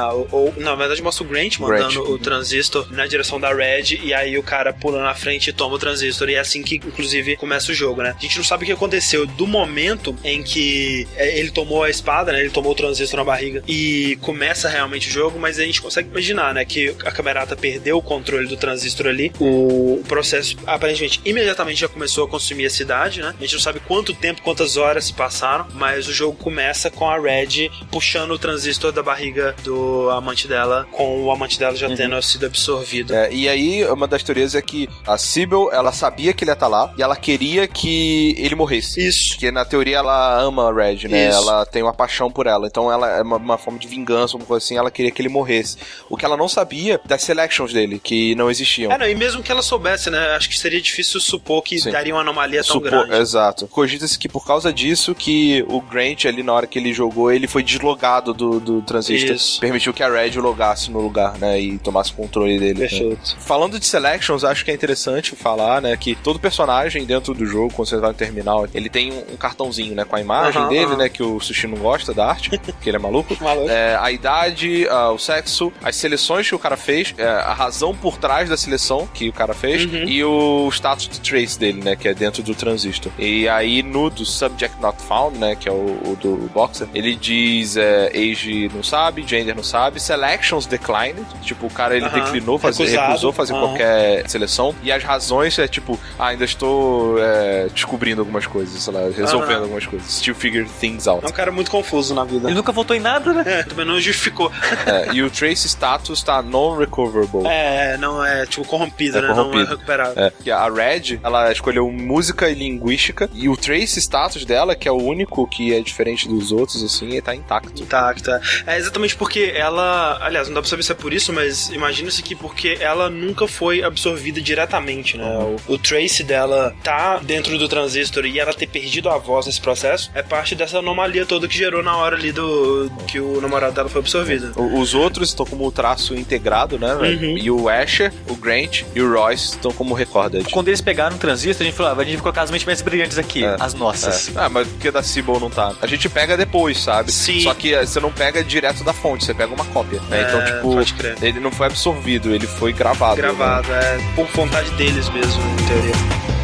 na verdade mostra o Grant mandando o transistor na direção da Red, e aí o cara pula na frente e toma o transistor, e é assim que inclusive começa o jogo, né? A gente não sabe o que aconteceu do momento em que ele tomou a espada, né, ele tomou o transistor na barriga e começa realmente o jogo, mas a gente consegue imaginar, né, que a Camerata perdeu o controle do transistor ali, o processo aparentemente imediatamente já começou a consumir a cidade, né? A gente não sabe quanto tempo, quantas horas se passaram, mas o jogo começa com a Red puxando o transistor da barriga do amante dela, com o amante dela já tendo sido absorvido. E aí, uma das teorias é que a Sybil, ela sabia que ele ia estar lá, e ela queria que ele morresse. Isso. Porque na teoria ela ama a Red, né? Isso. Ela tem uma paixão por ela, então ela é uma forma de vingança, uma coisa assim, ela queria que ele morresse. O que ela não sabia das selections dele, que não existiam. Não, e mesmo que ela soubesse, né? Acho que seria difícil supor que daria uma anomalia tão grande. Exato. Cogita-se que por causa disso que o Grant ali na hora que ele jogou, ele foi deslogado do transistor. Isso. Permitiu que a Red logasse no lugar, né? E tomasse o controle dele. Perfeito. Né? Falando de selections, acho que é interessante falar, né? Que todo personagem dentro do jogo, quando você vai no terminal, ele tem um cartãozinho, né? Com a imagem dele, né? Que o Sushi não gosta da arte, porque ele é maluco. A idade, o sexo, as seleções que o cara fez, a razão por trás da seleção que o cara fez e o status do trace dele, né? Que é dentro do transistor. E aí no do Subject Not Found, né? Que é o do Boxer, ele diz age não sabe, gender não sabe, selections declined, tipo, o cara ele declinou, recusou fazer qualquer seleção, e as razões é tipo, ainda estou descobrindo algumas coisas, sei lá, resolvendo algumas coisas, still figure things out. É um cara muito confuso na vida. Ele nunca voltou em nada, né? Também não justificou. E o trace status tá non-recoverable. Não é, tipo, corrompida, né? Não é recuperável. E a Red, ela escolheu música e linguística, e o trace status dela, que é o único que é diferente dos outros, assim, tá intacto. Intacto, é exatamente porque ela, aliás, não dá pra saber se é por isso, mas imagina-se que porque ela nunca foi absorvida diretamente, né? O trace dela tá dentro do transistor e ela ter perdido a voz nesse processo é parte dessa anomalia toda que gerou na hora ali que o namorado dela foi absorvido. Os outros estão como traço integrado, né? E o Asher, o Grant e o Royce estão como recorded. Quando eles pegaram o transistor, a gente falou, a gente vai colocar as mentes mais brilhantes aqui, as nossas. Mas porque da Sybil não tá. A gente pega depois, sabe? Sim. Só que você não pega direto da fonte, você pega uma cópia, né? Então, tipo, ele não foi absorvido, ele foi gravado. Gravado, né? Por vontade deles mesmo, em teoria.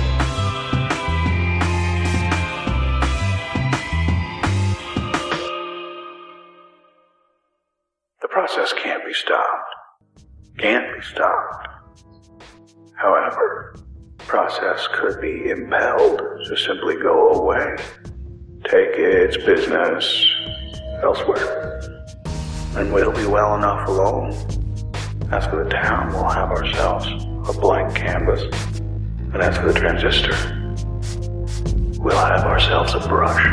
The process can't be stopped. Can't be stopped. However, the process could be impelled to simply go away. Take its business elsewhere. And we'll be well enough alone. As for the town, we'll have ourselves a blank canvas. And as for the transistor, we'll have ourselves a brush.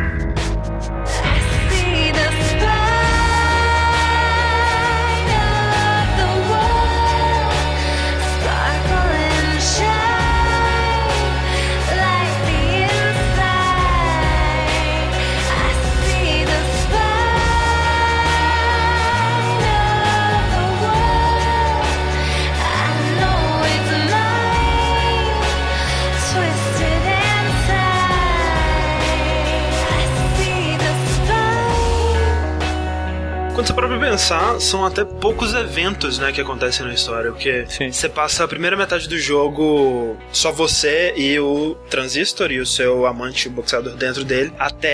você para pensar, são até poucos eventos, né, que acontecem na história, porque você passa a primeira metade do jogo só você e o Transistor e o seu amante boxeador dentro dele,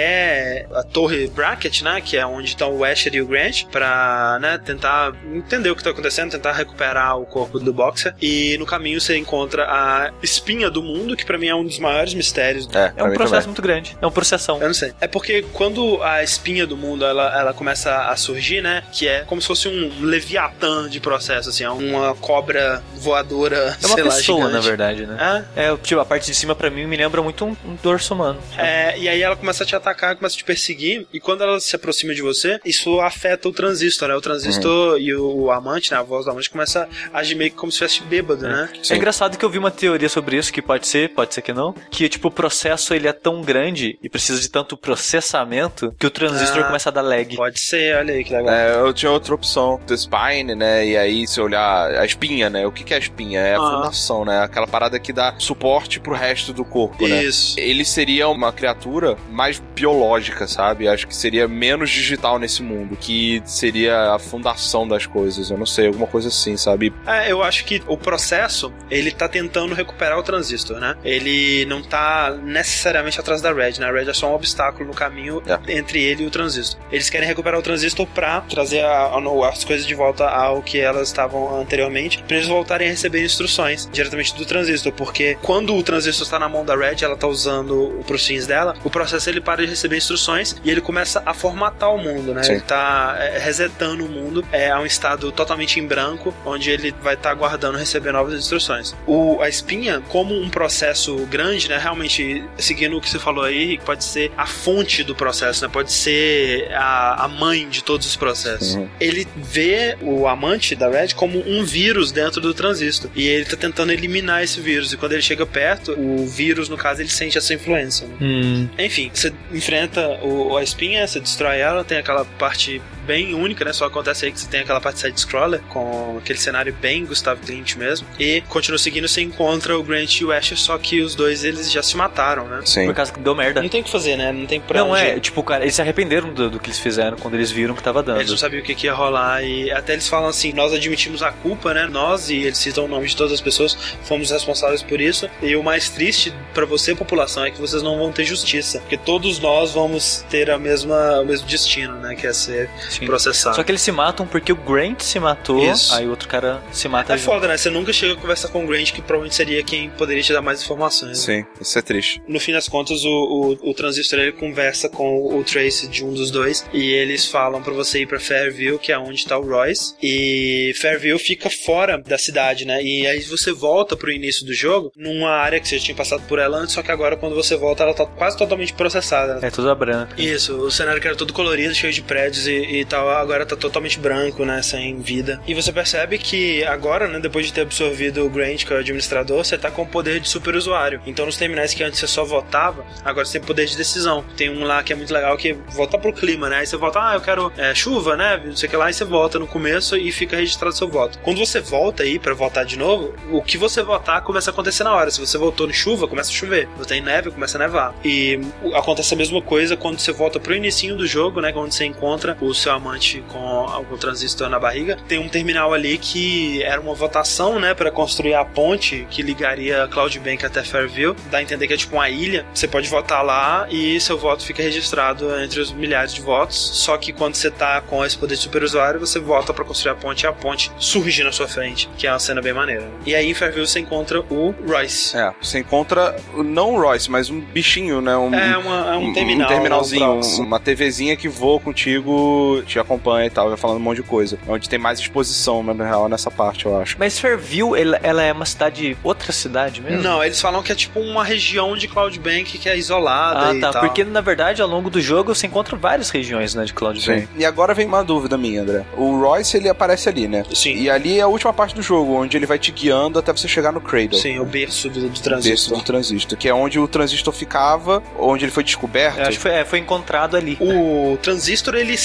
até a torre Brackett, né, que é onde estão o Asher e o Grant, pra, né, tentar entender o que tá acontecendo, tentar recuperar o corpo do boxer, e no caminho você encontra a espinha do mundo, que pra mim é um dos maiores mistérios. É um processo muito grande, é uma processão. Eu não sei. É porque quando a espinha do mundo, ela começa a surgir, né, que é como se fosse um leviatã de processo, assim, uma cobra voadora, é uma sei lá, pessoa, gigante. Na verdade, né? Tipo, a parte de cima pra mim me lembra muito um dorso humano. E aí ela começa a te atacar, começa a te perseguir, e quando ela se aproxima de você, isso afeta o Transistor, né? O Transistor e o amante, né? A voz do amante começa a agir meio que como se estivesse bêbado, né? É engraçado que eu vi uma teoria sobre isso, que pode ser que não, que tipo, o processo ele é tão grande e precisa de tanto processamento que o Transistor começa a dar lag. Pode ser, olha aí que legal. Eu tinha outra opção, do Spine, né? E aí, se olhar a espinha, né? O que é a espinha? É a fundação, né? Aquela parada que dá suporte pro resto do corpo, né? Isso. Ele seria uma criatura mais biológica, sabe? Acho que seria menos digital nesse mundo, que seria a fundação das coisas. Eu não sei, alguma coisa assim, sabe? Eu acho que o processo, ele tá tentando recuperar o Transistor, né? Ele não tá necessariamente atrás da Red, né? A Red é só um obstáculo no caminho entre ele e o Transistor. Eles querem recuperar o Transistor pra trazer as coisas de volta ao que elas estavam anteriormente, pra eles voltarem a receber instruções diretamente do Transistor, porque quando o Transistor está na mão da Red, ela tá usando pros fins dela, o processo ele para de receber instruções e ele começa a formatar o mundo, né? Sim. Ele tá resetando o mundo a um estado totalmente em branco, onde ele vai estar aguardando receber novas instruções. A espinha, como um processo grande, né? Realmente, seguindo o que você falou aí, pode ser a fonte do processo, né? Pode ser a mãe de todos os processos. Ele vê o amante da Red como um vírus dentro do Transistor, e ele tá tentando eliminar esse vírus, e quando ele chega perto, o vírus, no caso, ele sente essa influência, né? Enfim, você enfrenta a espinha, você destrói ela, tem aquela parte bem única, né? Só acontece aí que você tem aquela parte side-scroller, com aquele cenário bem Gustavo Clint mesmo, e continua seguindo, você encontra o Grant e o Asher, só que os dois, eles já se mataram, né? Sim. Por causa que deu merda. Não tem o que fazer, né? Não tem pra onde... tipo, cara, eles se arrependeram do que eles fizeram quando eles viram que tava dando. Eles não sabiam o que ia rolar, e até eles falam assim, nós admitimos a culpa, né? Nós, e eles citam o nome de todas as pessoas, fomos responsáveis por isso, e o mais triste pra você, população, é que vocês não vão ter justiça, porque todos nós vamos ter o mesmo destino, né? Que é ser processado. Só que eles se matam porque o Grant se matou, aí o outro cara se mata. É foda, né? Você nunca chega a conversar com o Grant, que provavelmente seria quem poderia te dar mais informações. Sim, isso é triste. No fim das contas, o Transistor, ele conversa com o Tracy de um dos dois, e eles falam pra você ir pra Fairview, que é onde tá o Royce, e Fairview fica fora da cidade, né? E aí você volta pro início do jogo, numa área que você já tinha passado por ela antes, só que agora quando você volta, ela tá quase totalmente processada. É toda branca. Isso, o cenário que era todo colorido, cheio de prédios e tal, agora tá totalmente branco, né? Sem vida. E você percebe que agora, né? Depois de ter absorvido o Grant, que é o administrador, você tá com o poder de super usuário. Então nos terminais que antes você só votava, agora você tem poder de decisão. Tem um lá que é muito legal, que volta pro clima, né? Aí você volta, eu quero chuva, né? Não sei o que lá, e você volta no começo e fica registrado seu voto. Quando você volta aí pra votar de novo, o que você votar começa a acontecer na hora. Se você votou em chuva, começa a chover. Se você em neve, começa a nevar. E acontece a mesma coisa quando você volta pro inicinho do jogo, né? Quando você encontra o seu amante com algum transistor na barriga. Tem um terminal ali que era uma votação, né? Pra construir a ponte que ligaria Cloud Bank até Fairview. Dá a entender que é tipo uma ilha. Você pode votar lá e seu voto fica registrado entre os milhares de votos. Só que quando você tá com esse poder de super usuário, você volta pra construir a ponte e a ponte surge na sua frente, que é uma cena bem maneira. E aí em Fairview você encontra o Royce. Você encontra não o Royce, mas um bichinho, né? Um terminal. Um terminalzinho, uma TVzinha que voa contigo, te acompanha e tal, vai falando um monte de coisa. Onde tem mais exposição, na real, nessa parte, eu acho. Mas Fairview, ela é uma cidade, outra cidade mesmo? Não, eles falam que é tipo uma região de Cloud Bank que é isolada e tal. Porque na verdade, ao longo do jogo, você encontra várias regiões, né, de Cloud Bank. E agora vem uma dúvida minha, André. O Royce, ele aparece ali, né? Sim. E ali é a última parte do jogo, onde ele vai te guiando até você chegar no Cradle. Sim, o berço do transistor. Berço do transistor, que é onde o transistor ficava, onde ele foi descoberto. Eu acho que foi encontrado ali. O transistor, ele sempre existiu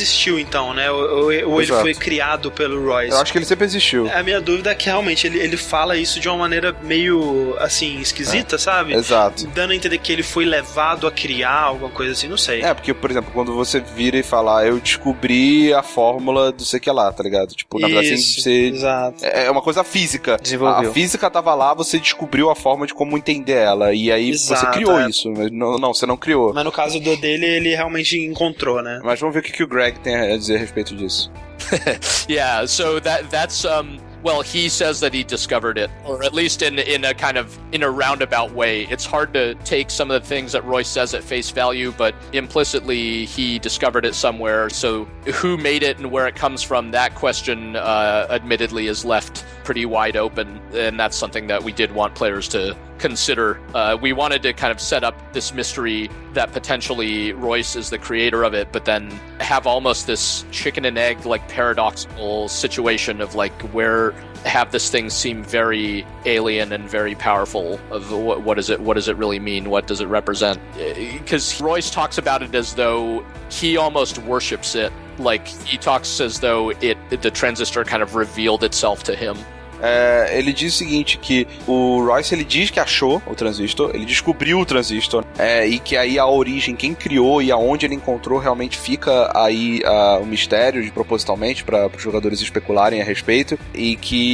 existiu, então, né? Ou ele Exato. foi criado pelo Royce. Eu acho que ele sempre existiu. A minha dúvida é que realmente ele fala isso de uma maneira meio, assim, esquisita, sabe? Exato. Dando a entender que ele foi levado a criar alguma coisa assim, não sei. Porque, por exemplo, quando você vira e fala, eu descobri a fórmula do sei que lá, tá ligado? Tipo, na verdade, Isso, você... exato. É uma coisa física. Desenvolveu. A física tava lá, você descobriu a forma de como entender ela. E aí Exato, você criou isso. Mas não, você não criou. Mas no caso dele, ele realmente encontrou, né? Mas vamos ver o que o Greg tem a dizer a respeito disso. Yeah, so that's well, he says that he discovered it, or at least in a kind of in a roundabout way. It's hard to take some of the things that Royce says at face value, but implicitly he discovered it somewhere. So who made it and where it comes from, that question admittedly is left pretty wide open, and that's something that we did want players to consider. We wanted to kind of set up this mystery that potentially Royce is the creator of it, but then have almost this chicken and egg like paradoxical situation of like where have this thing seem very alien and very powerful of what does it really mean, what does it represent, because Royce talks about it as though he almost worships it, like he talks as though the transistor kind of revealed itself to him. Ele diz o seguinte, que o Royce, ele diz que achou o transistor, ele descobriu o transistor, e que aí a origem, quem criou e aonde ele encontrou, realmente fica aí o mistério, propositalmente, para os jogadores especularem a respeito, e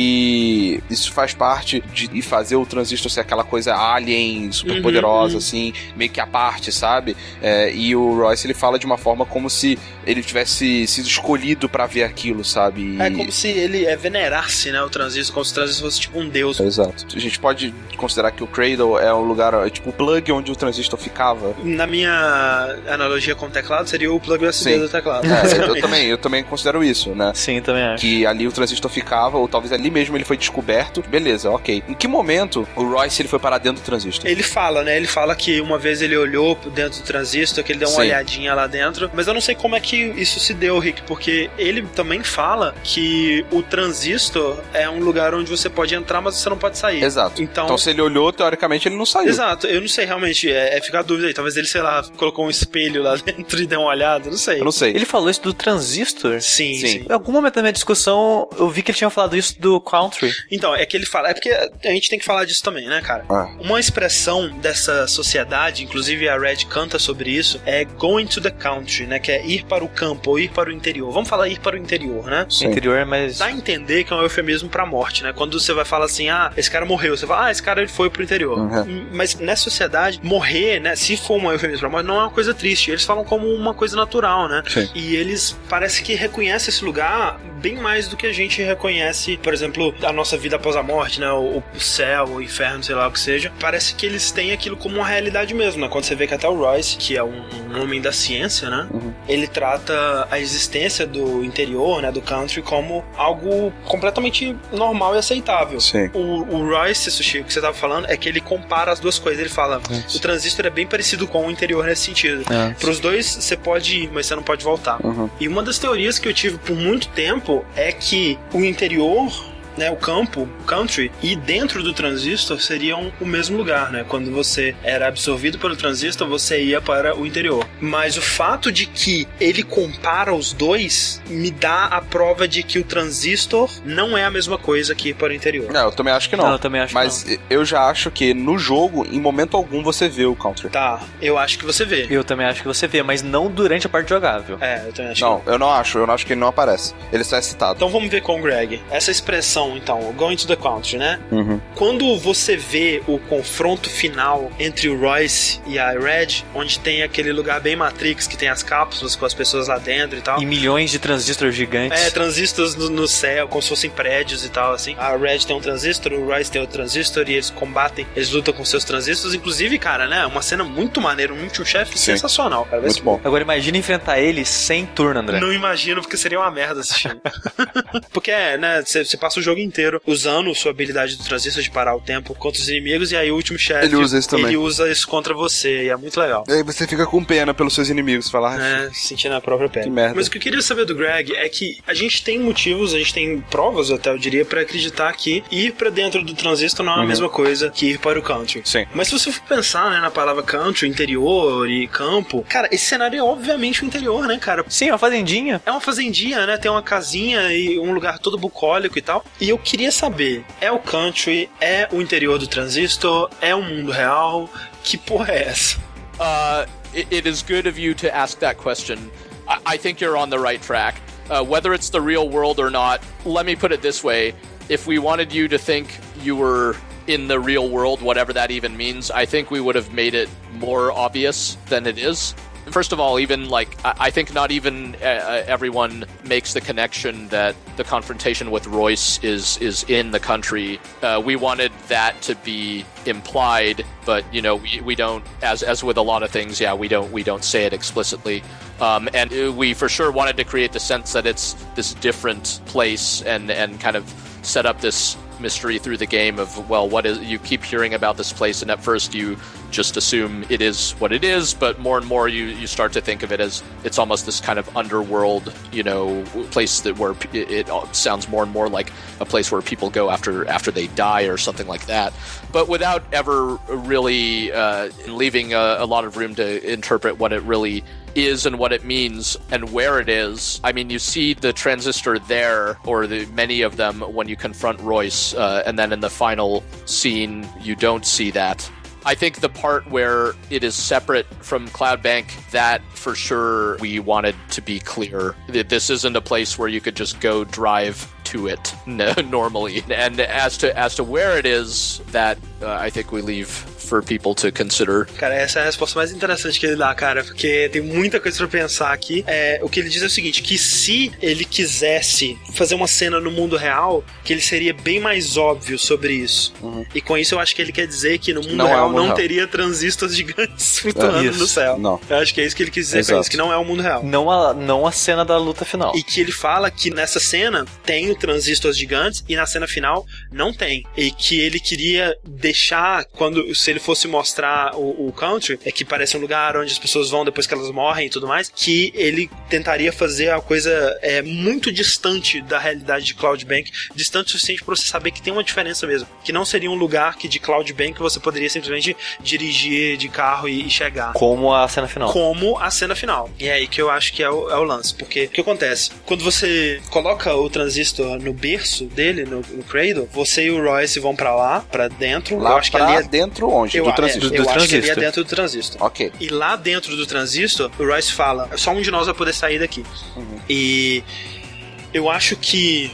que isso faz parte de fazer o transistor ser aquela coisa alien, super poderosa, assim, meio que à parte, sabe? E o Royce, ele fala de uma forma como se ele tivesse sido escolhido para ver aquilo, sabe? É como se ele venerasse, né, o transistor, como se o transistor fosse tipo um deus. Exato. A gente pode considerar que o Cradle é um lugar, tipo o plug onde o transistor ficava. Na minha analogia com o teclado, seria o plug USB do teclado. Eu também considero isso, né? Sim, também acho. Que ali o transistor ficava, ou talvez ali mesmo ele foi descoberto. Beleza, ok. Em que momento o Royce ele foi parar dentro do transistor? Ele fala, né? Ele fala que uma vez ele olhou dentro do transistor, que ele deu uma olhadinha lá dentro, mas eu não sei como é que isso se deu, Rick, porque ele também fala que o transistor é um lugar onde você pode entrar, mas você não pode sair. Exato. Então se ele olhou, teoricamente ele não saiu. Exato. Eu não sei realmente, fica a dúvida aí. Talvez ele, sei lá, colocou um espelho lá dentro e deu uma olhada, não sei. Eu não sei. Ele falou isso do transistor? Sim. Em algum momento da minha discussão, eu vi que ele tinha falado isso do Country. Então, é que ele fala... É porque a gente tem que falar disso também, né, cara? Uma expressão dessa sociedade, inclusive a Red canta sobre isso, é going to the country, né? Que é ir para o campo ou ir para o interior. Vamos falar ir para o interior, né? Sim. Interior é mais... Dá a entender que é um eufemismo pra morte, né? Quando você vai falar assim, esse cara morreu, você fala, esse cara ele foi pro interior. Mas nessa sociedade, morrer, né? Se for uma eufemismo pra morte, não é uma coisa triste. Eles falam como uma coisa natural, né? Sim. E eles parece que reconhecem esse lugar bem mais do que a gente reconhece, por exemplo, a nossa vida após a morte, né? O céu, o inferno, sei lá o que seja. Parece que eles têm aquilo como uma realidade mesmo, né? Quando você vê que até o Royce, que é um homem da ciência, né? Ele trata a existência do interior, né? Do country como algo completamente normal e aceitável. Sim. O Royce, Sushi, o que você tava falando é que ele compara as duas coisas. Ele fala, o transistor é bem parecido com o interior nesse sentido. Pros dois, você pode ir, mas você não pode voltar. E uma das teorias que eu tive por muito tempo é que o interior, né, o campo, o country, e dentro do transistor seriam o mesmo lugar, né? Quando você era absorvido pelo transistor, você ia para o interior. Mas o fato de que ele compara os dois me dá a prova de que o transistor não é a mesma coisa que ir para o interior. Não, eu também acho que não. Eu também acho mas que não. Eu já acho que no jogo, em momento algum, você vê o country. Tá, eu acho que você vê. Eu também acho que você vê, mas não durante a parte jogável. Eu também acho que não. Eu não acho que ele não aparece. Ele só é citado. Então vamos ver com o Greg. Essa expressão, então, going to the country, né? Quando você vê o confronto final entre o Royce e a Red, onde tem aquele lugar bem Matrix, que tem as cápsulas com as pessoas lá dentro e tal. E milhões de transistores gigantes. Transistores no céu, como se fossem prédios e tal, assim. A Red tem um transistor, o Royce tem outro transistor, e eles combatem, eles lutam com seus transistores. Inclusive, cara, né? Uma cena muito maneira, um chefe sensacional, cara. Muito bom. Agora imagina enfrentar ele sem turno, André. Não imagino, porque seria uma merda assistir. Porque, né, você passa o jogo jogo inteiro usando sua habilidade do transistor de parar o tempo contra os inimigos, e aí o último chefe, ele usa isso também. Ele usa isso contra você, e é muito legal. E aí você fica com pena pelos seus inimigos, falar... sentindo a própria pena. Que merda. Mas o que eu queria saber do Greg é que a gente tem motivos, a gente tem provas até, eu diria, pra acreditar que ir pra dentro do transistor não é a mesma coisa que ir para o country. Sim. Mas se você for pensar, né, na palavra country, interior e campo, cara, esse cenário é obviamente o interior, né, cara? Sim, é uma fazendinha. É uma fazendinha, né? Tem uma casinha e um lugar todo bucólico e tal. E eu queria saber, é o country, é o interior do transistor, é o mundo real? Que porra é essa? It is good of you to ask that question. I think you're on the right track. Whether it's the real world or not, let me put it this way. If we wanted you to think you were in the real world, whatever that even means, I think we would have made it more obvious than it is. First of all, even like I think not even everyone makes the connection that the confrontation with Royce is in the country. We wanted that to be implied, but you know we don't, as with a lot of things, we don't say it explicitly. And we for sure wanted to create the sense that it's this different place and kind of set up this mystery through the game of, well, what is, you keep hearing about this place, and at first you just assume it is what it is, but more and more you start to think of it as it's almost this kind of underworld, you know, place that where it sounds more and more like a place where people go after they die or something like that, but without ever really leaving a lot of room to interpret what it really is and what it means and where it is. I mean, you see the transistor there, or many of them, when you confront Royce, and then in the final scene, you don't see that. I think the part where it is separate from Cloud Bank, that for sure we wanted to be clear. This isn't a place where you could just go drive to it normally. And as to where it is, that I think we leave for people to consider. Cara, essa é a resposta mais interessante que ele dá, cara, porque tem muita coisa pra pensar aqui. O que ele diz é o seguinte, que se ele quisesse fazer uma cena no mundo real, que ele seria bem mais óbvio sobre isso. E com isso eu acho que ele quer dizer que no mundo real não teria transistores gigantes flutuando no céu. Não. Eu acho que é isso que ele quis dizer com isso, que não é o mundo real. Não a cena da luta final. E que ele fala que nessa cena tem transistores gigantes e na cena final não tem. E que ele queria deixar, se ele fosse mostrar o country, que parece um lugar onde as pessoas vão depois que elas morrem e tudo mais, que ele tentaria fazer a coisa muito distante da realidade de Cloud Bank, distante o suficiente para você saber que tem uma diferença mesmo, que não seria um lugar que de Cloud Bank você poderia simplesmente dirigir de carro e chegar. Como a cena final. Como a cena final. E é aí que eu acho que é o lance, porque o que acontece? Quando você coloca o transistor no berço dele, no cradle, você e o Royce vão pra lá, pra dentro. Lá eu acho que ali dentro onde? Do transistor. Eu acho que ali é dentro do transistor. Ok. E lá dentro do transistor, o Royce fala, só um de nós vai poder sair daqui. E eu acho que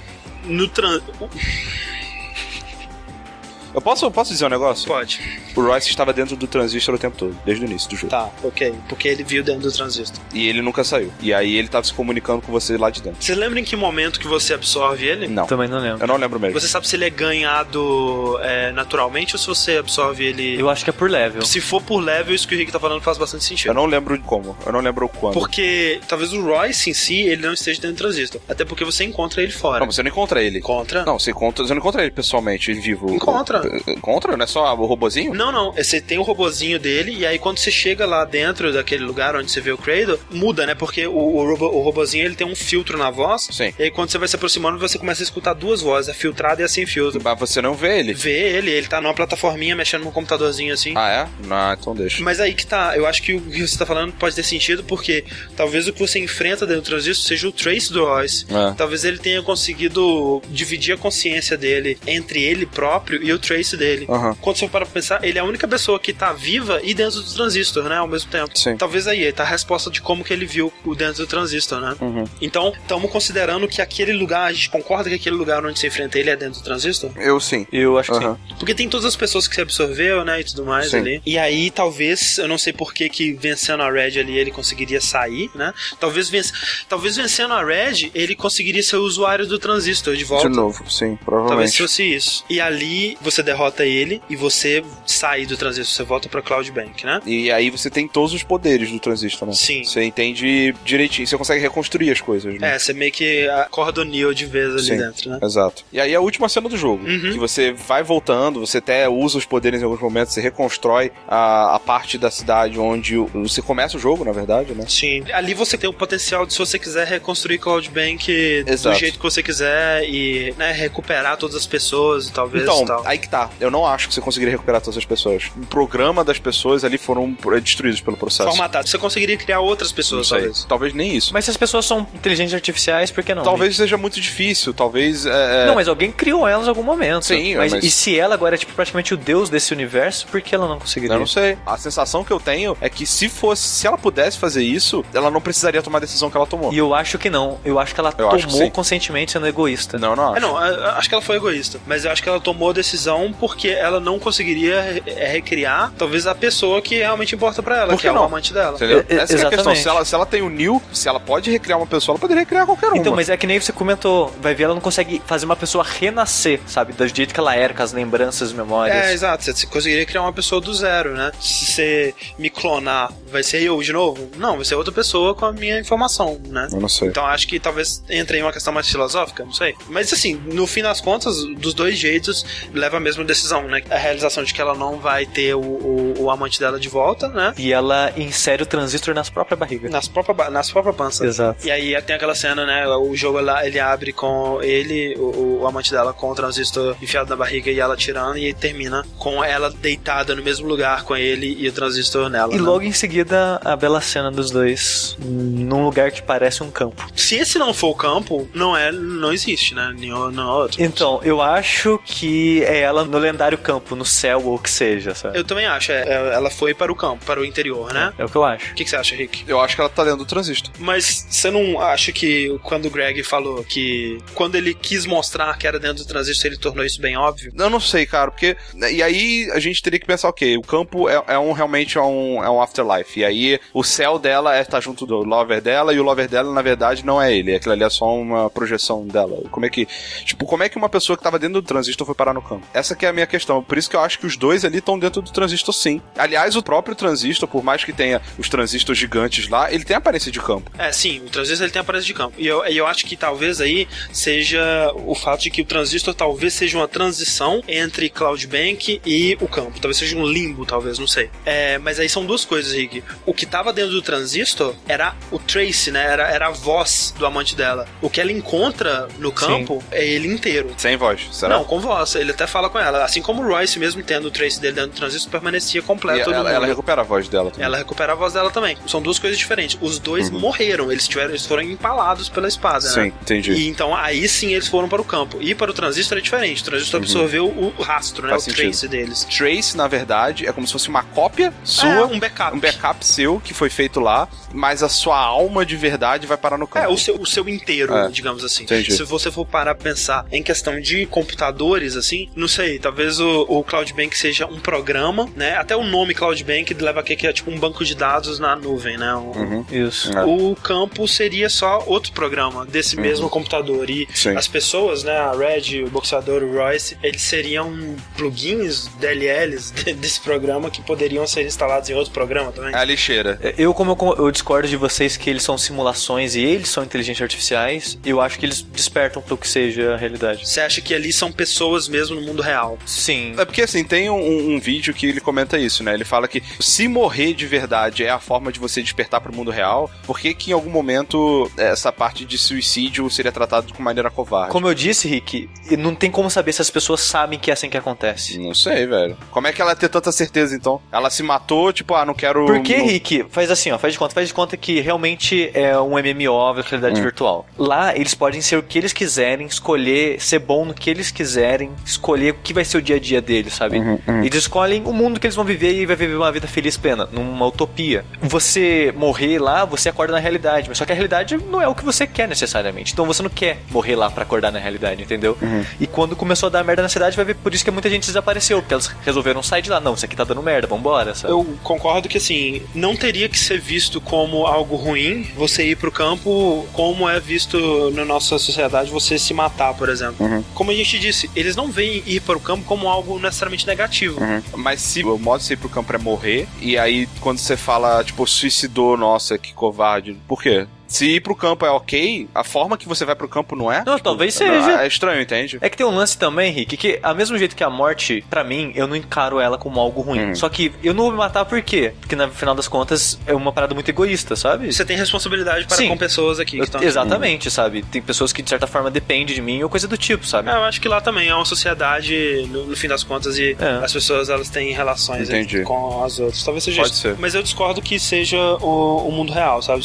Eu posso dizer um negócio? Pode. O Royce estava dentro do transistor o tempo todo, desde o início do jogo. Tá, ok. Porque ele viu dentro do transistor. E ele nunca saiu. E aí ele estava se comunicando com você lá de dentro. Você lembra em que momento que você absorve ele? Não. Também não lembro. Eu não lembro mesmo. Você sabe se ele é ganhado naturalmente ou se você absorve ele... Eu acho que é por level. Se for por level, isso que o Rick tá falando faz bastante sentido. Eu não lembro como. Eu não lembro quando. Porque talvez o Royce em si, ele não esteja dentro do transistor. Até porque você encontra ele fora. Não, você não encontra ele. Encontra? Não, você não encontra ele pessoalmente, ele vivo. Encontra. Encontra? Não é só o robozinho? Não. Você tem o robozinho dele e aí quando você chega lá dentro daquele lugar onde você vê o Cradle, muda, né? Porque o robozinho, ele tem um filtro na voz. Sim. E aí quando você vai se aproximando, você começa a escutar duas vozes, a filtrada e a sem filtro. Mas você não vê ele? Vê ele tá numa plataforminha mexendo num computadorzinho assim. Ah, é? Não, então deixa. Mas aí que tá, eu acho que o que você tá falando pode ter sentido porque talvez o que você enfrenta dentro do transistor seja o Trace do Royce. Talvez ele tenha conseguido dividir a consciência dele entre ele próprio e o Trace dele. Quando você para pensar, ele é a única pessoa que tá viva e dentro do transistor, né, ao mesmo tempo. Sim. Talvez aí tá a resposta de como que ele viu o dentro do transistor, né? Então, estamos considerando que aquele lugar, a gente concorda que aquele lugar onde você enfrenta ele é dentro do transistor? Eu sim. Eu acho que sim. Porque tem todas as pessoas que você absorveu, né, e tudo mais ali. E aí, talvez, eu não sei por que vencendo a Red ali, ele conseguiria sair, né? Talvez vencendo a Red, ele conseguiria ser o usuário do transistor de volta. De novo, sim, provavelmente. Talvez fosse isso. E ali, você você derrota ele e você sai do transistor, você volta pra Cloud Bank, né? E aí você tem todos os poderes do transistor, né? Sim. Você entende direitinho, você consegue reconstruir as coisas, né? Você meio que acorda o Neo de vez ali dentro, né? Exato. E aí a última cena do jogo, que você vai voltando, você até usa os poderes em alguns momentos, você reconstrói a parte da cidade onde você começa o jogo, na verdade, né? Sim. Ali você tem o potencial de, se você quiser, reconstruir Cloud Bank do jeito que você quiser e, né, recuperar todas as pessoas, talvez. Então, tal. aí que tá. Eu não acho que você conseguiria recuperar todas as pessoas. O programa das pessoas ali foram destruídos pelo processo. Formatado. Você conseguiria criar outras pessoas, talvez. Talvez nem isso. Mas se as pessoas são inteligentes artificiais, por que não? Talvez seja muito difícil, talvez... Não, mas alguém criou elas em algum momento. Sim, mas e se ela agora é tipo praticamente o deus desse universo, por que ela não conseguiria? Eu não sei. A sensação que eu tenho é que se ela pudesse fazer isso, ela não precisaria tomar a decisão que ela tomou. E eu acho que não. Eu acho que ela tomou conscientemente sendo egoísta. Não acho. Não, acho que ela foi egoísta. Mas eu acho que ela tomou a decisão porque ela não conseguiria recriar, talvez, a pessoa que realmente importa pra ela, que é o amante dela. Entendeu? Essa é a questão. Se ela tem o Neo, se ela pode recriar uma pessoa, ela poderia recriar qualquer uma. Então, mas é que nem você comentou, vai ver, ela não consegue fazer uma pessoa renascer, sabe? Do jeito que ela era, com as lembranças, memórias. Exato. Você conseguiria criar uma pessoa do zero, né? Se você me clonar, vai ser eu de novo? Não, vai ser outra pessoa com a minha informação, né? Eu não sei. Então acho que talvez entre em uma questão mais filosófica, não sei. Mas assim, no fim das contas, dos dois jeitos, leva a mesma decisão, né? A realização de que ela não vai ter o amante dela de volta, né? E ela insere o transistor nas próprias barrigas. Nas próprias panças. Exato. E aí tem aquela cena, né? O jogo lá, ele abre com ele, o amante dela, com o transistor enfiado na barriga e ela tirando, e termina com ela deitada no mesmo lugar com ele e o transistor nela. E né? logo em seguida, a bela cena dos dois num lugar que parece um campo. Se esse não for o campo, não existe, né? Nenhum outro. Então, eu acho que é ela no lendário campo, no céu ou o que seja, sabe? Eu também acho. Ela foi para o campo, para o interior, né? É o que eu acho. O que você acha, Rick? Eu acho que ela tá dentro do transistor. Mas você não acha que quando o Greg falou que quando ele quis mostrar que era dentro do transistor, ele tornou isso bem óbvio? Eu não sei, cara, porque... E aí a gente teria que pensar, ok, o campo realmente é um afterlife. E aí o céu dela tá junto do lover dela, e o lover dela, na verdade, não é ele. Aquilo ali é só uma projeção dela. Como é que uma pessoa que tava dentro do transistor foi parar no campo? Essa que é a minha questão. Por isso que eu acho que os dois ali estão dentro do transistor, sim. Aliás, o próprio transistor, por mais que tenha os transistores gigantes lá, ele tem aparência de campo. Sim, o transistor ele tem aparência de campo. E eu acho que talvez aí seja o fato de que o transistor talvez seja uma transição entre Cloud Bank e o campo. Talvez seja um limbo, talvez, não sei. Mas aí são duas coisas, Rick. O que tava dentro do transistor era o Trace, né? Era a voz do amante dela. O que ela encontra no campo é ele inteiro. Sem voz, será? Não, com voz. Ele até fala com ela. Assim como o Royce, mesmo tendo o Trace dele dentro do transistor, permanecia completo. Ela recupera a voz dela também. Ela recupera a voz dela também. São duas coisas diferentes. Os dois morreram. Eles foram empalados pela espada, né? Sim, entendi. E então aí sim eles foram para o campo. E para o transistor é diferente. O transistor absorveu o rastro, né? Faz o sentido. Trace deles. Trace, na verdade, é como se fosse uma cópia sua. Um backup. Um backup seu que foi feito lá, mas a sua alma de verdade vai parar no campo. O seu inteiro, digamos assim. Entendi. Se você for parar pra pensar em questão de computadores, assim, não sei, talvez o Cloud Bank seja um programa, né? Até o nome Cloud Bank leva a que é tipo um banco de dados na nuvem, né? Isso. O campo seria só outro programa desse mesmo computador. E as pessoas, né? A Red, o boxeador, o Royce, eles seriam plugins, DLLs desse programa que poderiam ser instalados em outro programa também. É a lixeira. Como eu discordo de vocês que eles são simulações e eles são inteligentes artificiais, eu acho que eles despertam pro que seja a realidade. Você acha que ali são pessoas mesmo no mundo real? Sim. É porque assim, tem um vídeo que ele comenta isso, né? Ele fala que se morrer de verdade é a forma de você despertar pro mundo real, por que em algum momento essa parte de suicídio seria tratado de maneira covarde? Como eu disse, Rick, não tem como saber se as pessoas sabem que é assim que acontece. Não sei, velho. Como é que ela tem tanta certeza, então? Ela se matou, tipo, não quero... Por que, Rick? Faz assim, ó, faz de conta que realmente é um MMO, realidade virtual. Lá, eles podem ser o que eles quiserem, escolher ser bom no que eles quiserem, escolher o que vai ser o dia a dia deles, sabe? Eles escolhem o mundo que eles vão viver e vai viver uma vida feliz plena, numa utopia. Você morrer lá, você acorda na realidade, mas só que a realidade não é o que você quer necessariamente. Então você não quer morrer lá pra acordar na realidade, entendeu? E quando começou a dar merda na cidade, vai ver por isso que muita gente desapareceu, porque elas resolveram sair de lá. Não, isso aqui tá dando merda, vambora, sabe? Eu concordo que, assim, não teria que ser visto como algo ruim você ir pro campo, como é visto na nossa sociedade você se matar, por exemplo. Como a gente disse, eles não veem ir para o campo como algo necessariamente negativo. Mas se o modo de você ir pro campo é morrer, e aí quando você fala, tipo, suicidou, nossa, que covarde, por quê? Se ir pro campo é ok, a forma que você vai pro campo não é? Não, tipo, talvez seja. É estranho, entende? É que tem um lance também, Rick, que ao mesmo jeito que a morte, pra mim, eu não encaro ela como algo ruim. Só que eu não vou me matar por quê? Porque no final das contas é uma parada muito egoísta, sabe? Você tem responsabilidade para com pessoas aqui que estão... Exatamente, sabe? Tem pessoas que de certa forma dependem de mim ou coisa do tipo, sabe? Eu acho que lá também é uma sociedade, no fim das contas, e as pessoas elas têm relações com as outras. Talvez seja Pode isso. ser. Mas eu discordo que seja o mundo real, sabe?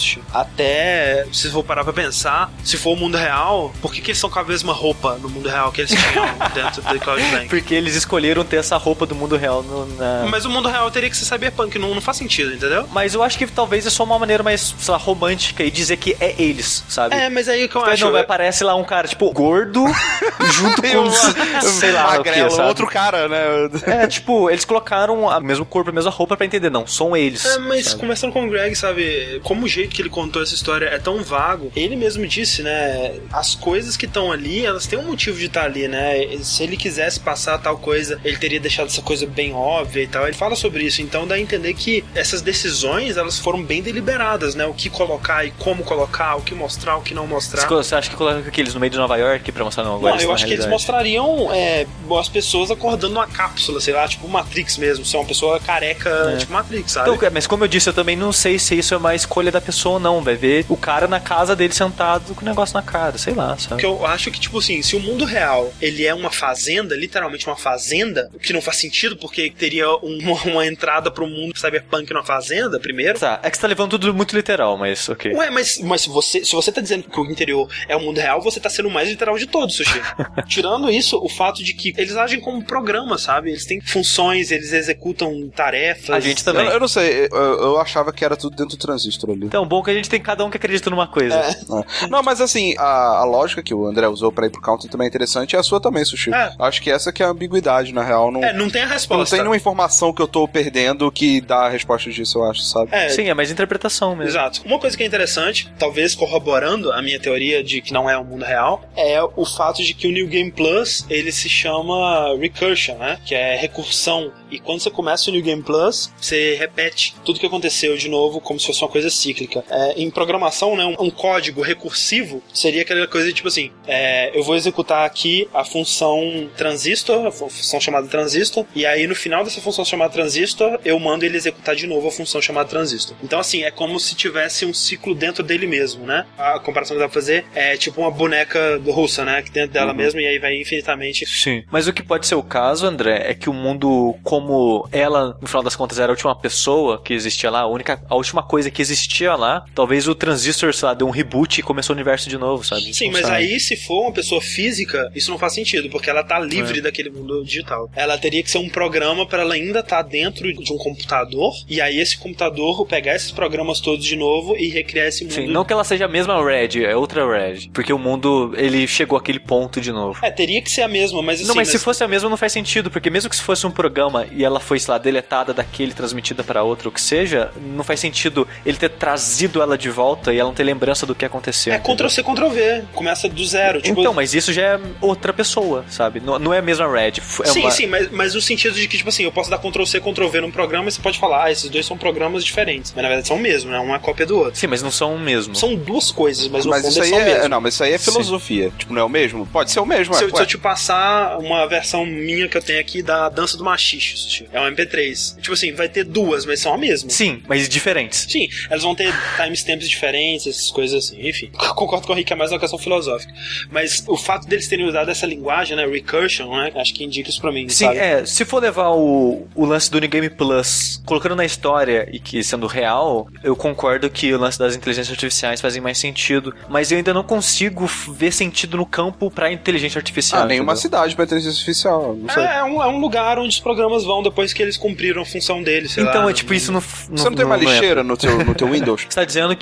Até, se for parar pra pensar, se for o mundo real, por que eles estão com a mesma roupa no mundo real que eles tinham dentro do Cloud Bank? Porque eles escolheram ter essa roupa do mundo real Mas o mundo real teria que ser cyberpunk, não faz sentido, entendeu? Mas eu acho que talvez é só uma maneira mais, sei lá, romântica e dizer que é eles, sabe? Mas aí o que eu acho... Não, aparece lá um cara, tipo, gordo, junto com, sei lá, magrelo, o que, sabe? outro cara, né? Tipo, eles colocaram o mesmo corpo, a mesma roupa pra entender, não, são eles. Mas sabe? Conversando com o Greg, sabe, como o jeito que ele contou essa história é tão vago, ele mesmo disse, né, as coisas que estão ali, elas têm um motivo de estar ali, né? Se ele quisesse passar tal coisa, ele teria deixado essa coisa bem óbvia e tal. Ele fala sobre isso, então dá a entender que essas decisões, elas foram bem deliberadas, né? O que colocar e como colocar, o que mostrar, o que não mostrar. Você acha que coloca aqueles no meio de Nova York pra mostrar não? Não, eu acho que eles mostrariam as pessoas acordando numa cápsula, sei lá, tipo Matrix mesmo, ser uma pessoa careca, tipo Matrix, sabe? Então, mas como eu disse, eu também não sei se isso é uma escolha da pessoa ou não. Vai ver o cara na casa dele sentado com o negócio na cara, sei lá, sabe? Porque eu acho que, tipo assim, se o mundo real, ele é uma fazenda, literalmente uma fazenda, o que não faz sentido, porque teria uma entrada pro mundo cyberpunk numa fazenda, primeiro. Tá, é que você tá levando tudo muito literal, mas ok. Ué, mas se você tá dizendo que o interior é o mundo real, você tá sendo o mais literal de todos, Sushi. Tirando isso, o fato de que eles agem como programa, sabe? Eles têm funções, eles executam tarefas. A gente também. Eu não sei, eu achava que era tudo dentro do transistor ali. Então, bom que a gente tem cada um que acredita numa coisa. Não, mas assim, a lógica que o André usou pra ir pro counter também é interessante, e a sua também, Sushi. Acho que essa que é a ambiguidade, na real. Não tem a resposta. Não tem nenhuma informação que eu tô perdendo que dá a resposta disso, eu acho, sabe? Sim, é mais interpretação mesmo. Exato. Uma coisa que é interessante, talvez corroborando a minha teoria de que não é o mundo real, é o fato de que o New Game Plus, ele se chama Recursion, né? Que é recursão. E quando você começa o New Game Plus, você repete tudo que aconteceu de novo, como se fosse uma coisa cíclica. Em programação, né, um código recursivo seria aquela coisa tipo assim, eu vou executar aqui a função transistor, a função chamada transistor, e aí no final dessa função chamada transistor, eu mando ele executar de novo a função chamada transistor. Então assim, é como se tivesse um ciclo dentro dele mesmo, né? A comparação que dá pra fazer é tipo uma boneca russa, né? Que dentro dela mesmo, e aí vai infinitamente. Sim. Mas o que pode ser o caso, André, é que o mundo, como ela, no final das contas, era a última pessoa que existia lá, a última coisa que existia lá, talvez o transistor, sei lá, deu um reboot e começou o universo de novo, sabe? Sim, mas aí se for uma pessoa física, isso não faz sentido, porque ela tá livre daquele mundo digital. Ela teria que ser um programa para ela ainda estar dentro de um computador, e aí esse computador pegar esses programas todos de novo e recriar esse mundo. Sim, não que ela seja a mesma Red, é outra Red, porque o mundo, ele chegou àquele ponto de novo. Teria que ser a mesma, mas assim... Não, mas se fosse a mesma não faz sentido, porque mesmo que se fosse um programa e ela foi, sei lá, deletada daquele, transmitida para outro, o que seja, não faz sentido ele ter trazido ela de volta e ela não ter lembrança do que aconteceu. Ctrl-C, Ctrl-V, começa do zero. Tipo... Então, mas isso já é outra pessoa, sabe? Não é a mesma Red. Sim, mas no sentido de que, tipo assim, eu posso dar Ctrl-C, Ctrl-V num programa e você pode falar, esses dois são programas diferentes. Mas na verdade são o mesmo, né? Um é cópia do outro. Sim, mas não são o mesmo. São duas coisas, mas no fundo isso aí são o mesmo. Não, mas isso aí é filosofia. Tipo, não é o mesmo? Pode ser o mesmo. Se eu te passar uma versão minha que eu tenho aqui da Dança do Machixe, é um MP3. Tipo assim, vai ter duas, mas são a mesma. Sim, mas diferentes. Sim, elas vão ter timestamps diferentes, essas coisas assim, enfim. Concordo com o Rick, é mais uma questão filosófica. Mas o fato deles terem usado essa linguagem, né, recursion, né, acho que indica isso pra mim, sim, sabe? Se for levar o lance do New Game Plus, colocando na história e que sendo real, eu concordo que o lance das inteligências artificiais fazem mais sentido, mas eu ainda não consigo ver sentido no campo pra inteligência artificial. Nenhuma cidade pra inteligência artificial, não sei. É um lugar onde os programas vão depois que eles cumpriram a função deles, sei então, lá. Então, tipo, isso não... Você não tem uma lixeira no teu Windows? Você tá dizendo que,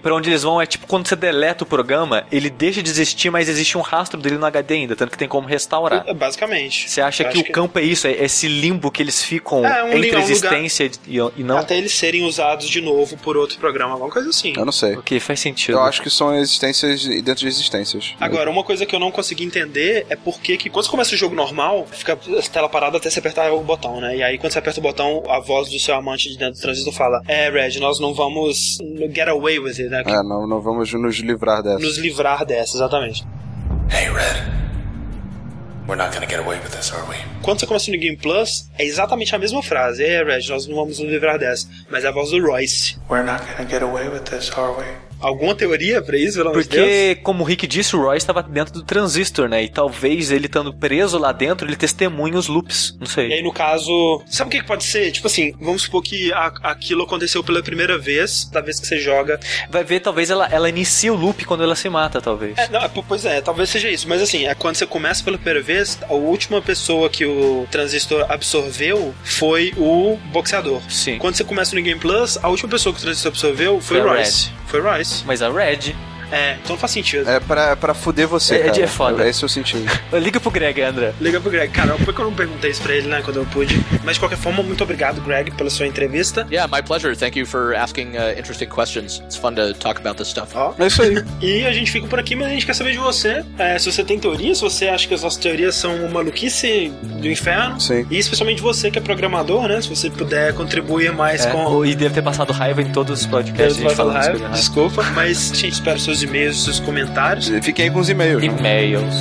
pra onde eles vão é tipo quando você deleta o programa, ele deixa de existir, mas existe um rastro dele no HD ainda, tanto que tem como restaurar. Basicamente. Você acha que o campo é isso? É esse limbo que eles ficam entre a existência e não? Até eles serem usados de novo por outro programa, alguma coisa assim. Eu não sei. Ok, faz sentido. Eu acho que são existências dentro de existências. Agora, uma coisa que eu não consegui entender é porque que quando você começa o jogo normal, fica a tela parada até você apertar o botão, né? E aí quando você aperta o botão, a voz do seu amante de dentro do transistor fala: Red, nós não vamos get away with it, né? Não vamos nos livrar dessa. Nos livrar dessa, exatamente. Hey, Red. We're not gonna get away with this, are we? Quando você começa no Game Plus, é exatamente a mesma frase. Red, nós não vamos nos livrar dessa. Mas é a voz do Royce. We're not gonna get away with this, are we? Alguma teoria pra isso, pelo amor de Deus? Porque, como o Rick disse, o Roy estava dentro do transistor, né? E talvez ele estando preso lá dentro, ele testemunha os loops. Não sei. E aí, no caso... Sabe o que pode ser? Tipo assim, vamos supor que aquilo aconteceu pela primeira vez, da vez que você joga. Vai ver, talvez ela inicia o loop quando ela se mata, talvez. Pois é, talvez seja isso. Mas assim, quando você começa pela primeira vez, a última pessoa que o transistor absorveu foi o boxeador. Sim. Quando você começa no Game Plus, a última pessoa que o transistor absorveu foi o Royce. Foi Royce. Mas a Red... então não faz sentido. É pra fuder você, cara. É foda. Esse é o sentido. Liga pro Greg, André. Liga pro Greg. Cara, foi que eu não perguntei isso pra ele, né, quando eu pude. Mas de qualquer forma, muito obrigado, Greg, pela sua entrevista. Yeah, my pleasure. Thank you for asking interesting questions. It's fun to talk about this stuff. É isso aí. E a gente fica por aqui, mas a gente quer saber de você. Se você tem teoria, se você acha que as nossas teorias são maluquice do inferno. Sim. E especialmente você que é programador, né? Se você puder contribuir mais com... E deve ter passado raiva em todos os podcasts. Desculpa, mas a gente espera os seus e-mails, os seus comentários. Fiquem aí com os e-mails. E-mails.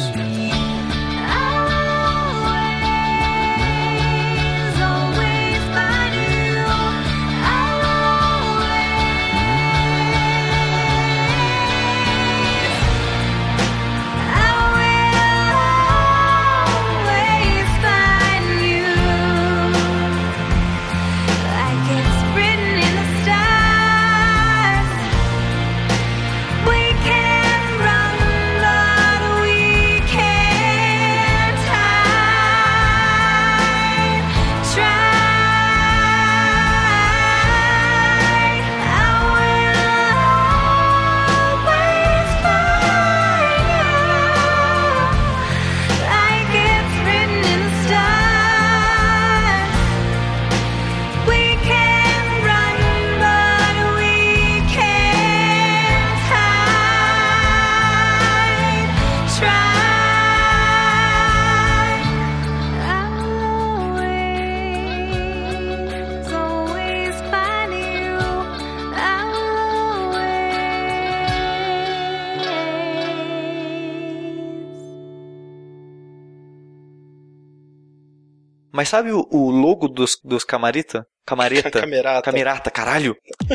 Mas sabe o logo dos Camarita? Camerata, caralho.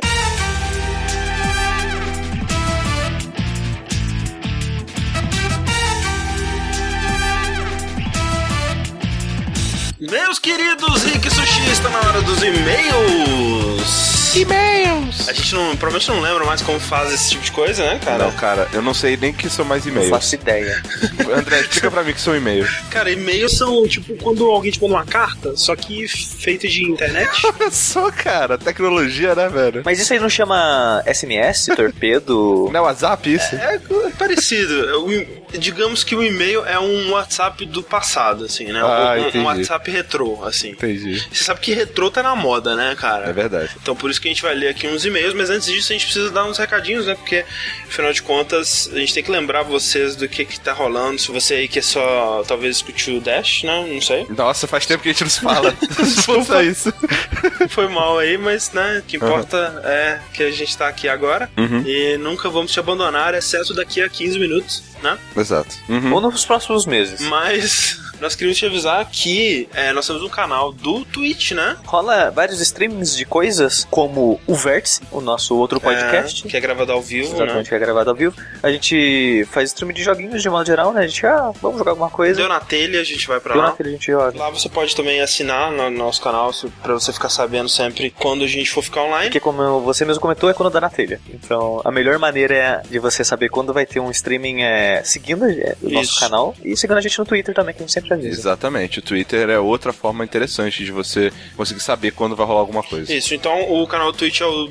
Meus queridos Rick Sushi, está na hora dos e-mails. A gente provavelmente não lembra mais como faz esse tipo de coisa, né, cara? Não, cara, eu não sei nem que são mais e-mails. Não faço ideia. André, explica pra mim que são e-mails. Cara, e-mails são tipo quando alguém te manda uma carta, só que feita de internet. Olha só, cara, tecnologia, né, velho? Mas isso aí não chama SMS, torpedo? Não é WhatsApp isso? É parecido. Digamos que o e-mail é um WhatsApp do passado, assim, né? Um WhatsApp retrô, assim. Entendi. Você sabe que retrô tá na moda, né, cara? É verdade. Então por isso que a gente vai ler aqui uns e-mails, mas antes disso a gente precisa dar uns recadinhos, né? Porque, afinal de contas, a gente tem que lembrar vocês do que tá rolando. Se você aí quer só, talvez, escute o Dash, né? Não sei. Nossa, faz tempo que a gente não se fala. Desculpa isso. Foi mal aí, mas, né? O que importa é que a gente tá aqui agora. E nunca vamos te abandonar, exceto daqui a 15 minutos, né? Exato. Ou nos próximos meses. Mas nós queríamos te avisar que nós temos um canal do Twitch, né? Rola vários streamings de coisas, como o Vértice, o nosso outro podcast. Que é gravado ao vivo, exatamente, que é gravado ao vivo. A gente faz streaming de joguinhos de modo geral, né? A gente, vamos jogar alguma coisa. Deu na telha, a gente vai pra lá. Deu na telha, a gente joga. Lá você pode também assinar no nosso canal, pra você ficar sabendo sempre quando a gente for ficar online. Porque como você mesmo comentou, é quando dá na telha. Então, a melhor maneira de você saber quando vai ter um streaming é seguindo o nosso canal e seguindo a gente no Twitter também, que a gente sempre te avisa. Exatamente. O Twitter é outra forma interessante de você conseguir saber quando vai rolar alguma coisa. Isso, então o canal do Twitch é o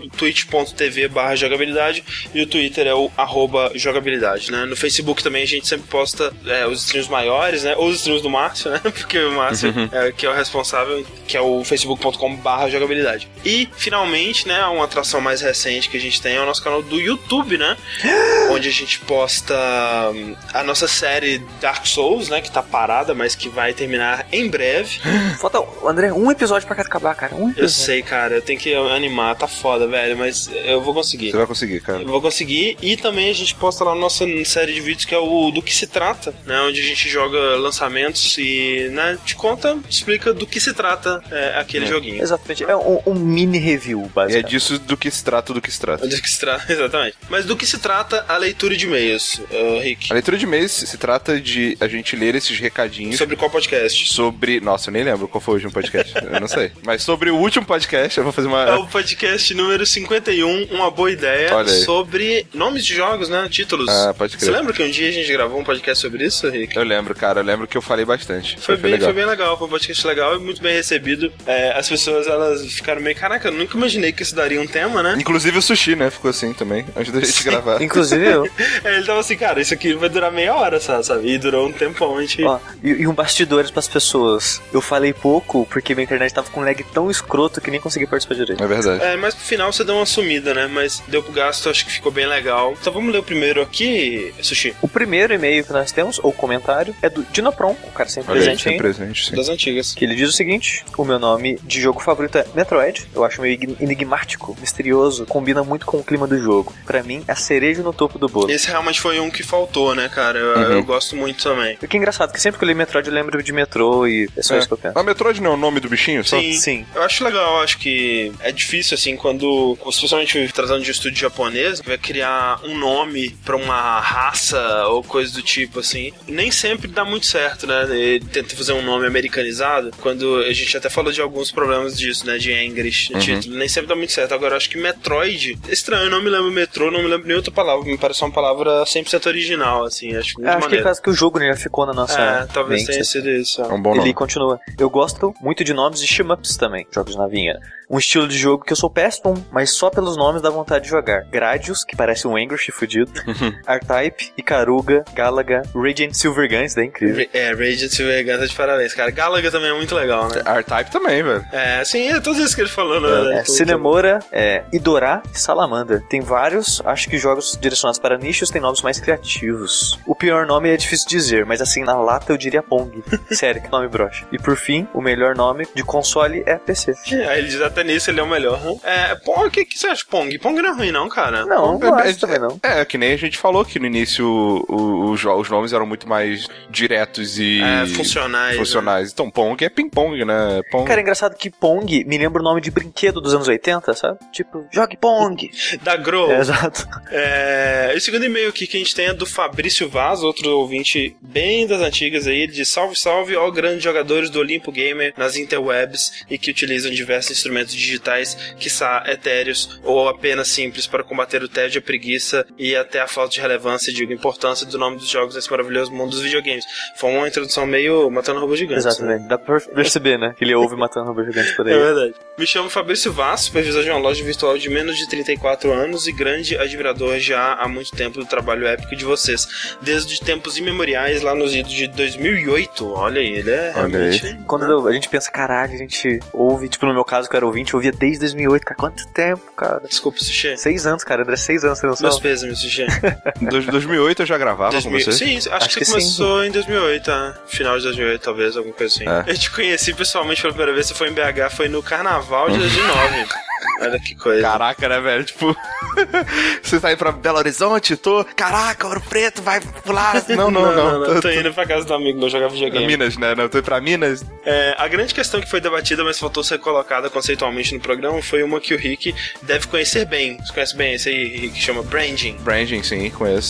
twitch.tv/jogabilidade e o Twitter é o @jogabilidade, né? No Facebook também a gente sempre posta os streams maiores, né? Ou os streams do Márcio, né? Porque o Márcio que é o responsável, que é o facebook.com/jogabilidade. E, finalmente, né, uma atração mais recente que a gente tem é o nosso canal do YouTube, né? Onde a gente posta a nossa série Dark Souls, né? Que tá parada, mas que vai terminar em breve. Falta, André, um episódio pra acabar, cara. Eu sei, cara. Eu tenho que animar. Tá foda, velho. Mas eu vou conseguir. Você vai conseguir, cara. Eu vou conseguir. E também a gente posta lá a nossa série de vídeos que é o Do Que Se Trata, né? Onde a gente joga lançamentos e, né, te conta, explica do que se trata aquele joguinho. Exatamente. É um mini review, basicamente. E é disso do que se trata, Do que se trata, exatamente. Mas do que se trata a leitura de e-mails, Rick? A leitura de e-mails se trata de a gente ler esses recadinhos. Sobre qual podcast? Nossa, eu nem lembro qual foi o último podcast. Eu não sei. Mas sobre o último podcast, eu vou fazer uma... É o podcast número 51, Uma Boa Ideia, sobre nomes de jogos, né? Títulos. Ah, pode crer. Você lembra que um dia a gente gravou um podcast sobre isso, Rick? Eu lembro, cara. Eu lembro que eu falei bastante. Foi bem legal. Foi um podcast legal e muito bem recebido. As pessoas, elas ficaram meio... Caraca, eu nunca imaginei que isso daria um tema, né? Inclusive o Sushi, né? Ficou assim também, antes da gente gravar. Inclusive eu. Ele tava assim, cara, isso aqui vai durar meia hora, sabe? E durou um tempão, a gente... E um bastidores pras pessoas. Eu falei pouco porque minha internet tava com um lag tão escroto que nem consegui participar direito. É verdade. Mas pro final você deu uma sumida, né? Mas deu pro gasto, acho que ficou bem legal. Então vamos ler o primeiro aqui, Sushi. O primeiro e-mail que nós temos, ou comentário, é do Dinopron, o cara sempre presente. Sempre presente, sim. Das antigas. Que ele diz o seguinte: o meu nome de jogo favorito é Metroid. Eu acho meio enigmático, misterioso, combina muito com o clima do jogo. Pra mim, é a cereja no topo do bolo. Esse realmente foi um que faltou, né, cara? Eu gosto muito também. O que é engraçado, que sempre que eu leio Metroid eu lembro de Metrô e é só isso que eu penso. A Metroid não é o nome do bichinho? Só? Sim. Eu acho legal, acho que é difícil, assim, quando, especialmente tratando de estúdio japonês, vai criar um nome pra uma raça ou coisa do tipo, assim. Nem sempre dá muito certo, né? Ele tenta fazer um nome americanizado, quando a gente até falou de alguns problemas disso, né? De English, título. Nem sempre dá muito certo. Agora, acho que Metroid, é estranho, eu não me lembro Metrô, não me lembro nem outra palavra. Me parece uma palavra 100% original, assim. Acho muito maneiro. Que é por causa que o jogo, né, já ficou na nossa talvez mente, tenha sido isso. É um bom nome. Ele continua. Eu gosto muito de nomes de shmups também, jogos de navinha. Um estilo de jogo que eu sou péssimo, mas só pelos nomes dá vontade de jogar. Gradius, que parece um English fudido. R-Type, Ikaruga, Galaga, Radiant Silvergun, isso daí é incrível. Radiant Silvergun tá de parabéns, cara. Galaga também é muito legal, né? R-Type também, velho. Sim, todos esses que ele falou, né? Cinemora, Idorá e Salamander. Tem vários, acho que jogos direcionados para nichos têm nomes mais criativos. O pior nome é difícil dizer, mas assim, na lata eu diria Pong. Sério, que nome broxa. E por fim, o melhor nome de console é PC. Aí ele diz até nisso, ele é o melhor. Pong, o que você acha de Pong? Pong não é ruim não, cara. Não acho também não. Que nem a gente falou que no início os nomes eram muito mais diretos e... funcionais. Né? Então Pong é ping-pong, né? Pong. Cara, é engraçado que Pong me lembra o nome de brinquedo dos anos 80, sabe? Tipo, jogue Pong. Da Grow. Exato. O segundo e-mail aqui que a gente tem é do Fabrício Vaz, outro ouvinte bem das antigas aí. Ele diz: salve, salve, ó grandes jogadores do Olimpo Gamer nas interwebs e que utilizam diversos instrumentos digitais, quiçá etéreos ou apenas simples, para combater o tédio, a preguiça e até a falta de relevância e digo importância do nome dos jogos nesse maravilhoso mundo dos videogames. Foi uma introdução meio Matando Robôs Gigantes. Exatamente, dá pra perceber, né? Que ele ouve Matando Robôs Gigantes por aí. É verdade. Me chamo Fabrício Vaz, supervisor de uma loja virtual de menos de 34 anos e grande admirador já há muito tempo do trabalho épico de vocês. Desde tempos imemoriais, lá nos idos de 2008. Olha aí, ele é realmente... Quando a gente pensa, caralho, a gente ouve, tipo no meu caso que eu era ouvinte, eu ouvia desde 2008, cara. Quanto tempo, cara? Desculpa, Sushi. 6 anos, cara. André, 6 anos, você não sabe? Meus pesos, Sushi. 2008 eu já gravava com você? Sim, acho que você começou em 2008, final de 2008, talvez, alguma coisa assim. Eu te conheci pessoalmente pela primeira vez, você foi em BH, foi no Carnaval de 2009. Olha que coisa. Caraca, né, velho? Tipo, você tá indo pra Belo Horizonte, caraca, Ouro Preto, vai pular. Não. Tô indo pra casa do amigo meu jogar videogame. Minas, né? Não, tô indo pra Minas. A grande questão que foi debatida, mas faltou ser colocada conceitualmente no programa, foi uma que o Rick deve conhecer bem. Você conhece bem esse aí, Rick, que chama branding? Branding, sim, conheço.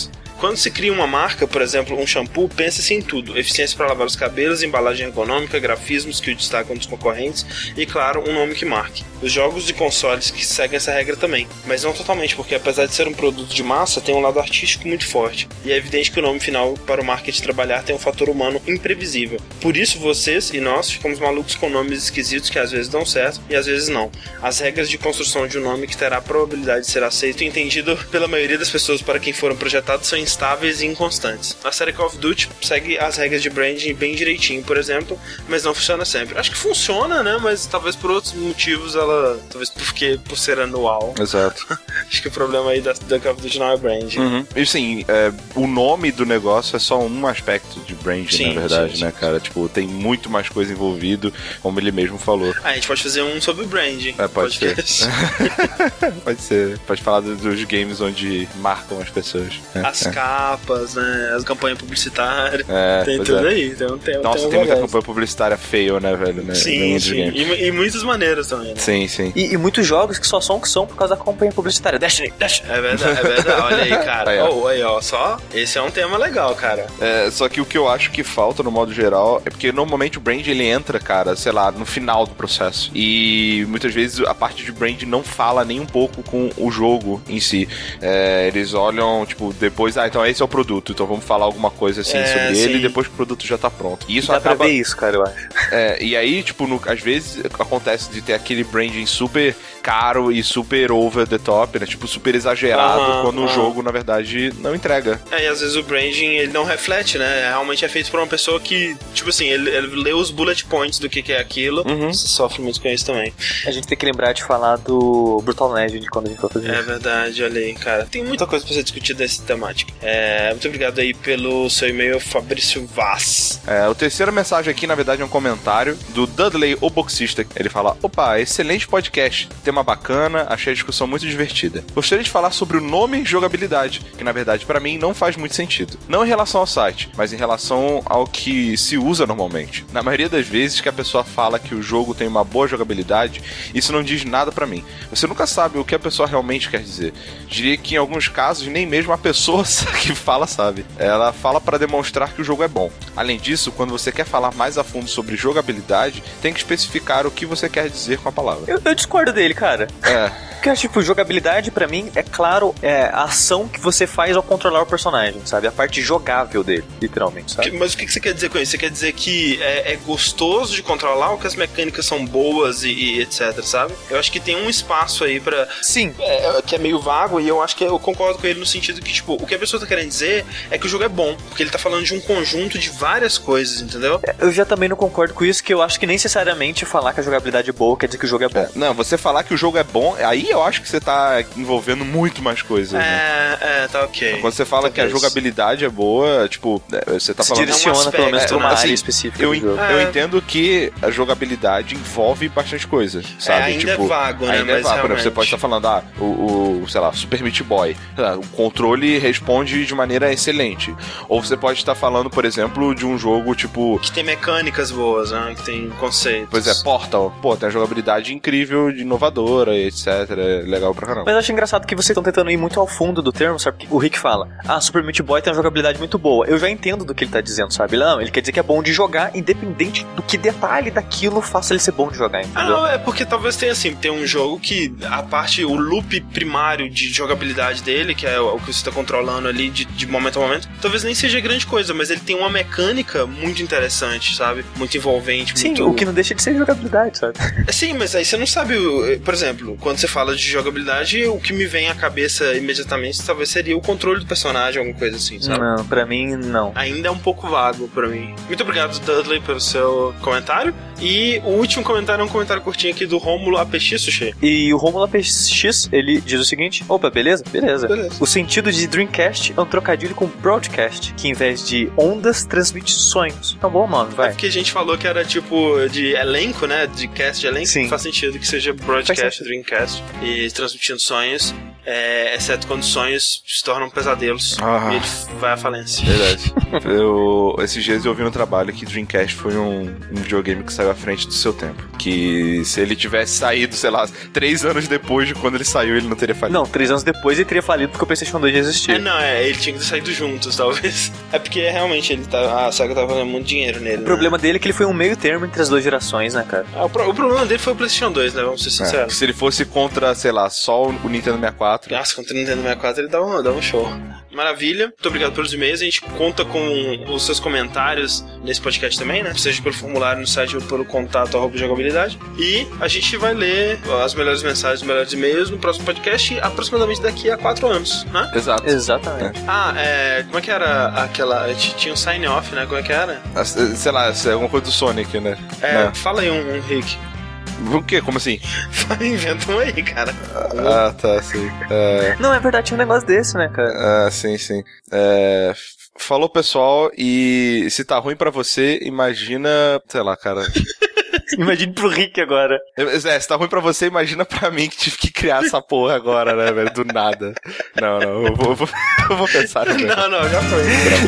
quando se cria uma marca, por exemplo, um shampoo, pensa-se em tudo. Eficiência para lavar os cabelos, embalagem ergonômica, grafismos que o destacam dos concorrentes e, claro, um nome que marque. Os jogos de consoles que seguem essa regra também, mas não totalmente, porque apesar de ser um produto de massa, tem um lado artístico muito forte. E é evidente que o nome final para o marketing trabalhar tem um fator humano imprevisível. Por isso vocês e nós ficamos malucos com nomes esquisitos que às vezes dão certo e às vezes não. As regras de construção de um nome que terá a probabilidade de ser aceito e entendido pela maioria das pessoas para quem foram projetados são instáveis e inconstantes. A série Call of Duty segue as regras de branding bem direitinho, por exemplo, mas não funciona sempre. Acho que funciona, né? Mas talvez por outros motivos ela... Talvez por ser anual. Exato. Acho que o problema aí da Call of Duty não é branding. Uhum. E sim, o nome do negócio é só um aspecto de branding, Sim, na verdade, sim, né, cara? Tipo, tem muito mais coisa envolvido, como ele mesmo falou. A gente pode fazer um sobre branding. Pode ser. Pode ser. Pode falar dos games onde marcam as pessoas. As capas, né? As campanhas publicitárias. Tem pois tudo é. aí. Nossa, tem muita campanha publicitária fail, né, velho? Né? Sim, sim. E muitas maneiras também, né? Sim, sim. E muitos jogos que só são o que são por causa da campanha publicitária. Destiny. É verdade. Olha aí, cara. Aí, ó. Só. Esse é um tema legal, cara. Só que o que eu acho que falta, no modo geral, é porque normalmente o brand, ele entra, cara, sei lá, no final do processo. E muitas vezes a parte de brand não fala nem um pouco com o jogo em si. Eles olham, tipo, depois, então esse é o produto, então vamos falar alguma coisa assim sobre ele, e depois que o produto já tá pronto. E isso dá acaba... pra ver isso, cara, eu acho. E aí, tipo, às vezes acontece de ter aquele branding super caro e super over the top, né? Tipo, super exagerado, quando o jogo, na verdade, não entrega. E às vezes o branding, ele não reflete, né? Realmente é feito por uma pessoa que, tipo assim, ele lê os bullet points do que é aquilo. Você sofre muito com isso também. A gente tem que lembrar de falar do Brutal Legend quando a gente for fazer isso. É verdade, olha aí, cara. Tem muita coisa pra ser discutida dessa temática. Muito obrigado aí pelo seu e-mail, Fabrício Vaz. A terceira mensagem aqui, na verdade, é um comentário do Dudley, o boxista. Ele fala: opa, excelente podcast, tema bacana, achei a discussão muito divertida. Gostaria de falar sobre o nome e jogabilidade, que na verdade pra mim não faz muito sentido. Não em relação ao site, mas em relação ao que se usa normalmente. Na maioria das vezes que a pessoa fala que o jogo tem uma boa jogabilidade, isso não diz nada pra mim. Você nunca sabe o que a pessoa realmente quer dizer. Diria que em alguns casos nem mesmo a pessoa que fala sabe. Ela fala pra demonstrar que o jogo é bom. Além disso, quando você quer falar mais a fundo sobre jogabilidade, tem que especificar o que você quer dizer com a palavra. Eu discordo dele, cara. Porque, tipo, jogabilidade pra mim é claro, a ação que você faz ao controlar o personagem, sabe? A parte jogável dele, literalmente, sabe? Mas o que você quer dizer com isso? Você quer dizer que é gostoso de controlar ou que as mecânicas são boas e etc, sabe? Eu acho que tem um espaço aí pra... Sim. Que é meio vago e eu acho que eu concordo com ele no sentido que, tipo, o que a pessoa tá querendo dizer é que o jogo é bom, porque ele tá falando de um conjunto de várias coisas, entendeu? Eu já também não concordo com isso, que eu acho que nem necessariamente falar que a jogabilidade é boa quer dizer que o jogo é bom. Não, você falar que o jogo é bom, aí eu acho que você tá envolvendo muito mais coisas, né? Tá ok. Quando você fala que a jogabilidade é boa, tipo, você tá falando... direciona pelo menos pra uma área específica do jogo. Eu entendo que a jogabilidade envolve bastante coisa, sabe? Ainda tipo, é vago, né? Ainda é vago, né? Você pode estar falando, sei lá, Super Meat Boy. O controle responde de maneira excelente. Ou você pode estar falando, por exemplo, de um jogo, tipo... que tem mecânicas boas, né? Que tem conceitos. Pois é, Portal. Pô, tem a jogabilidade incrível, inovadora, etc. É legal pra caramba. Mas eu acho engraçado que vocês estão tentando ir muito ao fundo do termo, sabe? Porque o Rick fala, Super Meat Boy tem uma jogabilidade muito boa. Eu já entendo do que ele tá dizendo, sabe? Não, ele quer dizer que é bom de jogar, independente do que detalhe daquilo faça ele ser bom de jogar, entendeu? Não, é porque talvez tenha assim, tem um jogo que o loop primário de jogabilidade dele, que é o que você tá controlando ali de momento a momento, talvez nem seja grande coisa, mas ele tem uma mecânica muito interessante, sabe? Muito envolvente. Sim, o que não deixa de ser jogabilidade, sabe? Sim, mas aí você não sabe, por exemplo, quando você fala de jogabilidade, o que me vem à cabeça imediatamente talvez seria o controle do personagem, alguma coisa assim, sabe? Não, pra mim, não. Ainda é um pouco vago pra mim. Muito obrigado, Dudley, pelo seu comentário. E o último comentário é um comentário curtinho aqui do Rômulo APX, Sushi. E o Rômulo APX, ele diz o seguinte: opa, beleza? Beleza. O sentido de Dreamcast é um trocadilho com Broadcast, que em vez de ondas, transmite sonhos. Tá bom, mano, vai. É porque a gente falou que era tipo de elenco, né? De cast de elenco. Sim. Faz sentido que seja Broadcast, Dreamcast. E transmitindo sonhos. Exceto quando sonhos se tornam pesadelos e ele vai à falência. Verdade. Esses dias eu ouvi no trabalho que Dreamcast foi um videogame que saiu à frente do seu tempo. Que se ele tivesse saído, sei lá, 3 anos depois de quando ele saiu, ele não teria falido. Não, 3 anos depois ele teria falido porque o PlayStation 2 já existia. Ele tinha que ter saído juntos, talvez. É porque realmente a SEGA tava fazendo muito dinheiro nele. O problema dele é que ele foi um meio termo entre as duas gerações, né, cara? O problema dele foi o PlayStation 2, né? Vamos ser sinceros. Se ele fosse contra, sei lá, só o Nintendo 64. Nossa, contra o Nintendo 64 ele dava um show. Maravilha. Muito obrigado pelos e-mails. A gente conta com os seus comentários nesse podcast também, né? Seja pelo formulário no site ou pelo contato @jogabilidade. E a gente vai ler as melhores mensagens, os melhores e-mails no próximo podcast, aproximadamente daqui a 4 anos, né? Exato. Exatamente. Como é que era aquela... A gente tinha um sign-off, né? Como é que era? Sei lá, é alguma coisa do Sonic, né? Fala aí um Rick. O quê? Como assim? Inventa um aí, cara. Tá, sim. Não, é verdade, tinha um negócio desse, né, cara? Sim. Falou, pessoal, e se tá ruim pra você, imagina... Sei lá, cara... Imagine pro Rick agora. Se tá ruim pra você, imagina pra mim que tive que criar essa porra agora, né, velho? Do nada. Não, eu vou pensar. Né, não, já foi.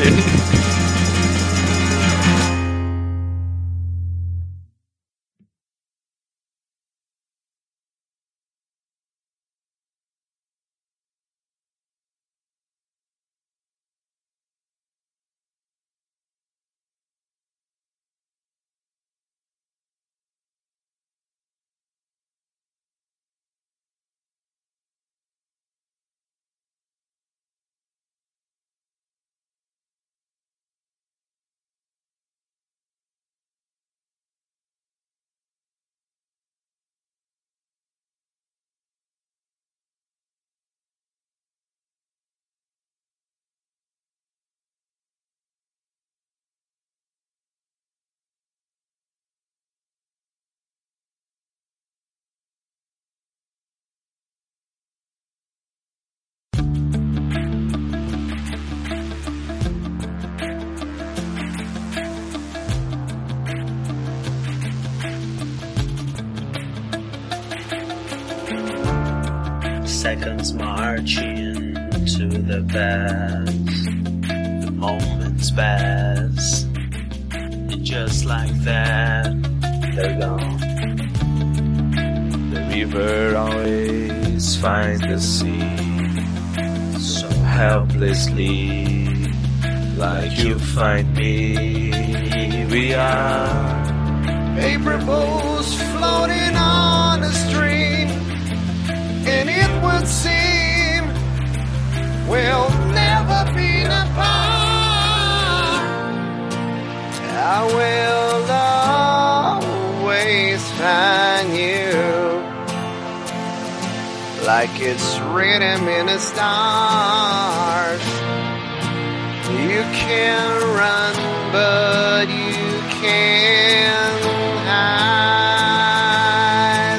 Seconds marching to the past, the moments pass, and just like that, they're gone. The river always finds the sea, so helplessly, like you find me. Here we are, paper boats floating on the stream, and it would seem we'll never be apart. I will always find you, like it's written in the stars. You can run, but you can't hide.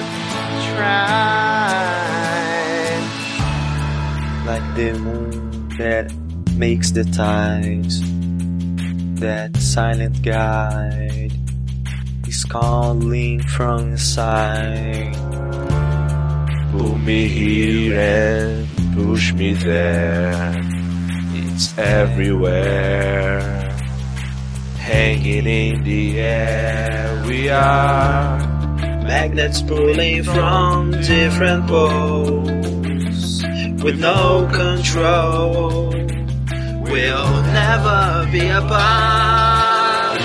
Try. Like the moon that makes the tides, that silent guide is calling from inside. Pull me here and push me there. It's everywhere, hanging in the air. We are magnets pulling from different poles, with no control. We'll never be apart.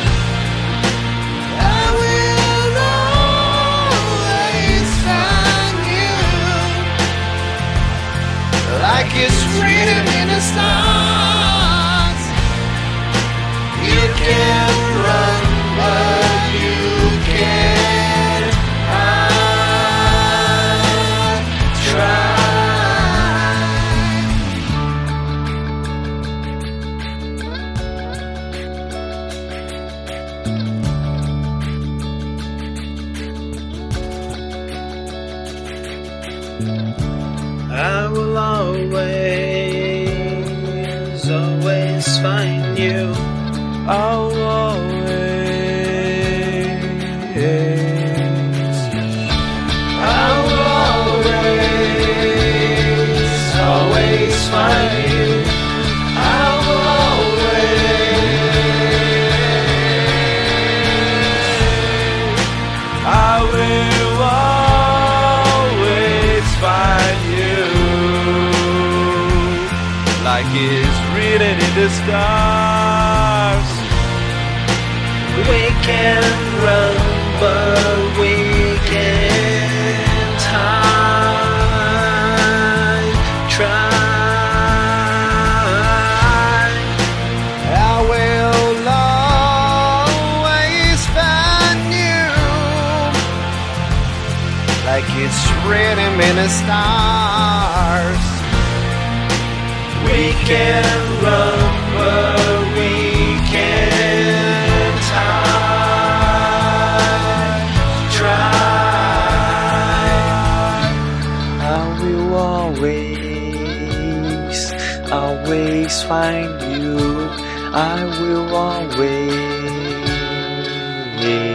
I will always find you, like it's written in the stars. You can run, but you can't hide. Try. I will always find you. I'll always find you. like it's written in the stars. We can run, but we can't hide. Try. I will always find you, like it's written in the stars. We can run, but we can't hide. Try. I will always find you. I will always